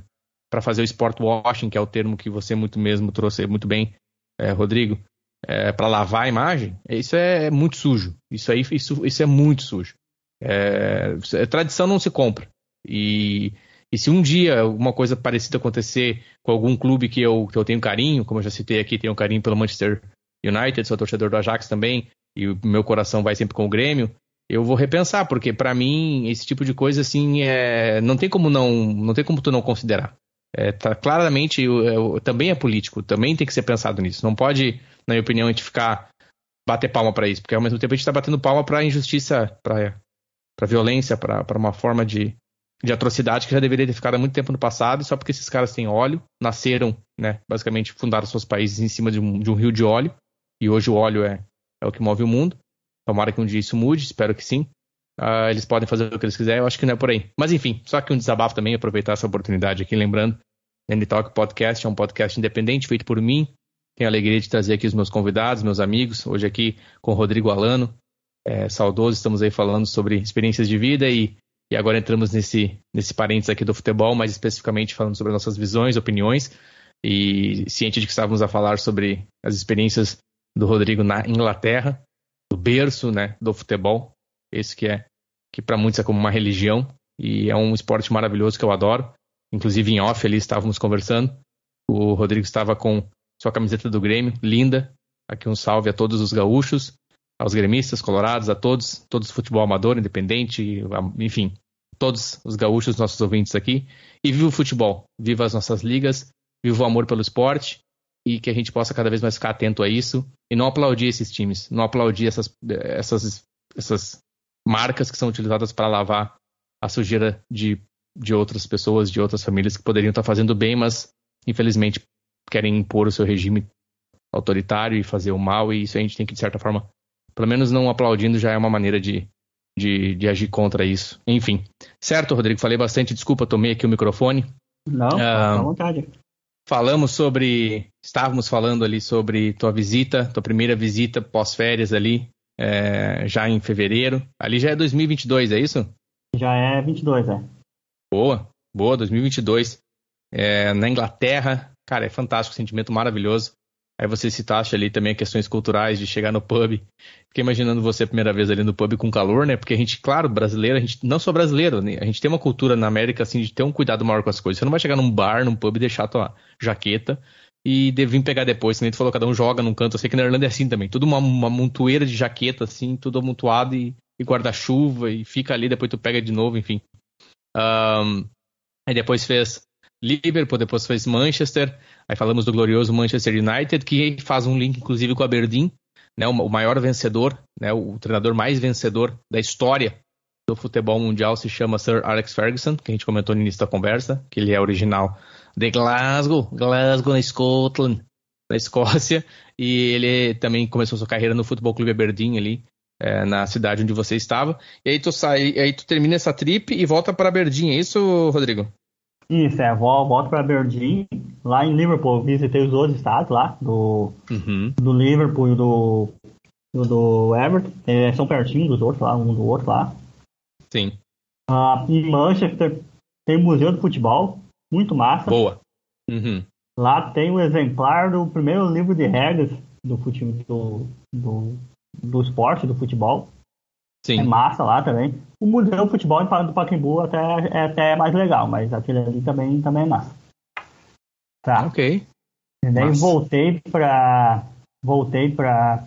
para fazer o sport washing, que é o termo que você muito mesmo trouxe muito bem, é, Rodrigo, é, para lavar a imagem, isso é muito sujo. Isso aí, isso, isso é muito sujo. É, tradição não se compra. E, e se um dia alguma coisa parecida acontecer com algum clube que eu, que eu tenho carinho, como eu já citei aqui, tenho carinho pelo Manchester United, sou torcedor do Ajax também, e o meu coração vai sempre com o Grêmio, eu vou repensar, porque para mim esse tipo de coisa assim é, não tem como não, não tem como tu não considerar. É, tá, claramente eu, eu, também é político, também tem que ser pensado nisso. Não pode, na minha opinião, a gente ficar bater palma para isso, porque ao mesmo tempo a gente está batendo palma para injustiça, para violência, para uma forma de, de atrocidade que já deveria ter ficado há muito tempo no passado, só porque esses caras têm óleo, nasceram, né, basicamente fundaram seus países em cima de um, de um rio de óleo, e hoje o óleo é, é o que move o mundo. Tomara que um dia isso mude, espero que sim. Uh, eles podem fazer o que eles quiserem, eu acho que não é por aí. Mas enfim, só que um desabafo também, aproveitar essa oportunidade aqui, lembrando, N Talk Podcast é um podcast independente, feito por mim. Tenho a alegria de trazer aqui os meus convidados, meus amigos, hoje aqui com o Rodrigo Alano, é, saudoso, estamos aí falando sobre experiências de vida e, e agora entramos nesse, nesse parênteses aqui do futebol, mais especificamente falando sobre nossas visões, opiniões, e ciente de que estávamos a falar sobre as experiências do Rodrigo na Inglaterra, do berço, né, do futebol, esse que é que para muitos é como uma religião e é um esporte maravilhoso que eu adoro. Inclusive em off ali estávamos conversando, o Rodrigo estava com sua camiseta do Grêmio, linda. Aqui um salve a todos os gaúchos, aos gremistas, colorados, a todos, todos futebol amador, independente, enfim, todos os gaúchos, nossos ouvintes aqui. E viva o futebol, viva as nossas ligas, viva o amor pelo esporte e que a gente possa cada vez mais ficar atento a isso e não aplaudir esses times, não aplaudir essas, essas, essas marcas que são utilizadas para lavar a sujeira de, de outras pessoas, de outras famílias que poderiam estar fazendo bem, mas infelizmente querem impor o seu regime autoritário e fazer o mal, e isso a gente tem que, de certa forma, pelo menos não aplaudindo, já é uma maneira de, de, de agir contra isso. Enfim. Certo, Rodrigo? Falei bastante, desculpa, tomei aqui o microfone. Não, ah, à vontade. Falamos sobre, estávamos falando ali sobre tua visita, tua primeira visita pós-férias ali, é, já em fevereiro. Ali já é dois mil e vinte e dois, é isso? Já é vinte e dois, é. Boa, boa, dois mil e vinte e dois. É, na Inglaterra, cara, é fantástico, sentimento maravilhoso. Aí você citaste ali também questões culturais de chegar no pub. Fiquei imaginando você a primeira vez ali no pub com calor, né? Porque a gente, claro, brasileiro, a gente não sou brasileiro, né? A gente tem uma cultura na América, assim, de ter um cuidado maior com as coisas. Você não vai chegar num bar, num pub e deixar a tua jaqueta e vir pegar depois. Como a gente falou, cada um joga num canto. Eu sei que na Irlanda é assim também. Tudo uma, uma montoeira de jaqueta, assim, tudo amontoado e, e guarda-chuva e fica ali, depois tu pega de novo, enfim. Um, aí depois fez Liverpool, depois fez Manchester, aí falamos do glorioso Manchester United, que faz um link inclusive com a Aberdeen, né, o maior vencedor, né, o treinador mais vencedor da história do futebol mundial se chama Sir Alex Ferguson, que a gente comentou no início da conversa, que ele é original de Glasgow, Glasgow na Scotland, na Escócia, e ele também começou sua carreira no Futebol Clube Aberdeen ali, é, na cidade onde você estava, e aí tu sai, aí tu termina essa trip e volta para Aberdeen, é isso, Rodrigo? Isso, é, volto para Aberdeen, lá em Liverpool, visitei os outros estados lá, do, uhum. do Liverpool e do, do, do Everton, é, são pertinho dos outros lá, um do outro lá. Sim. Ah, em Manchester tem o Museu do Futebol, muito massa. Boa. Uhum. Lá tem o exemplar do primeiro livro de regras do, futebol, do, do, do esporte, do futebol. Sim. É massa lá também. O Museu do Futebol do Pacaembu até, é até mais legal, mas aquele ali também, também é massa. Tá. Ok. E daí massa. voltei pra... Voltei pra...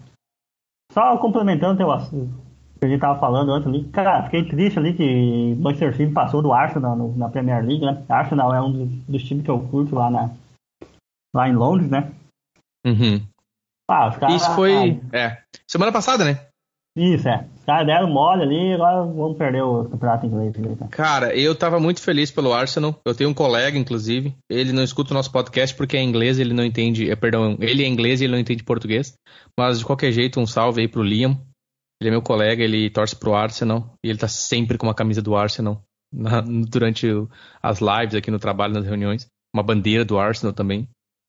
Só complementando o assunto que a gente tava falando antes ali. Cara, fiquei triste ali que o Manchester City passou do Arsenal no, na Premier League, né? Arsenal é um dos, dos times que eu curto lá, na, lá em Londres, né? Uhum. Ah, os caras... Isso foi... É. Semana passada, né? Isso, é. Os caras deram mole ali, agora vamos perder o campeonato inglês. Tá? Cara, eu tava muito feliz pelo Arsenal. Eu tenho um colega, inclusive. Ele não escuta o nosso podcast porque é inglês, ele não entende... É, perdão, ele é inglês e ele não entende português. Mas, de qualquer jeito, um salve aí pro Liam. Ele é meu colega, ele torce pro Arsenal. E ele tá sempre com uma camisa do Arsenal. Na, durante as lives aqui no trabalho, nas reuniões. Uma bandeira do Arsenal também.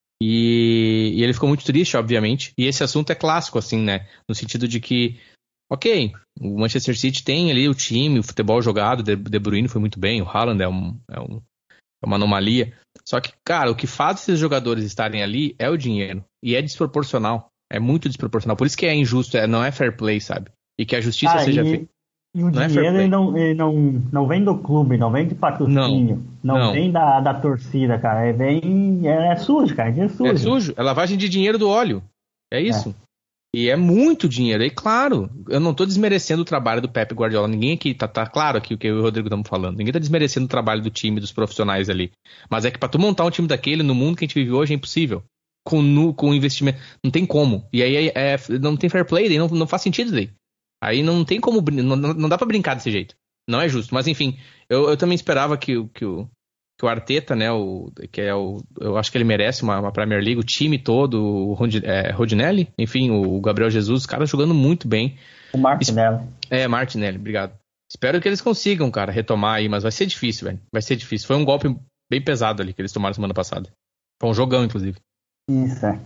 E, e ele ficou muito triste, obviamente. E esse assunto é clássico, assim, né? No sentido de que... Ok, o Manchester City tem ali o time, o futebol jogado, De, De Bruyne foi muito bem, o Haaland é um, é um, é uma anomalia. Só que, cara, o que faz esses jogadores estarem ali é o dinheiro. E é desproporcional. É muito desproporcional. Por isso que é injusto, é, não é fair play, sabe? E que a justiça Ah, seja e, feita. e o Não é fair dinheiro ele play. não, ele não, não vem do clube, não vem de Não, patrocínio, não, não. vem da, da torcida, cara. É, vem, é, é sujo, cara, é dinheiro sujo. É sujo. É lavagem de dinheiro do óleo. É isso. É. E é muito dinheiro. E claro, eu não tô desmerecendo o trabalho do Pep Guardiola. Ninguém aqui, tá, tá claro aqui o que eu e o Rodrigo estamos falando. Ninguém tá desmerecendo o trabalho do time, dos profissionais ali. Mas é que pra tu montar um time daquele, no mundo que a gente vive hoje, é impossível. Com, nu, com investimento. Não tem como. E aí é, é, não tem fair play, daí não, não faz sentido daí. Aí não tem como. Não, não dá pra brincar desse jeito. Não é justo. Mas enfim, eu, eu também esperava que, que o. que o Arteta, né, o, que é o, eu acho que ele merece uma, uma Premier League, o time todo, o Rod, é, Rodinelli, enfim, o Gabriel Jesus, os caras jogando muito bem. O Martinelli. É, Martinelli, obrigado. Espero que eles consigam, cara, retomar aí, mas vai ser difícil, velho, vai ser difícil. Foi um golpe bem pesado ali que eles tomaram semana passada. Foi um jogão, inclusive. Isso, é.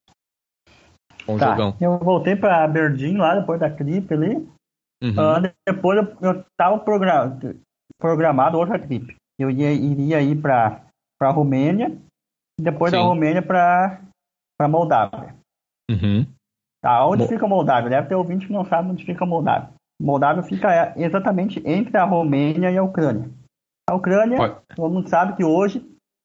Foi um Tá, jogão. eu voltei pra Aberdeen lá, depois da trip ali. Uhum. Uh, depois eu, eu tava program, programado outra trip. Eu ia, iria ir para a Romênia, depois Sim. da Romênia para Moldávia. Uhum. Tá, onde Mo- fica Moldávia? Deve ter ouvinte que não sabe onde fica Moldávia. Moldávia fica exatamente entre a Romênia e a Ucrânia. A Ucrânia, Olha. todo mundo sabe que hoje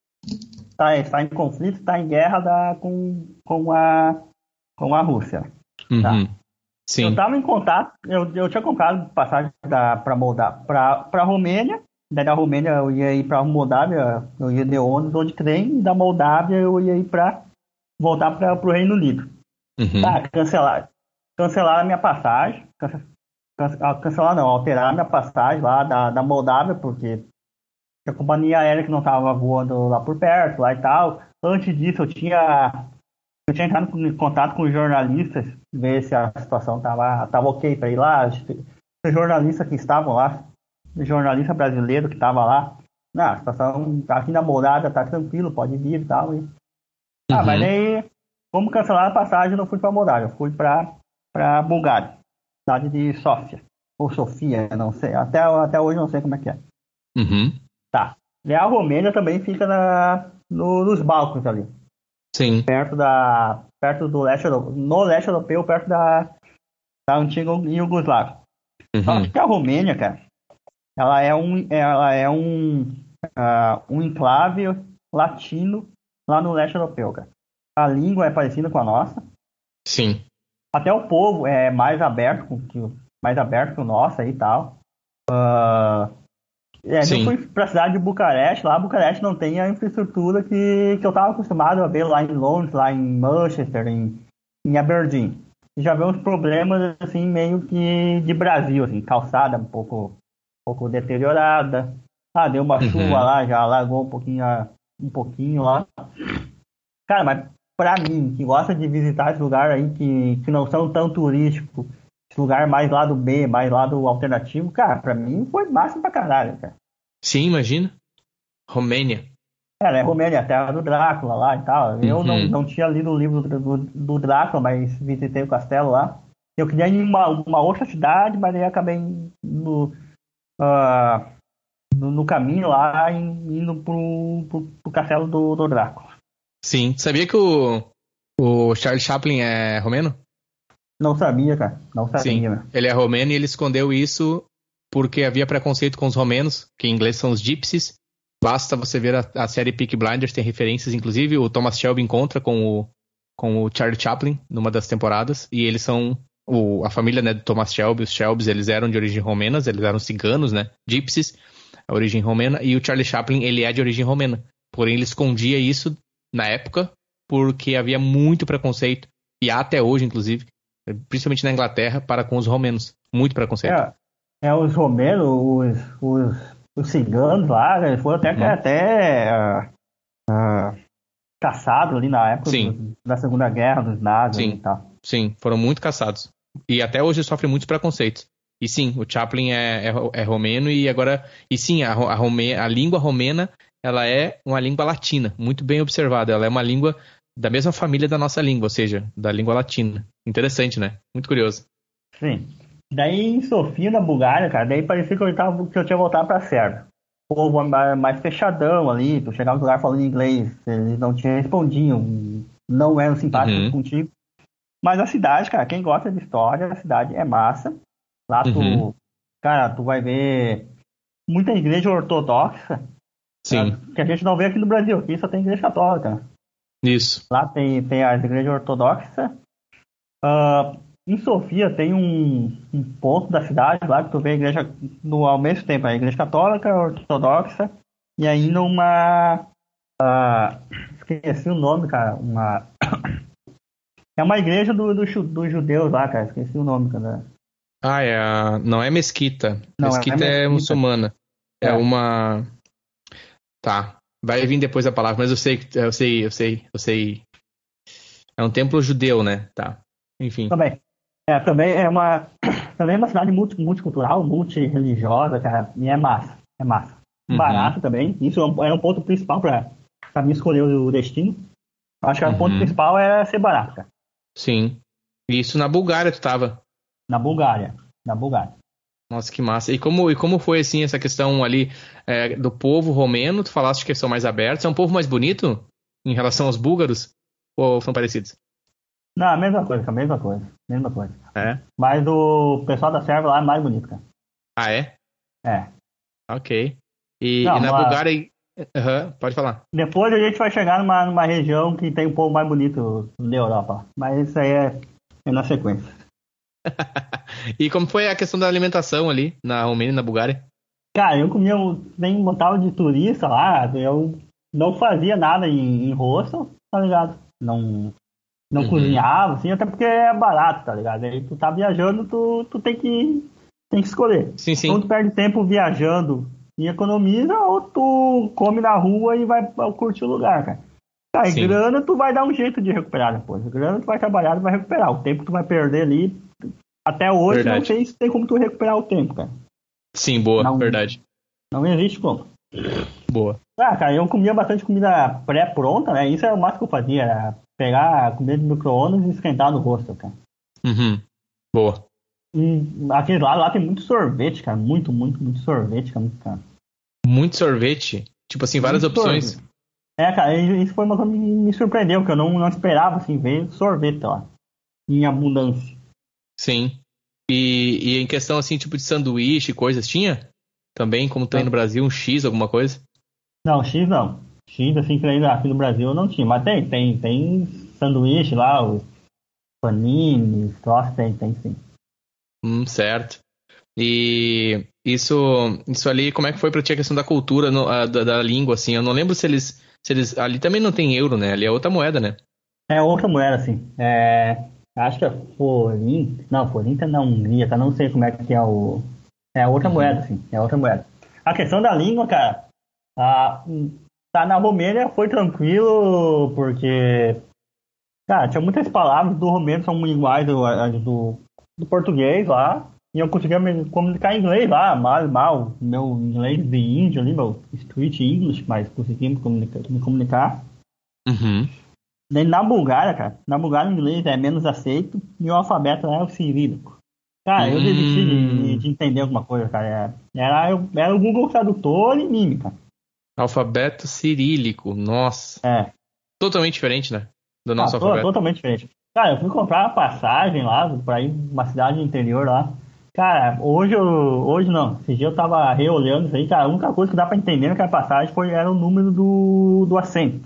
está está em conflito, está em guerra da, com, com, a, com a Rússia. Uhum. Tá. Sim. Eu estava em contato, eu, eu tinha comprado passagem para Moldávia, para a Romênia. Daí da Romênia eu ia ir para Moldávia, eu ia de ônibus ou de trem, e da Moldávia eu ia ir para voltar para o Reino Unido. Uhum. Tá, cancelar. Cancelaram a minha passagem. Cance, cance, cancelar não, alteraram a minha passagem lá da, da Moldávia, porque a companhia aérea que não estava voando lá por perto, lá e tal. Antes disso eu tinha, eu tinha entrado em contato com os jornalistas, ver se a situação estava tava ok para ir lá. Os jornalistas que estavam lá, jornalista brasileiro que estava lá, não, a situação aqui na Moldávia tá tranquilo, pode vir e tal. E... Ah, Uhum. mas aí, como cancelar a passagem, eu não fui para Moldávia, eu fui para para Bulgária, cidade de Sófia, ou Sofia, não sei, até, até hoje não sei como é que é. Uhum. Tá. E a Romênia também fica na, no, nos Balcãs ali, Sim. perto da, perto do leste europeu, no leste europeu, perto da, da antiga Iugoslávia. Uhum. Só que a Romênia, cara, ela é um, ela é um, uh, um enclave latino lá no leste europeu, cara. A língua é parecida com a nossa. Sim. Até o povo é mais aberto que mais aberto que o nosso aí e tal. Uh, é, eu fui pra cidade de Bucareste. Lá Bucareste não tem a infraestrutura que, que eu tava acostumado a ver lá em Londres, lá em Manchester, em, em Aberdeen. E já vê uns problemas assim meio que de Brasil, assim, calçada um pouco um pouco deteriorada. Ah, deu uma Uhum. chuva lá, já alagou um pouquinho, um pouquinho lá. Cara, mas pra mim, que gosta de visitar esse lugar aí, que, que não são tão turísticos, esse lugar mais lado B, mais lado alternativo, cara, pra mim foi massa pra caralho, cara. Sim, imagina. Romênia. É, né, Romênia, a terra do Drácula lá e tal. Eu Uhum. não, não tinha lido o livro do, do, do Drácula, mas visitei o castelo lá. Eu queria ir em uma, uma outra cidade, mas aí acabei no... Uh, no, no caminho lá, indo pro, pro, pro castelo do, do Drácula. Sim. Sabia que o, o Charlie Chaplin é romeno? Não sabia, cara. Não sabia, Sim. né? Ele é romeno e ele escondeu isso porque havia preconceito com os romenos, que em inglês são os gypsies. Basta você ver a, a série Peaky Blinders, tem referências, inclusive o Thomas Shelby encontra com o, com o Charlie Chaplin numa das temporadas, e eles são o, a família, né, do Thomas Shelby, os Shelbys, eles eram de origem romenas, eles eram ciganos, né, gypsies, a origem romena, e o Charlie Chaplin, ele é de origem romena, porém ele escondia isso na época, porque havia muito preconceito, e há até hoje, inclusive, principalmente na Inglaterra, para com os romenos, muito preconceito. É, é os romenos, os, os, os ciganos lá, eles foram até, Uhum. até uh, uh, caçados ali na época Sim. do, da Segunda Guerra, dos nazis Sim. e tal. Sim, foram muito caçados. E até hoje sofrem muitos preconceitos. E sim, o Chaplin é, é, é romeno e agora... E sim, a, a, rome, a língua romena, ela é uma língua latina, muito bem observada. Ela é uma língua da mesma família da nossa língua, ou seja, da língua latina. Interessante, né? Muito curioso. Sim. Daí em Sofia, na Bulgária, cara, daí parecia que eu, tava, que eu tinha voltado pra Sérvia. povo mais mais fechadão ali, tu chegava no lugar falando inglês, eles não te respondiam, não eram simpáticos Uhum. contigo. Mas a cidade, cara, quem gosta de história, a cidade é massa. Lá Uhum. tu, cara, tu vai ver muita igreja ortodoxa, Sim, ah, que a gente não vê aqui no Brasil, aqui só tem igreja católica. isso. Lá tem, tem as igrejas ortodoxas. Ah, em Sofia tem um, um ponto da cidade lá que tu vê a igreja no, ao mesmo tempo, a igreja católica, a ortodoxa, e ainda uma. ah, esqueci o nome, cara. Uma, é uma igreja do, do, ju- dos judeus lá, cara. Esqueci o nome, cara. Ah, é a... não é mesquita. Não, é Mesquita é mesquita. muçulmana. É É, uma. Tá. Vai vir depois a palavra, mas eu sei, que- eu sei, eu sei, eu sei. É um templo judeu, né? Tá. Enfim. também. É, também é uma, também é uma cidade multi, multicultural, multireligiosa, cara. E é massa. É massa. Uhum. Barato também. Isso é um, é um ponto principal pra, pra mim escolher o destino. Acho que o ponto Uhum. principal é ser barato, cara. Sim. Isso na Bulgária tu tava. Na Bulgária. Na Bulgária. Nossa, que massa. E como, e como foi, assim, essa questão ali é, do povo romeno? Tu falaste que são mais abertos. É um povo mais bonito em relação aos búlgaros? Ou são parecidos? Não, a mesma coisa, cara. Mesma coisa. Mesma coisa. É. Mas o pessoal da Sérvia lá é mais bonito, cara. Ah, é? É. Ok. E, e Não, na mas Bulgária... Aham, pode falar. depois a gente vai chegar numa, numa região que tem o povo mais bonito da Europa. Mas isso aí é, é na sequência. E como foi a questão da alimentação ali na Romênia e na Bulgária? Cara, eu comia, um- nem um montava de turista lá, eu não fazia nada em, em hostel, tá ligado? Não, não Uhum. cozinhava, assim, até porque é barato, tá ligado? Aí tu tá viajando, tu, tu tem que, tem que escolher. Sim, Ou sim. tu perde tempo viajando e economiza, ou tu come na rua e vai vai curtir o lugar, cara. Cara, e Sim. grana tu vai dar um jeito de recuperar depois. Grana tu vai trabalhar e vai recuperar. O tempo que tu vai perder ali, até hoje não Verdade. sei se tem como tu recuperar o tempo, cara. Sim, boa. Não, Verdade. não existe como. Boa. Ah, cara, eu comia bastante comida pré-pronta, né? Isso era o máximo que eu fazia, era pegar a comida de micro-ondas e esquentar no rosto, cara. Uhum. Boa. E aqui lá, lá tem muito sorvete, cara. Muito, muito, muito sorvete, cara. Muito, cara. Muito sorvete. Tipo assim, várias Muito sorvete. opções. É, cara, e isso foi uma coisa que me me surpreendeu, porque eu não, não esperava, assim, ver sorvete lá, em abundância. Sim. E, e em questão, assim, tipo de sanduíche, coisas, tinha? Também, como tem no Não, Brasil, um X, alguma coisa? não, X não. X, assim, que ainda aqui no Brasil eu não tinha. Mas tem, tem, tem sanduíche lá, o panini, troço, tem, tem sim. Hum, certo. E isso, isso ali, como é que foi pra ti a questão da cultura, no- a- da, da língua, assim? Eu não lembro se eles, se eles... Ali também não tem euro, né? Ali é outra moeda, né? É outra moeda, assim. É, acho que é forint. Não, forint é na Hungria, tá? Não sei como é que é o. É outra moeda, Uhum. assim. É outra moeda. A questão da língua, cara, a, tá na Romênia foi tranquilo, porque, cara, tinha muitas palavras do romeno que são iguais do, as do, do português lá. E eu conseguia me comunicar em inglês lá, mal, mal. Meu inglês de índio ali, meu street English, mas consegui me comunicar. Me comunicar. Uhum. Daí na Bulgária, cara, na Bulgária o inglês é menos aceito e o alfabeto lá é o cirílico. Cara, eu desisti de, Hum, de entender alguma coisa, cara. Era, era o Google Tradutor e mímica. alfabeto cirílico. Nossa. É, Totalmente diferente, né? Do ah, nosso to- alfabeto. totalmente diferente. Cara, eu fui comprar uma passagem lá pra ir uma cidade interior lá. Cara, hoje eu, hoje não. Esse dia eu tava reolhando isso aí, cara. A única coisa que dá pra entender naquela passagem foi, era o número do, do assento.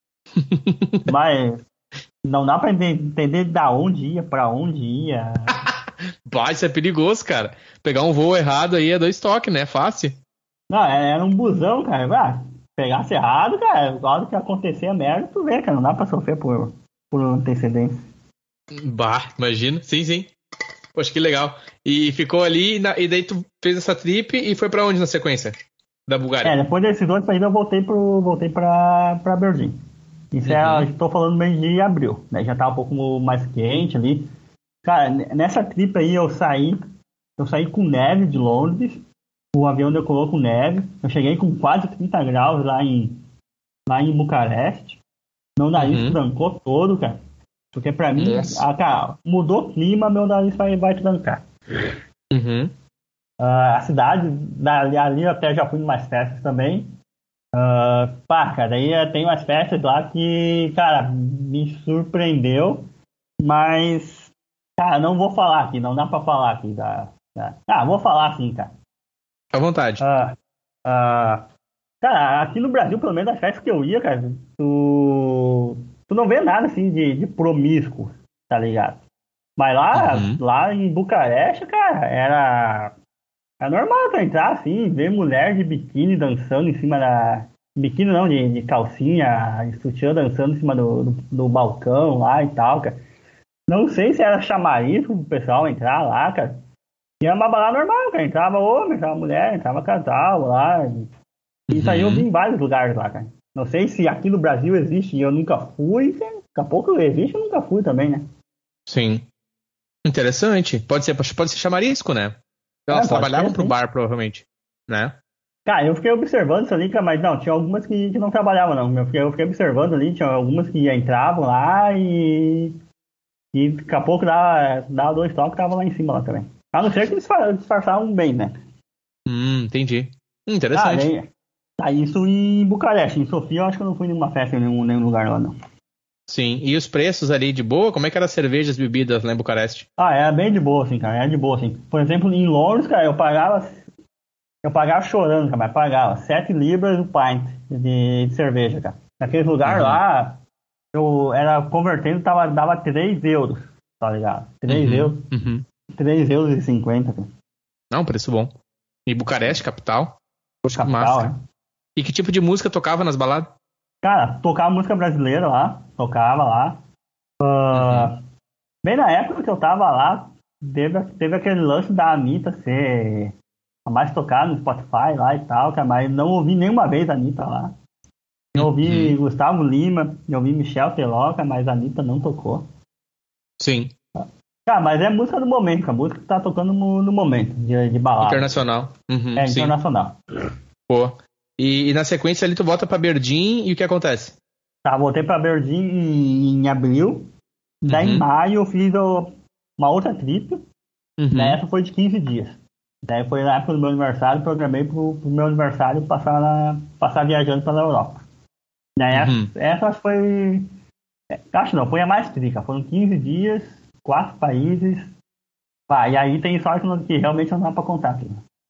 Mas não dá pra ente- entender da onde ia, pra onde ia. Bah, isso é perigoso, cara. Pegar um voo errado aí é dois toques, né? Fácil. Não, é- era um busão, cara. Ah, pegasse errado, cara, na hora que acontecer a merda, tu vê, cara. Não dá pra sofrer por, por antecedência. Bah, imagina. Sim, sim. Poxa, que legal. E ficou ali, na- e daí tu fez essa trip e foi pra onde na sequência? Da É, Bulgária. depois desses dois países eu voltei, pro, voltei pra, pra Berlim. Isso é, Uhum. estou falando mês de abril, né? Já tá um pouco mais quente ali. Cara, n- nessa trip aí eu saí, eu saí com neve de Londres. O avião decolou com neve. Eu cheguei com quase trinta graus lá em, lá em Bucareste. Meu nariz Uhum. trancou todo, cara. Porque pra mim, Nossa. ah, cara, mudou o clima, meu nariz vai, vai trancar. Uhum. Uh, a cidade, dali, ali eu até já fui em umas festas também. Uh, pá, cara, aí tem umas festas lá que, cara, me surpreendeu, mas, cara, não vou falar aqui, não dá pra falar aqui. Da, da... Ah, vou falar sim, cara. À vontade. Uh, uh, cara, aqui no Brasil, pelo menos as festas que eu ia, cara, tu, tu não vê nada assim de, de promíscuo, tá ligado? Mas lá, Uhum. lá em Bucareste, cara, era. É normal tu entrar assim, ver mulher de biquíni dançando em cima da. Biquíni não, de, de calcinha, de sutiã dançando em cima do, do, do balcão lá e tal, cara. Não sei se era chamariz pro pessoal entrar lá, cara. E era uma balada normal, cara. Entrava homem, entrava mulher, entrava casal lá. Isso aí eu vi Uhum. em vários lugares lá, cara. Não sei se aqui no Brasil existe e eu nunca fui. Daqui a pouco existe eu nunca fui também, né? Sim. Interessante. Pode ser, pode ser chamarisco, né? É, Elas pode trabalhavam ser, pro sim. bar, provavelmente. Né? Cara, eu fiquei observando isso ali, cara, mas não, tinha algumas que, que não trabalhavam, não. Eu fiquei, eu fiquei observando ali, tinha algumas que entravam lá e, e daqui a pouco dava, dava dois toques e tava lá em cima lá também. A não ser que eles disfar- disfarçavam bem, né? Hum, entendi. Hum, Ah, interessante. daí, tá, isso em Bucareste. Em Sofia, eu acho que eu não fui em nenhuma festa em nenhum, nenhum lugar lá, não. Sim. E os preços ali de boa? Como é que eram as cervejas, bebidas lá em Bucareste? Ah, era bem de boa, assim, cara, era de boa, assim. Por exemplo, em Londres, cara, eu pagava, eu pagava chorando, cara, mas pagava sete libras o pint de, de cerveja, cara. Naquele lugar Uhum. lá, eu era convertendo, tava, dava três euros, tá ligado? Três Uhum. euros, Uhum. três euros e cinquenta, cara. Não, preço bom. E Bucareste, capital? Poxa, que Capital, massa, né? cara. E que tipo de música tocava nas baladas? Cara, tocava música brasileira lá, tocava lá. Uhum. Bem na época que eu tava lá, teve, teve aquele lance da Anitta ser a mais tocada no Spotify lá e tal, cara, mas não ouvi nenhuma vez a Anitta lá. Eu ouvi Uhum. Gustavo Lima, eu ouvi Michel Teló, cara, mas a Anitta não tocou. Sim. Cara, mas é música do momento, cara, música que tá tocando no, no momento, de, de balada. Internacional. Uhum. É Sim. internacional. Pô. E, e na sequência ali tu volta pra Berdim e o que acontece? Tá, voltei pra Berlim em, em abril, daí em Uhum. maio eu fiz o- uma outra trip, daí Uhum. essa foi de quinze dias. Daí foi na época do meu aniversário, programei pro, pro meu aniversário passar, na, passar viajando pela Europa. Daí essa, Uhum. essa foi. Acho não, foi a mais trica. Foram quinze dias, quatro países. Pá, e aí tem sorte no que realmente não dá pra contar aqui.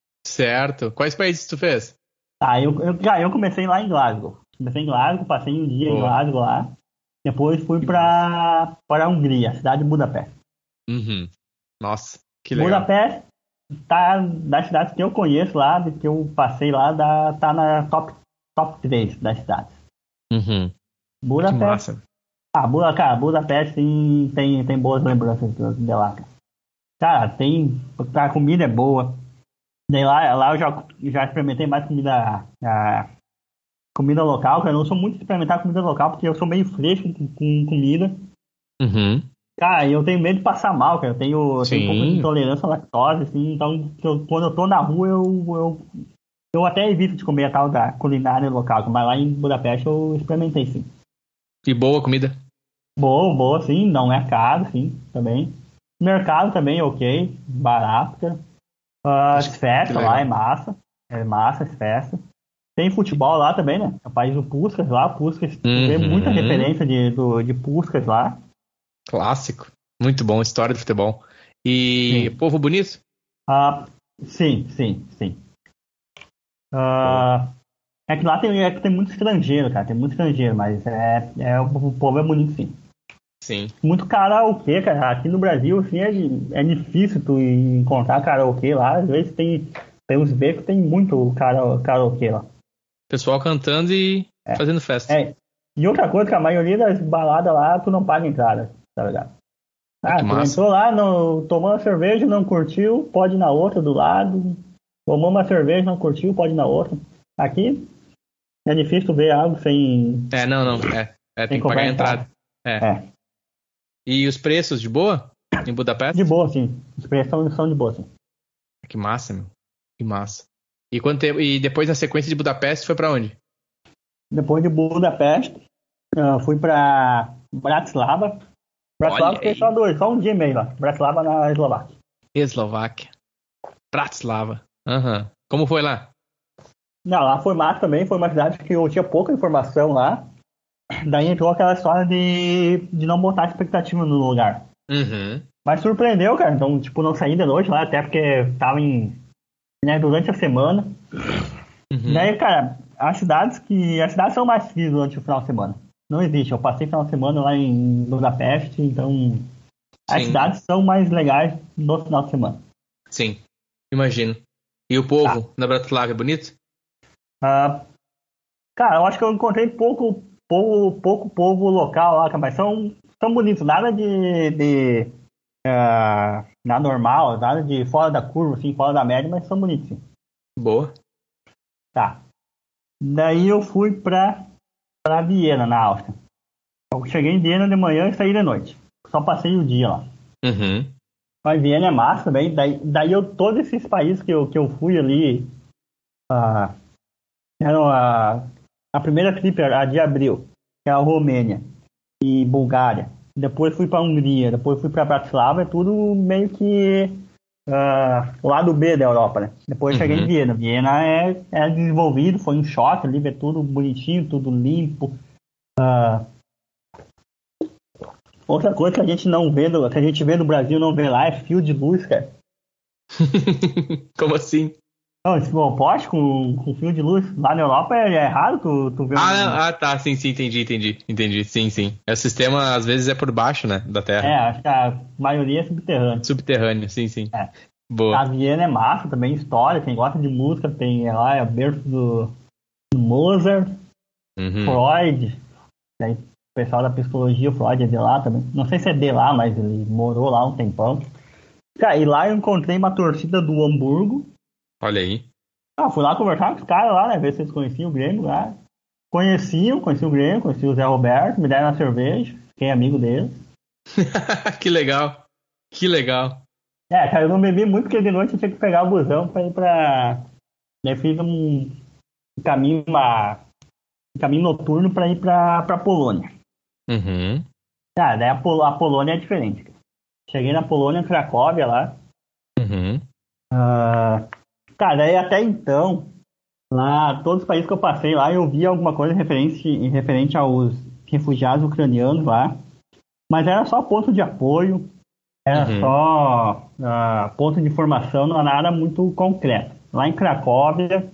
Certo. Quais países tu fez? Tá, eu, eu, já, eu comecei lá em Glasgow. Comecei em Glasgow, passei um dia em Pô, Glasgow lá. Depois fui que massa. pra, para a Hungria, cidade de Budapeste. Uhum. Nossa, que legal. Budapeste tá das cidades que eu conheço lá, que eu passei lá, da, tá na top, top três das cidades. Uhum. Que Budapeste. massa. Ah, Buda, cara, Budapeste tem, tem, tem boas lembranças de lá, cara. Cara, tem. A comida é boa. Daí lá, lá eu já, já experimentei mais comida, a, comida local, cara. Eu não sou muito de experimentar comida local porque eu sou meio fresco com, com comida. Uhum. Cara, eu tenho medo de passar mal, cara. Eu tenho, eu tenho um pouco de Sim. intolerância à lactose, assim. Então, eu- quando eu tô na rua, eu, eu, eu até evito de comer a tal da culinária local. Mas lá em Budapeste eu experimentei, sim. E boa comida. Boa, boa, sim. Não é caro, sim, também. Mercado também, ok. Barato, cara. Ah, Poxa, as que festas lá é legal. massa. É massa as festas. Tem futebol lá também, né? É o país do Puskás lá. Puskás, tu vê muita Uhum. referência de, do, de Puskás lá. Clássico. Muito bom, história de futebol. E Sim. povo bonito? Ah, sim, sim, sim. Pô, Ah, é que lá tem, é que tem muito estrangeiro, cara. Tem muito estrangeiro, mas é, é, o povo é bonito, sim. sim. Muito karaokê, cara. Aqui no Brasil, assim, é, é difícil tu encontrar karaokê lá. Às vezes tem, tem uns becos que tem muito kara- karaokê lá. Pessoal cantando e fazendo festa. É. E outra coisa, que a maioria das baladas lá, tu não paga entrada, tá ligado? Ah, que Ah, tu massa. entrou lá, não, tomou uma cerveja, não curtiu, pode ir na outra do lado. Tomou uma cerveja, não curtiu, pode ir na outra. Aqui é difícil tu ver algo sem, É, não, não. É, é, sem tem que pagar cobrar a entrada. entrada. É. É. E os preços de boa? Em De Budapeste? boa, sim. Os preços são, são de boa, sim. Que massa, meu. Que massa. E, quanto tempo, e depois na sequência de Budapeste foi pra onde? Depois de Budapeste, eu fui pra Bratislava. Bratislava Olha fiquei só aí. dois, só um dia e meio lá. Bratislava na Eslováquia. Eslováquia. Bratislava. Aham. Como foi lá? Não, lá foi massa também, foi uma cidade que eu tinha pouca informação lá. Daí entrou aquela história de, de não botar expectativa no lugar. Uhum. Mas surpreendeu, cara. Então, tipo, não saí de noite lá, até porque tava em. Né, durante a semana. Uhum. Daí, cara, as cidades que. As cidades são mais frias durante o final de semana. Não existe. Eu passei final de semana lá em Budapeste, então. As Sim. cidades são mais legais no final de semana. Sim, imagino. E o povo na Bratislava é bonito? Ah, cara, eu acho que eu encontrei pouco povo, pouco povo local lá, cara, mas são, são bonitos. Nada de. de ah, nada normal, nada de fora da curva, assim, fora da média, mas são bonitos, sim. Boa. Tá. Daí eu fui pra, pra Viena, na Áustria. Eu cheguei em Viena de manhã e saí de noite. Só passei o dia lá. Uhum. Mas Viena é massa também. Daí, daí eu, todos esses países que eu, que eu fui ali, ah, eram a, a primeira trip, a de abril, que é a Romênia e Bulgária. Depois fui pra Hungria, depois fui pra Bratislava, é tudo meio que ah, o lado B da Europa, né? Depois cheguei em Uhum. Viena. Viena é, é desenvolvido, foi um choque ali, ver tudo bonitinho, tudo limpo. Ah, outra coisa que a gente não vê, no, que a gente vê no Brasil não vê lá é fio de luz, cara. Como assim? Não, esse meu poste com, com fio de luz lá na Europa é, é raro tu, tu ver Ah, um. não. Ah, tá. Sim, sim, entendi, entendi. Entendi. Sim, sim. É, o sistema, às vezes, é por baixo, né? Da É, Terra. acho que a maioria é subterrâneo. Subterrâneo, sim, sim. É. A Boa. Viena é massa também, história, quem gosta de música tem é lá, é berço do, do Mozart, Uhum. Freud, aí o pessoal da psicologia, o Freud é de lá também. Não sei se é de lá, mas ele morou lá um tempão. Cara, e lá eu encontrei uma torcida do Hamburgo. Olha aí. Ah, fui lá conversar com os caras lá, né? Ver se eles conheciam o Grêmio lá. Conheciam, conheciam o Grêmio, conheciam o Zé Roberto, me deram uma cerveja, fiquei amigo deles. Que legal. Que legal. É, cara, eu não bebi muito porque de noite eu tinha que pegar o busão pra ir pra. Daí eu fiz um caminho, uma... um caminho noturno pra ir pra, pra Polônia. Uhum. Cara, daí a, Pol... a Polônia é diferente. Cara. Cheguei na Polônia, Cracóvia lá. Uhum. Ah, cara, daí até então, lá, todos os países que eu passei lá, eu vi alguma coisa referente, em referente aos refugiados ucranianos lá. Mas era só ponto de apoio, era Uhum. só ah, ponto de informação, não era nada muito concreto. Lá em Cracóvia,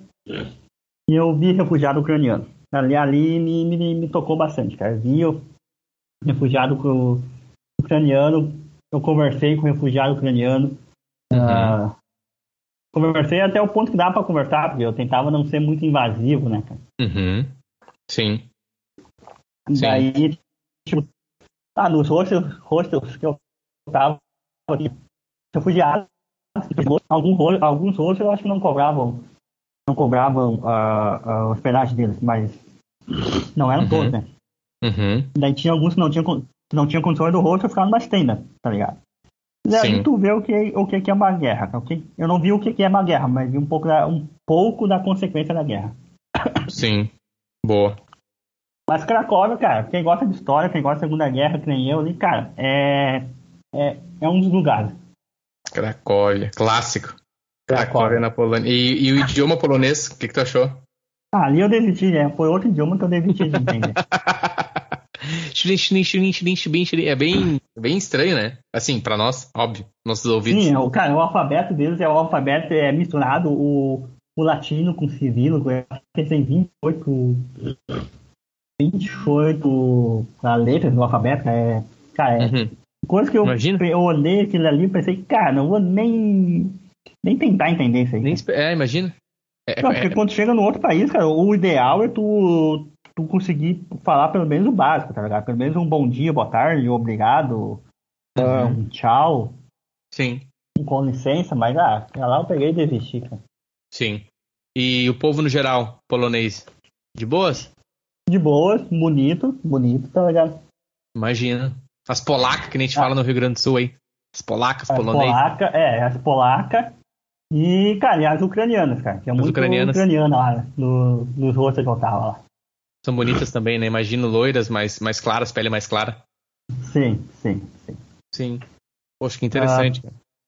eu vi refugiado ucraniano. Ali, ali me, me, me tocou bastante, cara. Vi o refugiado co- ucraniano, eu conversei com o refugiado ucraniano. Uhum. ah, conversei até o ponto que dava pra conversar, porque eu tentava não ser muito invasivo, né, cara? Uhum. Sim. Sim. Daí, tipo, ah, nos hostels, hostels que eu tava, assim, refugiados, alguns, ho- alguns hostels eu acho que não cobravam, não cobravam a, a hospedagem deles, mas não eram Uhum. todos, né? Uhum. Daí tinha alguns que não tinham, con- que não tinham condições do hostel ficar numa tenda, tá ligado? E aí Sim. tu vê o que, o que que é uma guerra, tá ok? Eu não vi o que que é uma guerra, mas vi um pouco da, um pouco da consequência da guerra. Sim. Boa. Mas Cracóvia, cara, quem gosta de história, quem gosta da Segunda Guerra, que nem eu ali, cara, é, é, é um dos lugares. Cracóvia. Clássico. Cracóvia Cracóvia. na Polônia. E, e o idioma polonês, o que, que tu achou? Ah, ali eu desisti, né? Foi outro idioma que eu desisti de entender. É bem, bem estranho, né? Assim, pra nós, óbvio, nossos ouvidos. Sim, o, cara, o alfabeto deles é o alfabeto é misturado o, o latino com o cirílico. É, acho que tem vinte e oito, vinte e oito letras do alfabeto. É, cara, é Uhum. coisa que eu, Imagina? eu olhei aquilo ali e pensei, cara, não vou nem, nem tentar entender isso aí. Nem Cara. espe- É, imagina. É, Não, é- porque quando chega no outro país, cara, o ideal é tu, tu conseguir falar pelo menos o básico, tá ligado? Pelo menos um bom dia, boa tarde, obrigado, ah, Uhum. um tchau, Sim, um com licença, mas ah, lá eu peguei e desisti, cara. sim. E o povo no geral, polonês, de boas? De boas, bonito, bonito, tá ligado? Imagina. As polacas, que nem a gente Ah, fala no Rio Grande do Sul aí. As polacas, as polonês, polacas, é, as polacas e, cara, e as ucranianas, cara, tinha as muito ucranianas. ucraniana lá, né, no, nos rostos que eu tava lá. São bonitas também, né? Imagino loiras, mais, mais claras, pele mais clara. Sim, sim, sim. Sim. Poxa, que Ah, interessante, cara.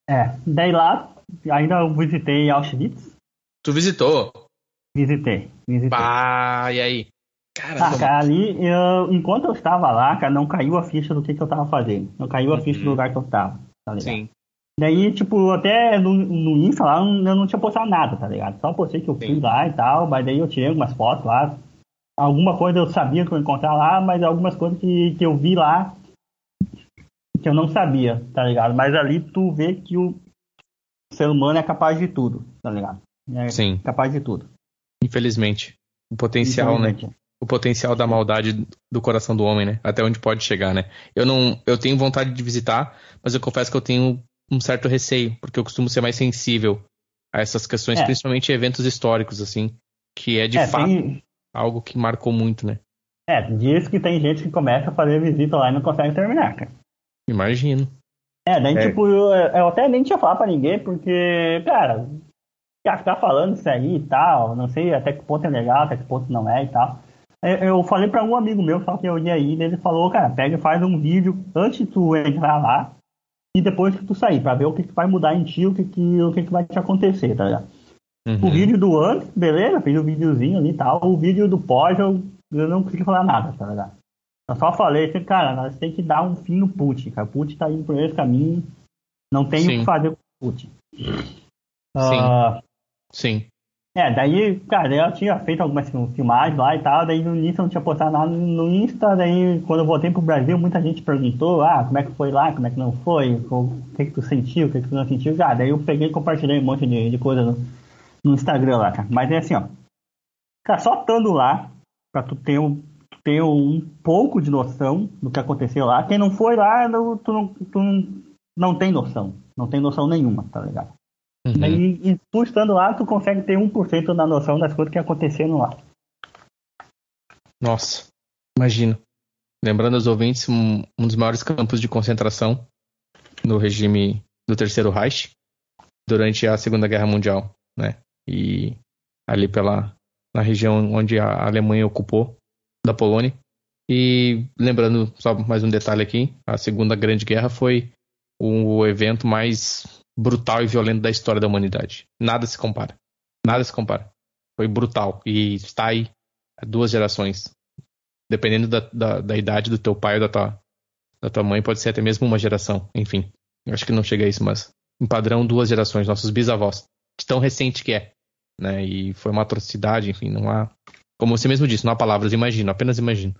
É, daí lá, ainda eu visitei Auschwitz. Tu visitou? Visitei, visitei. Pá, e aí? Caramba, Ah, cara, mano. ali, eu, enquanto eu estava lá, cara, não caiu a ficha do que, que eu tava fazendo. Não caiu a ficha do Uhum. lugar que eu tava, tá ligado? Sim, Daí, tipo, até no, no Insta lá, eu não tinha postado nada, tá ligado? Só postei que eu fui sim. lá e tal, mas daí eu tirei algumas fotos lá. Alguma coisa eu sabia que eu ia encontrar lá, mas algumas coisas que, que eu vi lá que eu não sabia, tá ligado? Mas ali tu vê que o ser humano é capaz de tudo, tá ligado? É Sim, capaz de tudo, infelizmente. O potencial, né? infelizmente. O potencial da maldade do coração do homem, né? Até onde pode chegar, né? Eu não, eu tenho vontade de visitar, mas eu confesso que eu tenho um certo receio, porque eu costumo ser mais sensível a essas questões, É, principalmente eventos históricos, assim, que é de é, fato tem. algo que marcou muito, né? É, diz que tem gente que começa a fazer visita lá e não consegue terminar, cara. Imagino. É, daí, É, tipo, eu, eu até nem tinha falado pra ninguém, porque, cara, já ficar falando isso aí e tal, não sei até que ponto é legal, até que ponto não é e tal. Eu, eu falei pra um amigo meu, só que eu ia aí, ele falou, cara, pega e faz um vídeo antes de tu entrar lá e depois que tu sair, pra ver o que, que vai mudar em ti, o que, que, o que, que vai te acontecer, tá ligado? O uhum, vídeo do antes, beleza, fiz o um videozinho ali e tal, o vídeo do pós eu, eu não consegui falar nada, tá ligado? Eu só falei assim, cara, nós tem que dar um fim no Putin, cara. O Putin tá indo por esse caminho, não tem o que sim, fazer com o Putin. sim, Uh, sim. é, daí, cara, eu tinha feito algumas filmagens lá e tal, daí no início eu não tinha postado nada no Insta, daí quando eu voltei pro Brasil, muita gente perguntou, ah, como é que foi lá, como é que não foi, o que que tu sentiu, o que que tu não sentiu, ah, daí eu peguei e compartilhei um monte de, de coisa no, no Instagram lá, cara. Mas é assim, ó, cara, só estando lá, pra tu ter um, ter um pouco de noção do que aconteceu lá, quem não foi lá, não- tu, não, tu não, não tem noção, não tem noção nenhuma, tá ligado? Uhum. Daí, e tu estando lá, tu consegue ter um por cento da noção das coisas que aconteceram lá. Nossa, imagino. Lembrando aos ouvintes, um, um dos maiores campos de concentração no regime do Terceiro Reich durante a Segunda Guerra Mundial, né? E ali pela na região onde a Alemanha ocupou da Polônia. E lembrando só mais um detalhe aqui, a Segunda Grande Guerra foi o evento mais brutal e violento da história da humanidade. Nada se compara. Nada se compara. Foi brutal e está aí há duas gerações. Dependendo da, da, da idade do teu pai ou da tua, da tua mãe, pode ser até mesmo uma geração. Enfim, eu acho que não chega a isso, mas em padrão, duas gerações, nossos bisavós. De tão recente que é, né? E foi uma atrocidade, enfim, não há. Como você mesmo disse, não há palavras, imagino, apenas imagino.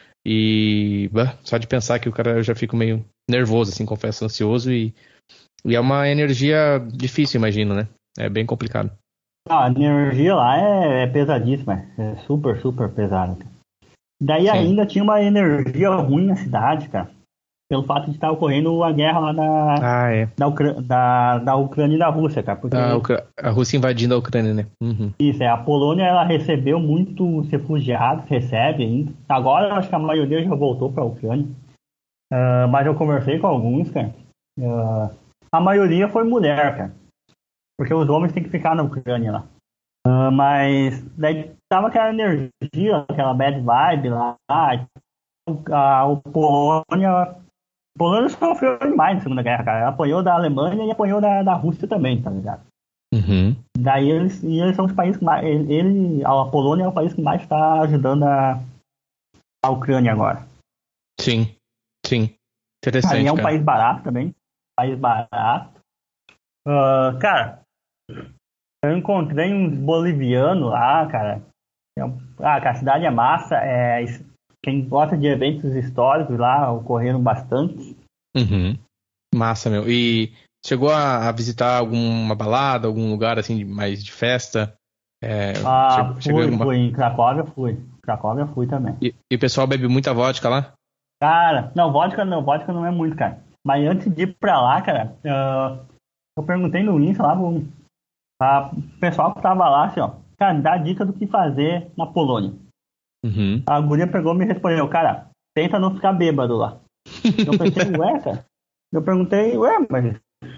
E bah, só de pensar que o cara eu já fico meio nervoso, assim, confesso, ansioso e, e é uma energia difícil, imagino, né? É bem complicado. Ah, a energia lá é, é pesadíssima, é super, super pesada. Daí Sim. ainda tinha uma energia ruim na cidade, cara, pelo fato de estar ocorrendo a guerra lá da, Ah, é. da, Ucrânia, da, da Ucrânia e da Rússia, cara, A, porque Ucra- a Rússia invadindo a Ucrânia, né? Uhum. isso, é, a Polônia ela recebeu muitos refugiados, recebe ainda. Agora eu acho que a maioria já voltou para a Ucrânia. Uh, mas eu conversei com alguns, cara. Uh, a maioria foi mulher, cara. Porque os homens têm que ficar na Ucrânia lá. Uh, mas daí tava aquela energia, aquela bad vibe lá. A, a, Polônia. A Polônia sofreu demais na Segunda Guerra, cara. Ela apanhou da Alemanha e apanhou da, da Rússia também, tá ligado? Uhum. Daí eles, e eles são os países que mais. Ele, a Polônia é o país que mais está ajudando a, a Ucrânia agora. Sim, sim. Aí é Interessante, um cara. país barato também. País barato. Uh, cara, eu encontrei uns bolivianos lá, cara. Ah, cara, a cidade é massa. É, quem gosta de eventos históricos lá ocorreram bastante. Uhum. Massa, meu. E chegou a, a visitar alguma balada, algum lugar assim de- mais de festa? É, Ah, chegou, chegou em fui, alguma... fui em Cracóvia, fui. Cracóvia fui também. e, e o pessoal bebe muita vodka lá? Cara, não, vodka não, vodka não é muito, cara. Mas antes de ir pra lá, cara, uh, eu perguntei no Insta lá pro a, o pessoal que tava lá, assim, ó, cara, dá dica do que fazer na Polônia. Uhum. A guria pegou e me respondeu, cara, tenta não ficar bêbado lá. Eu pensei, ué, cara? Eu perguntei, ué, mas,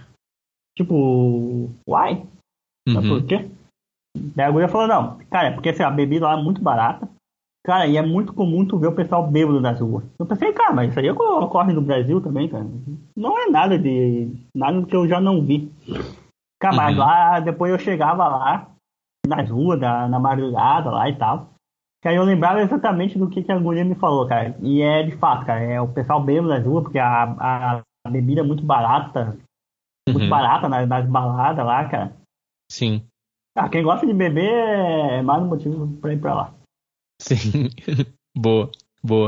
tipo, uai? Mas por Uhum. quê? Daí a guria falou, não, cara, é porque assim, a bebida lá é muito barata. Cara, e é muito comum tu ver o pessoal bêbado nas ruas. Eu pensei, cara, mas isso aí ocorre no Brasil também, cara. Não é nada de. Nada que eu já não vi. Cara, mas Uhum. lá, depois eu chegava lá, nas ruas, da, na madrugada lá e tal. Que aí eu lembrava exatamente do que, que a guria me falou, cara. E é de fato, cara. É o pessoal bêbado nas ruas, porque a, a, a bebida é muito barata. Muito Uhum. barata nas, nas baladas lá, cara. Sim. Ah, quem gosta de beber é mais um motivo pra ir pra lá. Sim. Boa, boa.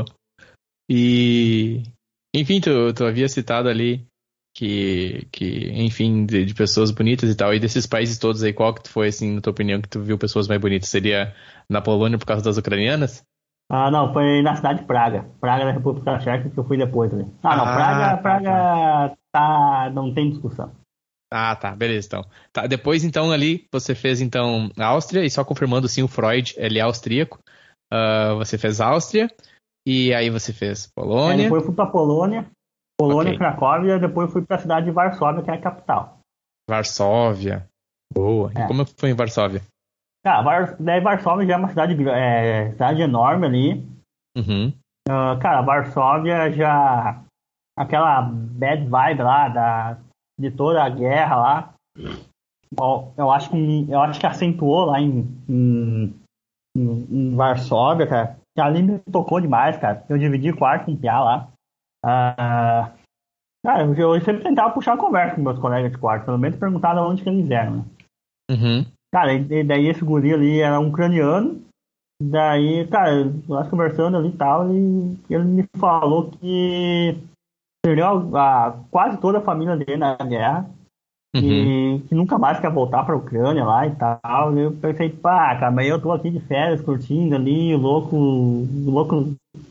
E, enfim, tu, tu havia citado ali que, que enfim, de, de pessoas bonitas e tal. E desses países todos aí, qual que tu foi, assim, na tua opinião, que tu viu pessoas mais bonitas? Seria na Polônia por causa das ucranianas? Ah, não, foi na cidade de Praga. Praga da República Tcheca que eu fui depois ali. Ah, não, Ah, Praga, tá, tá. Praga tá, não tem discussão. Ah, tá, beleza, então. Tá, depois, então, ali, você fez, então, a Áustria, e só confirmando, sim, o Freud, ele é austríaco. Ah, você fez Áustria, e aí você fez É, Polônia. depois eu fui pra Polônia, Polônia, Ok. Cracóvia, depois eu fui pra cidade de Varsóvia, que é a capital. Varsóvia. Boa. E É. como foi em Varsóvia? Cara, Var, daí Varsóvia já é uma cidade, gra- é, cidade enorme ali. Uhum, Ah, cara, Varsóvia já. Aquela bad vibe lá da, de toda a guerra lá. Ó, Eu acho que, eu acho que acentuou lá em, em, em, em Varsóvia, cara. Que ali me tocou demais, cara. Eu dividi quarto com o Piá lá. Ah, cara, eu, eu sempre tentava puxar a conversa com meus colegas de quarto. Pelo menos perguntava onde que eles eram, né? uhum, Cara, e, e daí esse guri ali era um ucraniano. Daí, cara, nós conversando ali e tal, e ele me falou que perdeu a, a- quase toda a família dele na guerra uhum. e que nunca mais quer voltar pra Ucrânia lá e tal. E eu pensei, pá, cara, mas eu tô aqui de férias, curtindo ali, louco, louco,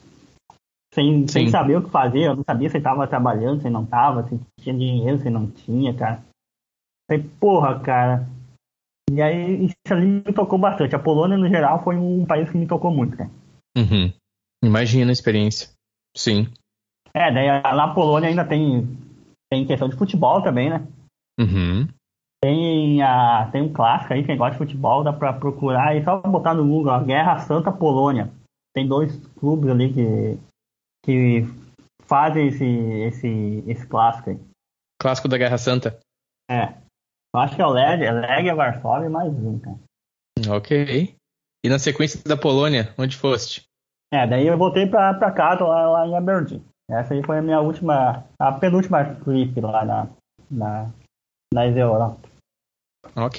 sem, sem Sim. saber o que fazer. Eu não sabia se ele tava trabalhando, se não tava, se tinha dinheiro, se não tinha, cara. Falei, porra, cara. E aí, isso ali me tocou bastante. A Polônia, no geral, foi um país que me tocou muito, cara. Uhum. Imagina a experiência. Sim. É, daí na Polônia ainda tem, tem questão de futebol também, né? Uhum. Tem, a, tem um clássico aí, quem gosta de futebol, dá pra procurar e só botar no Google, ó, Guerra Santa Polônia. Tem dois clubes ali que, que fazem esse, esse, esse clássico aí. Clássico da Guerra Santa. É, eu acho que é o Leg, é Legia Varsóvia e mais um, cara. Ok. E na sequência da Polônia, onde foste? É, daí eu voltei pra, pra casa lá, lá em Aberdeen. Essa aí foi a minha última, a penúltima trip lá na, na, na Europa. Ok.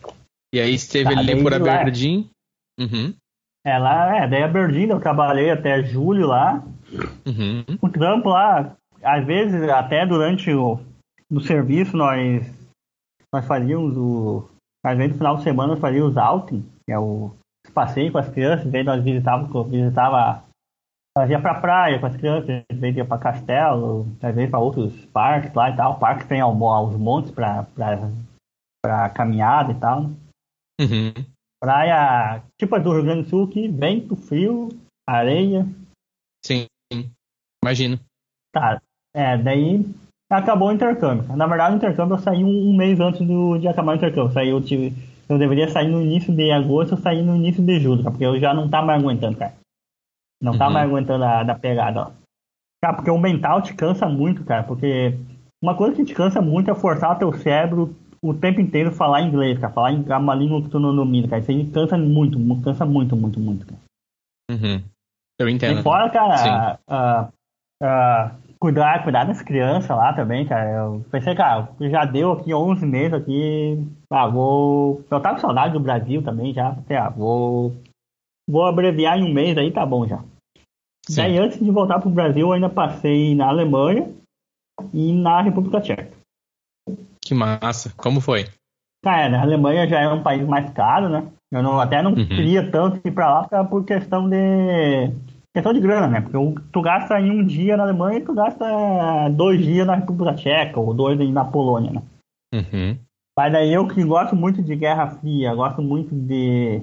E aí esteve Tá, ali daí por de lá, Aberdeen. Uhum. é lá, é, daí Aberdeen eu trabalhei até julho lá. Uhum. O trampo lá, às vezes, até durante o no serviço, nós, nós fazíamos o. Às vezes, no final de semana, nós fazíamos outing, que é o passeio com as crianças, daí nós visitávamos, visitava, nós ia pra praia com as crianças, às vezes ia pra castelo, às vezes pra outros parques lá e tal. Parques tem aos montes pra, pra, pra caminhada e tal. Uhum. Praia, tipo a do Rio Grande do Sul, que vento, frio, areia. Sim. Imagino. Tá, é, daí acabou o intercâmbio. Na verdade, o intercâmbio eu saí um, um mês antes do, de acabar o intercâmbio. Eu, saí, eu, tive, eu deveria sair no início de agosto, eu saí no início de julho, cara, porque eu já não tava mais aguentando, cara. Não tava mais Uhum. aguentando a da pegada, ó. Cara, porque o mental te cansa muito, cara, porque uma coisa que te cansa muito é forçar o teu cérebro o tempo inteiro falar inglês, cara, falar em uma língua que tu não domina, cara. Isso aí cansa muito, mu- cansa muito, muito, muito, cara. Uhum. Eu E entendo. fora, Sim. cara, ah, ah, cuidar, cuidar das crianças lá também, cara. Eu pensei, cara, já deu aqui onze meses aqui. Ah, vou. Eu tava com saudade do Brasil também já. Pensei, ah, vou. Vou abreviar em um mês aí, tá bom já. Sim. Daí, antes de voltar pro Brasil, eu ainda passei na Alemanha e na República Tcheca. Que massa. Como foi? Cara, a Alemanha já é um país mais caro, né? Eu não, até não Uhum. queria tanto ir pra lá por por questão de. Questão de grana, né? Porque o- tu gasta em um dia na Alemanha e tu gasta dois dias na República Tcheca, ou dois na Polônia, né? Uhum. Mas daí eu que gosto muito de Guerra Fria, gosto muito de,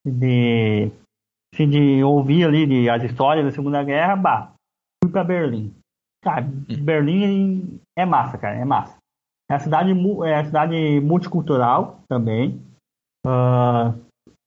de, assim, de ouvir ali de, as histórias da Segunda Guerra, bah, fui pra Berlim. Cara, Berlim é massa, cara, é massa. É a cidade, mu- é a cidade multicultural também.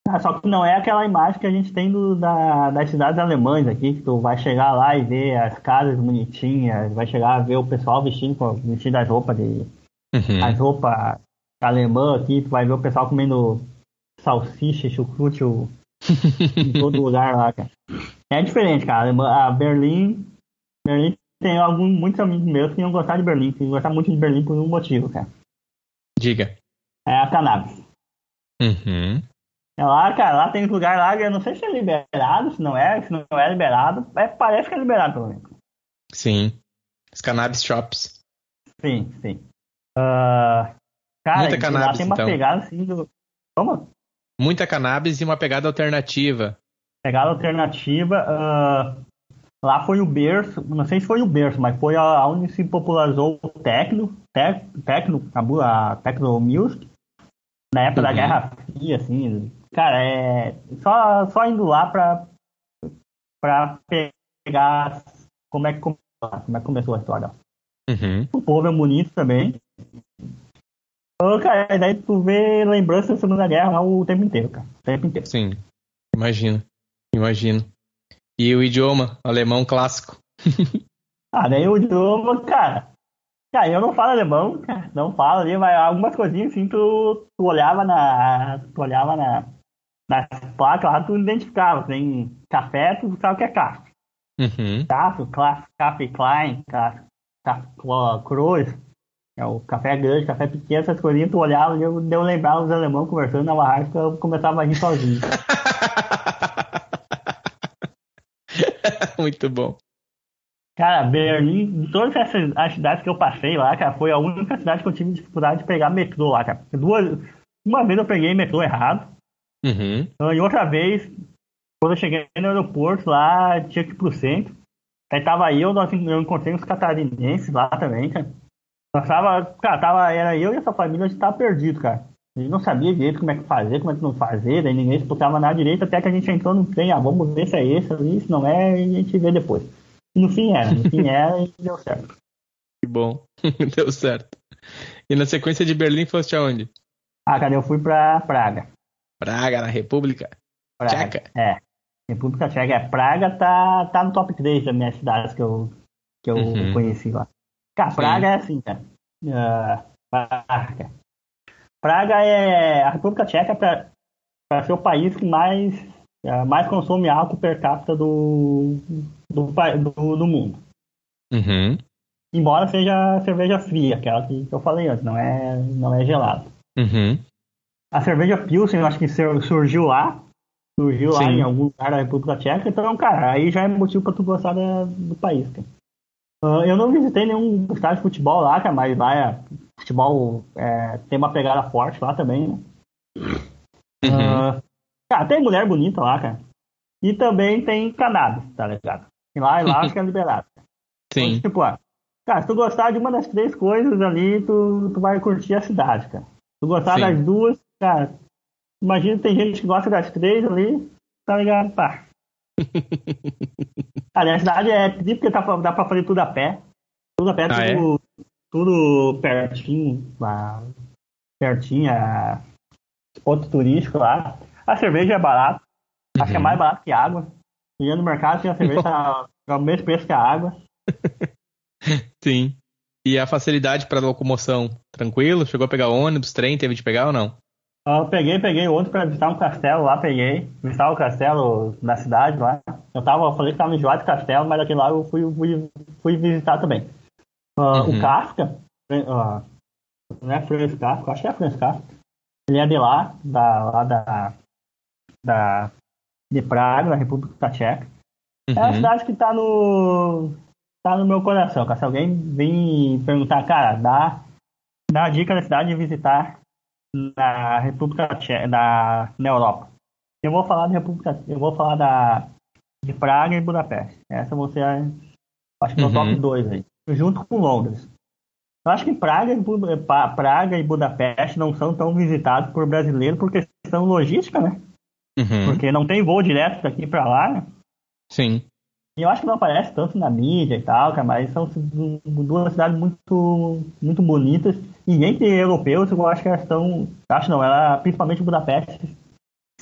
Ah, só que não é aquela imagem que a gente tem do, da, das cidades alemãs aqui, que tu vai chegar lá e ver as casas bonitinhas, vai chegar a ver o pessoal vestindo, com- vestindo as roupas de as Uhum. roupas alemã aqui, tu vai ver o pessoal comendo salsicha, chucrute o- em todo lugar lá, cara. É diferente, cara. A Alemanha- a Berlim, Berlim tem alguns, muitos amigos meus que iam gostar de Berlim, que iam gostar muito de Berlim por um motivo, cara. Diga. É a cannabis. Uhum. É lá, cara, lá tem lugar lá que eu não sei se é liberado, se não é, se não é liberado, é, parece que é liberado pelo menos. Sim. Os cannabis shops. Sim, sim. Ah, cara, Muita e lá cannabis, tem uma então. pegada assim do. Como? Muita cannabis e uma pegada alternativa. Pegada alternativa. ah, lá foi o berço, não sei se foi o berço, mas foi a, onde se popularizou o techno, tec, techno, a, bu- a techno music, na época da Uhum. Guerra Fria, assim. Cara, é só, só indo lá pra, pra pegar como é que, come- como é que começou a história. Uhum. O povo é bonito também. Ô, cara, e daí tu vê lembranças da Segunda Guerra lá o tempo inteiro, cara. O tempo inteiro. Sim. Imagino. Imagino. E o idioma alemão clássico. Ah, daí o idioma, cara. Cara, eu não falo alemão, cara. Não falo ali, mas algumas coisinhas assim, tu, tu olhava na. Tu olhava na, nas placas lá, tu identificava. Tem café, tu sabe o que é café. Uhum. Café, café, café Klein, café, café Cruz. É o café grande, café pequeno, essas coisinhas, tu olhava e eu, eu lembrava os alemães conversando na barraca, eu começava a rir sozinho. Muito bom. Cara, Berlim, de todas essas as cidades que eu passei lá, cara, foi a única cidade que eu tive dificuldade de pegar metrô lá, cara. Duas, uma vez eu peguei metrô errado, Uhum. e outra vez, quando eu cheguei no aeroporto lá, tinha que ir pro centro. Aí tava eu, nós, eu encontrei uns catarinenses lá também, cara. Nós tava, cara, tava, era eu e essa família, a gente tava perdido, cara. A gente não sabia direito como é que fazer, como é que não fazer, daí ninguém explicava nada direito, até que a gente entrou no trem, ah, vamos ver se é esse ali, se não é, a gente vê depois. E no fim era, no fim era e deu certo. Que bom. Deu certo. E na sequência de Berlim foste aonde? Ah, cara, eu fui pra Praga. Praga, na República Praga, Tcheca. é. República Tcheca. É, Praga tá, tá no top três das minhas cidades que eu, que eu Uhum. conheci lá. Cara, Praga Sim. é assim, cara. Ah, Praga. Praga é a República Tcheca para para ser o país que mais, ah, mais consome álcool per capita do, do, pa- do, do mundo. Uhum. Embora seja cerveja fria, aquela que eu falei antes, não é, não é gelada. Uhum. A cerveja Pilsen, eu acho que sur- surgiu lá, surgiu lá em Sim. algum lugar da República Tcheca, então, cara, aí já é motivo pra tu gostar da- do país, cara. Ah, eu não visitei nenhum estádio de futebol lá, cara, mas lá é, futebol é, tem uma pegada forte lá também, né? Uhum. Ah, cara, tem mulher bonita lá, cara. E também tem cannabis, tá ligado? E lá, e lá acho que é liberado. Então, Sim. tipo, ah, cara, se tu gostar de uma das três coisas ali, tu, tu vai curtir a cidade, cara. Se tu gostar Sim. das duas, cara, imagina tem gente que gosta das três ali, tá ligado? Tá. Aliás, a cidade é trip porque dá pra, dá pra fazer tudo a pé. Tudo a pé, Ah, é? tudo, tudo pertinho, lá, pertinho, é, ponto turístico lá. A cerveja é barata, acho que é mais Uhum. barato que água. E no mercado, tinha a cerveja tá é o mesmo preço que a água. Sim. E a facilidade para locomoção? Tranquilo? Chegou a pegar ônibus, trem, teve de pegar ou não? Ah, Eu peguei, peguei outro para visitar um castelo lá, peguei. Visitar o castelo da cidade lá. Eu tava, eu falei que tava enjoado de castelo, mas aquele lá eu fui, fui, fui visitar também. Ah, o Uhum. Kafka, ah, não é Franz Kafka, acho que é Franz Kafka. Ele é de lá, da, lá da, da, de Praga, da República Tcheca. É uma Uhum. cidade que tá no, tá no meu coração, cara. Se alguém vir perguntar, cara, dá, dá a dica da cidade de visitar na República Tcheca, na, na Europa. Eu vou falar da República, eu vou falar da de Praga e Budapeste. Essa você acho que é meu top Uhum. dois aí, junto com Londres. Eu acho que Praga e, Bu- Pa- Praga e Budapeste não são tão visitados por brasileiro por questão logística, né? Uhum. Porque não tem voo direto daqui para lá, né? Sim. E eu acho que não aparece tanto na mídia e tal, cara, mas são duas cidades muito, muito bonitas. E entre europeus, eu acho que elas estão. Acho não, ela, principalmente Budapeste,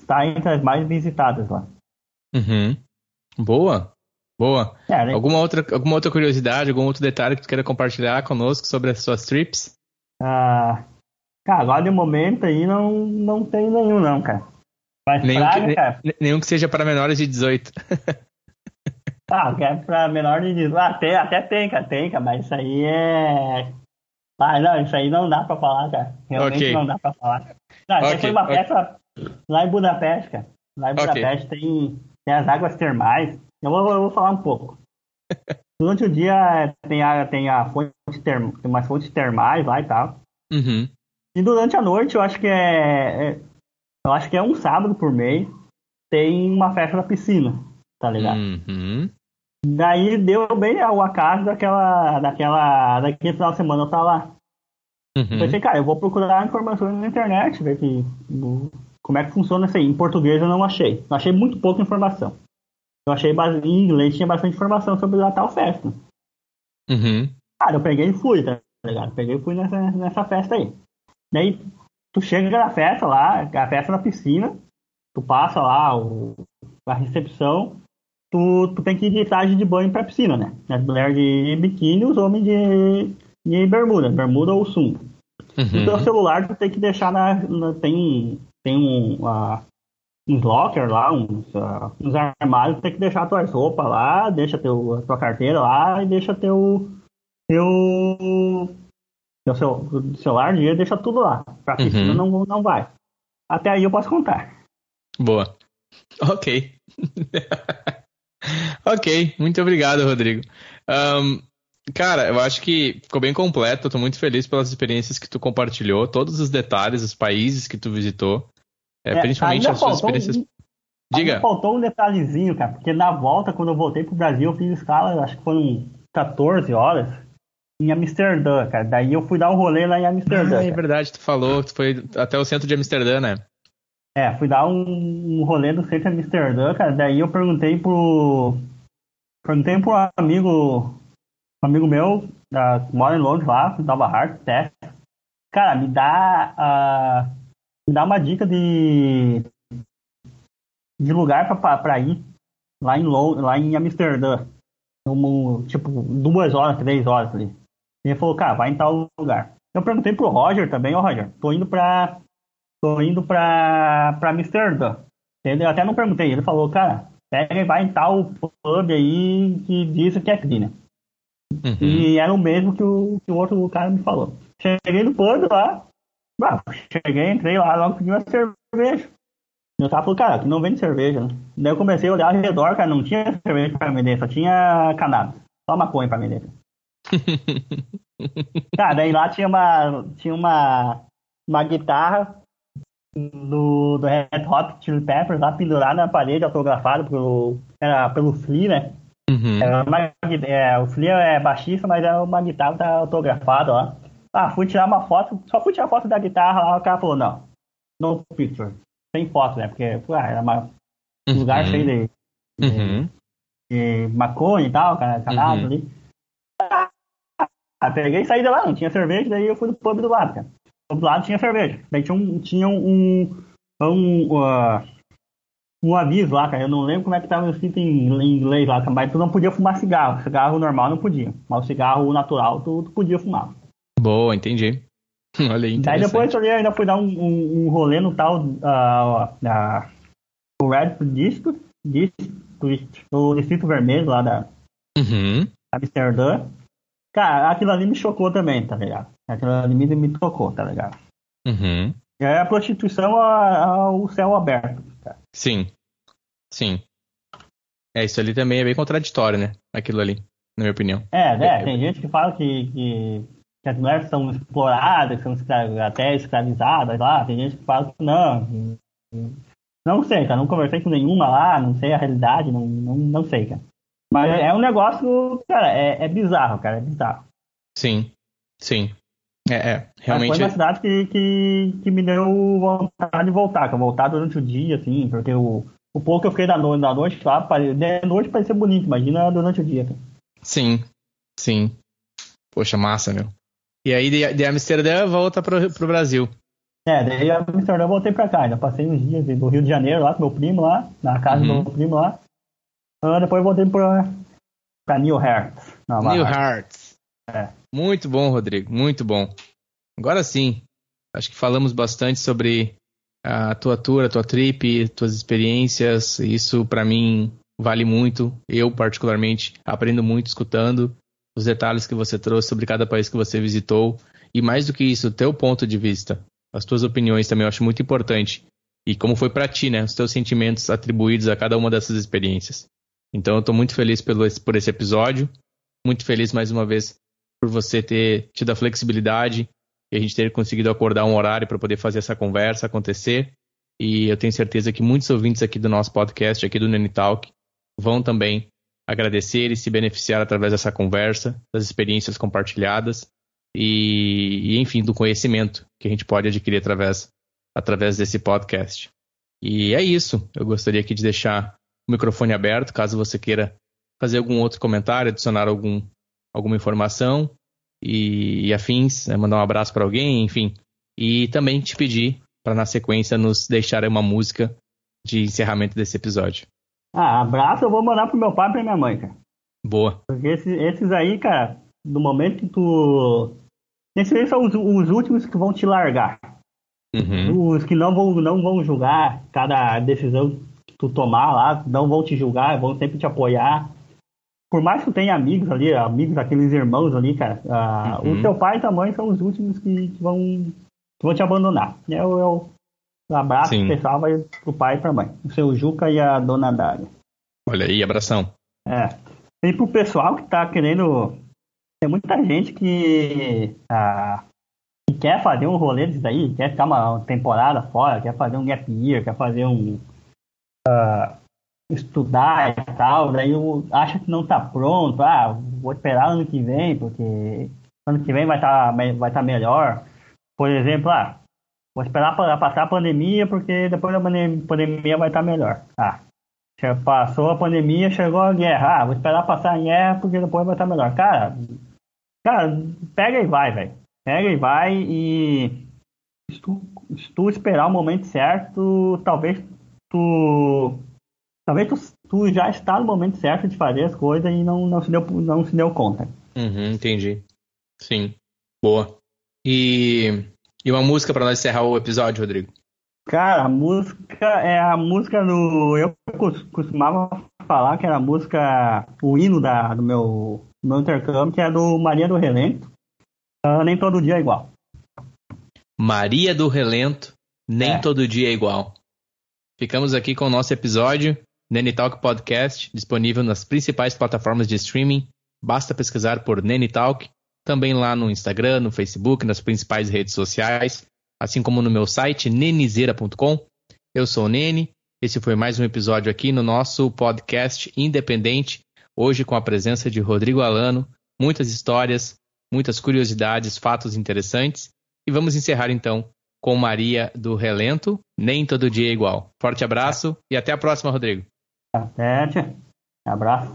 está entre as mais visitadas lá. Uhum. Boa, boa. É, né? Alguma outra, alguma outra curiosidade, algum outro detalhe que tu queira compartilhar conosco sobre as suas trips? Ah, cara, agora de momento aí não, não tem nenhum não, cara. Mas Nenhum que, praga, ne- cara, nenhum que seja para menores de dezoito. ah, que é pra menor de dezoito. Ah, tem, até tem, cara, tem, cara, mas isso aí é. Ah, não, isso aí não dá pra falar, cara. Ok, Realmente não dá pra falar. Não, isso aí ok, foi uma ok. festa lá em Budapeste, cara. Lá em Ok. Budapeste tem, tem as águas termais. Eu vou, eu vou falar um pouco. Durante o dia tem a, tem a fonte term, tem umas fontes termais lá e tal. Uhum. E durante a noite, eu acho que é, é- eu acho que é um sábado por mês, tem uma festa na piscina, tá ligado? Uhum. Daí deu bem ao acaso daquela, daquela, daquele final de semana eu tava lá. Eu Uhum. pensei, cara, eu vou procurar informações na internet, ver que, do- como é que funciona isso aí. Em português eu não achei. Eu achei muito pouca informação. Eu achei base- em inglês tinha bastante informação sobre a tal festa. Uhum. Cara, eu peguei e fui, tá ligado? Peguei e fui nessa, nessa festa aí. Daí tu chega na festa lá, a festa na piscina, tu passa lá o, a recepção, tu, tu tem que ir de traje de banho pra piscina, né? As mulheres de biquíni, os homens de, de bermuda, bermuda ou sunga. No teu Uhum. celular tu tem que deixar na, na- tem tem um uh, uns locker lá, uns, uh, uns armários, tu tem que deixar tuas roupas lá, deixa teu, a tua carteira lá e deixa teu teu, teu cel- celular, dinheiro, deixa tudo lá. Pra piscina Uhum. não, não vai. Até aí eu posso contar. Boa. Ok. Ok, muito obrigado, Rodrigo. Ahn, cara, eu acho que ficou bem completo. Eu tô muito feliz pelas experiências que tu compartilhou, todos os detalhes, os países que tu visitou, é, É, principalmente ainda as suas faltou experiências. um, ainda Diga. faltou um detalhezinho, cara, porque na volta, quando eu voltei pro Brasil, eu fiz escala, acho que foram quatorze horas em Amsterdã, cara. Daí eu fui dar um rolê lá em Ah, Amsterdã, é cara. verdade, tu falou que tu foi até o centro de Amsterdã, né? É, fui dar um, um rolê no centro de Amsterdã, cara. Daí eu perguntei pro. Perguntei pro amigo. Um amigo meu, da, que mora em Londres lá, em Nova Hart, até. Cara, me dá. ah, me dá uma dica de, de lugar pra, pra, pra ir lá em, Lon- lá em Amsterdã. Um, tipo, duas horas, três horas ali. Ele falou, cara, vai em tal lugar. Eu perguntei pro Roger também, ó, Roger, tô indo pra. Tô indo pra, pra Amsterdã. Ele, eu até não perguntei, ele falou, cara, pega e vai em tal pub aí que diz que é crime. Uhum. E era o mesmo que o, que o outro cara me falou. Cheguei no pub lá, bah, cheguei, entrei lá, logo pedi uma cerveja. E o cara falou, cara, aqui não vende cerveja, né? Daí eu comecei a olhar ao redor, cara, não tinha cerveja pra vender, só tinha cannabis, só maconha pra vender. Cara, daí lá tinha uma, tinha uma, uma guitarra do, do Red Hot Chili Peppers lá pendurada na parede, autografado pelo, era pelo Flea, né? Uhum. Era uma, é, o Flea é baixista, mas é uma guitarra que tá autografada lá. Ah, fui tirar uma foto, só fui tirar foto da guitarra lá, o cara falou, não, no picture, sem foto, né? Porque pô, era uma, um lugar cheio Uhum. de, de, Uhum. de maconha e tal, cara, cannabis Uhum. ali. Ah, peguei e saí de lá, não tinha cerveja, daí eu fui no pub do lado, cara. Do lado tinha cerveja. Daí tinha um, tinha um, um, uh, um aviso lá, cara. Eu não lembro como é que tava escrito em, em inglês lá, mas tu não podia fumar cigarro. Cigarro normal não podia. Mas o cigarro natural tu, tu podia fumar. Boa, entendi. Olha aí, Daí depois interessante. eu ainda fui dar um, um, um rolê no tal uh, da, o Red District, District, o Distrito Vermelho lá da Uhum. Amsterdã. Cara, aquilo ali me chocou também, tá ligado? Aquilo ali me, me tocou, tá ligado? Uhum. É a prostituição ao céu aberto, cara. Sim, sim. É, isso ali também é bem contraditório, né? Aquilo ali, na minha opinião. É, né? É, é- Tem gente que fala que, que, que as mulheres são exploradas, que são escra- até escravizadas lá. Tem gente que fala que não. que- Não sei, cara. Não conversei com nenhuma lá, não sei a realidade, não, não, não sei, cara. Mas é é um negócio, cara, é, é bizarro, cara, é bizarro. sim, sim. É, é, Mas foi uma realmente. cidade que, que, que me deu vontade de voltar, que eu voltar durante o dia, assim, porque o, o pouco que eu fiquei da noite, da noite lá, pare- de noite parecia bonito, imagina durante o dia, cara. Sim, sim. Poxa, massa, meu. E aí, de, de Amsterdã, volta pro, pro Brasil. É, daí a Amsterdã eu voltei pra cá, ainda passei uns dias no Rio de Janeiro lá com meu primo lá, na casa Uhum. do meu primo lá. Uh, depois eu voltei pra, pra New Hearts. New Hearts. É. Muito bom, Rodrigo, muito bom. Agora sim, acho que falamos bastante sobre a tua tour, a tua trip, tuas experiências. Isso pra mim vale muito. Eu, particularmente, aprendo muito escutando os detalhes que você trouxe sobre cada país que você visitou. E mais do que isso, o teu ponto de vista, as tuas opiniões também eu acho muito importante. E como foi pra ti, né? Os teus sentimentos atribuídos a cada uma dessas experiências. Então eu tô muito feliz pelo, por esse episódio. Muito feliz mais uma vez por você ter tido a flexibilidade e a gente ter conseguido acordar um horário para poder fazer essa conversa acontecer. E eu tenho certeza que muitos ouvintes aqui do nosso podcast, aqui do Nene Talk, vão também agradecer e se beneficiar através dessa conversa, das experiências compartilhadas e, e enfim, do conhecimento que a gente pode adquirir através, através desse podcast. E é isso. Eu gostaria aqui de deixar o microfone aberto, caso você queira fazer algum outro comentário, adicionar algum, alguma informação e, e afins, né, mandar um abraço para alguém, enfim. E também te pedir para, na sequência, nos deixar uma música de encerramento desse episódio. Ah, abraço eu vou mandar pro meu pai e pra minha mãe, cara. Boa. Porque esses, esses aí, cara, no momento que tu... Esses aí são os, os últimos que vão te largar. Uhum. Os que não vão, não vão julgar cada decisão que tu tomar lá, não vão te julgar, vão sempre te apoiar. Por mais que tu tenha amigos ali, amigos, aqueles irmãos ali, cara, uh, uhum. o teu pai e tua mãe são os últimos que vão, que vão te abandonar. É o, é o abraço Sim. especial vai pro pai e pra mãe. O seu Juca e a dona Dália. Olha aí, abração. É. E pro pessoal que tá querendo... Tem muita gente que, ah, que quer fazer um rolê disso daí, quer ficar uma temporada fora, quer fazer um gap year, quer fazer um... Uh, estudar e tal, daí eu acha que não tá pronto, ah, vou esperar ano que vem, porque ano que vem vai estar tá, vai tá melhor. Por exemplo, ah, vou esperar para passar a pandemia, porque depois da pandemia vai estar tá melhor. Ah, passou a pandemia, chegou a guerra, ah, vou esperar passar a guerra, porque depois vai estar tá melhor. Cara, cara, pega e vai, velho. Pega e vai e se tu, se tu esperar o momento certo, talvez tu Talvez tu, tu já está no momento certo de fazer as coisas e não, não, se, deu, não se deu conta. Uhum, entendi. Sim. Boa. E, e uma música para nós encerrar o episódio, Rodrigo? Cara, a música é a música do... Eu costumava falar que era a música, o hino da, do meu, meu intercâmbio, que é do Maria do Relento. Uh, nem todo dia é igual. Maria do Relento, nem é. todo dia é igual. Ficamos aqui com o nosso episódio, Nene Talk Podcast, disponível nas principais plataformas de streaming. Basta pesquisar por Nene Talk, também lá no Instagram, no Facebook, nas principais redes sociais, assim como no meu site, nenizera ponto com. Eu sou o Nene, esse foi mais um episódio aqui no nosso podcast independente, hoje com a presença de Rodrigo Alano, muitas histórias, muitas curiosidades, fatos interessantes. E vamos encerrar então com Maria do Relento, nem todo dia é igual. Forte abraço e até a próxima, Rodrigo. Até, tia. Abraço.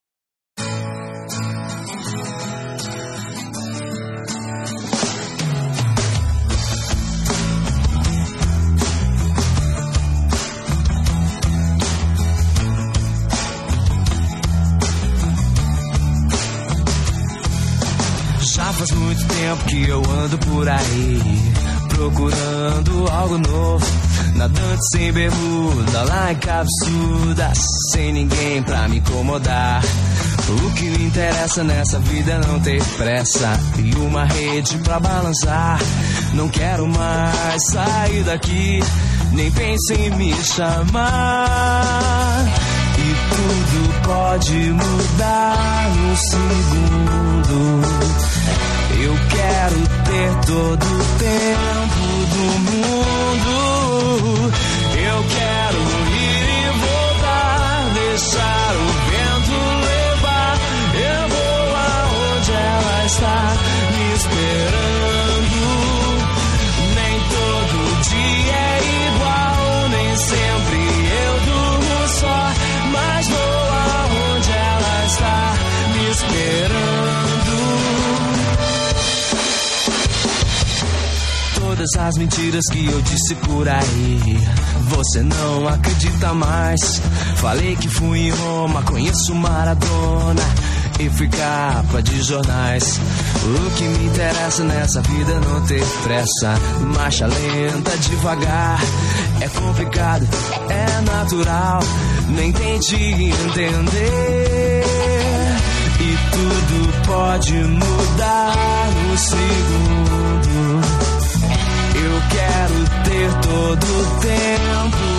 Já faz muito tempo que eu ando por aí, procurando algo novo, nadando sem bermuda, lá em cabeçuda, sem ninguém pra me incomodar. O que me interessa nessa vida é não ter pressa e uma rede pra balançar. Não quero mais sair daqui, nem pense em me chamar. E tudo pode mudar num segundo. Eu quero ter todo o tempo do mundo. Eu quero ir e voltar, deixar o vento levar. Eu vou aonde ela está me esperando. Nem todo dia é igual, nem sempre eu durmo só, mas vou aonde ela está me esperando. todas as mentiras que eu disse por aí. Você não acredita mais. Falei que fui em Roma, conheço Maradona e fui capa de jornais. O que me interessa nessa vida é não ter pressa. Marcha lenta, devagar. É complicado, é natural. Nem tente entender. E tudo pode mudar no segundo. Eu quero ter todo o tempo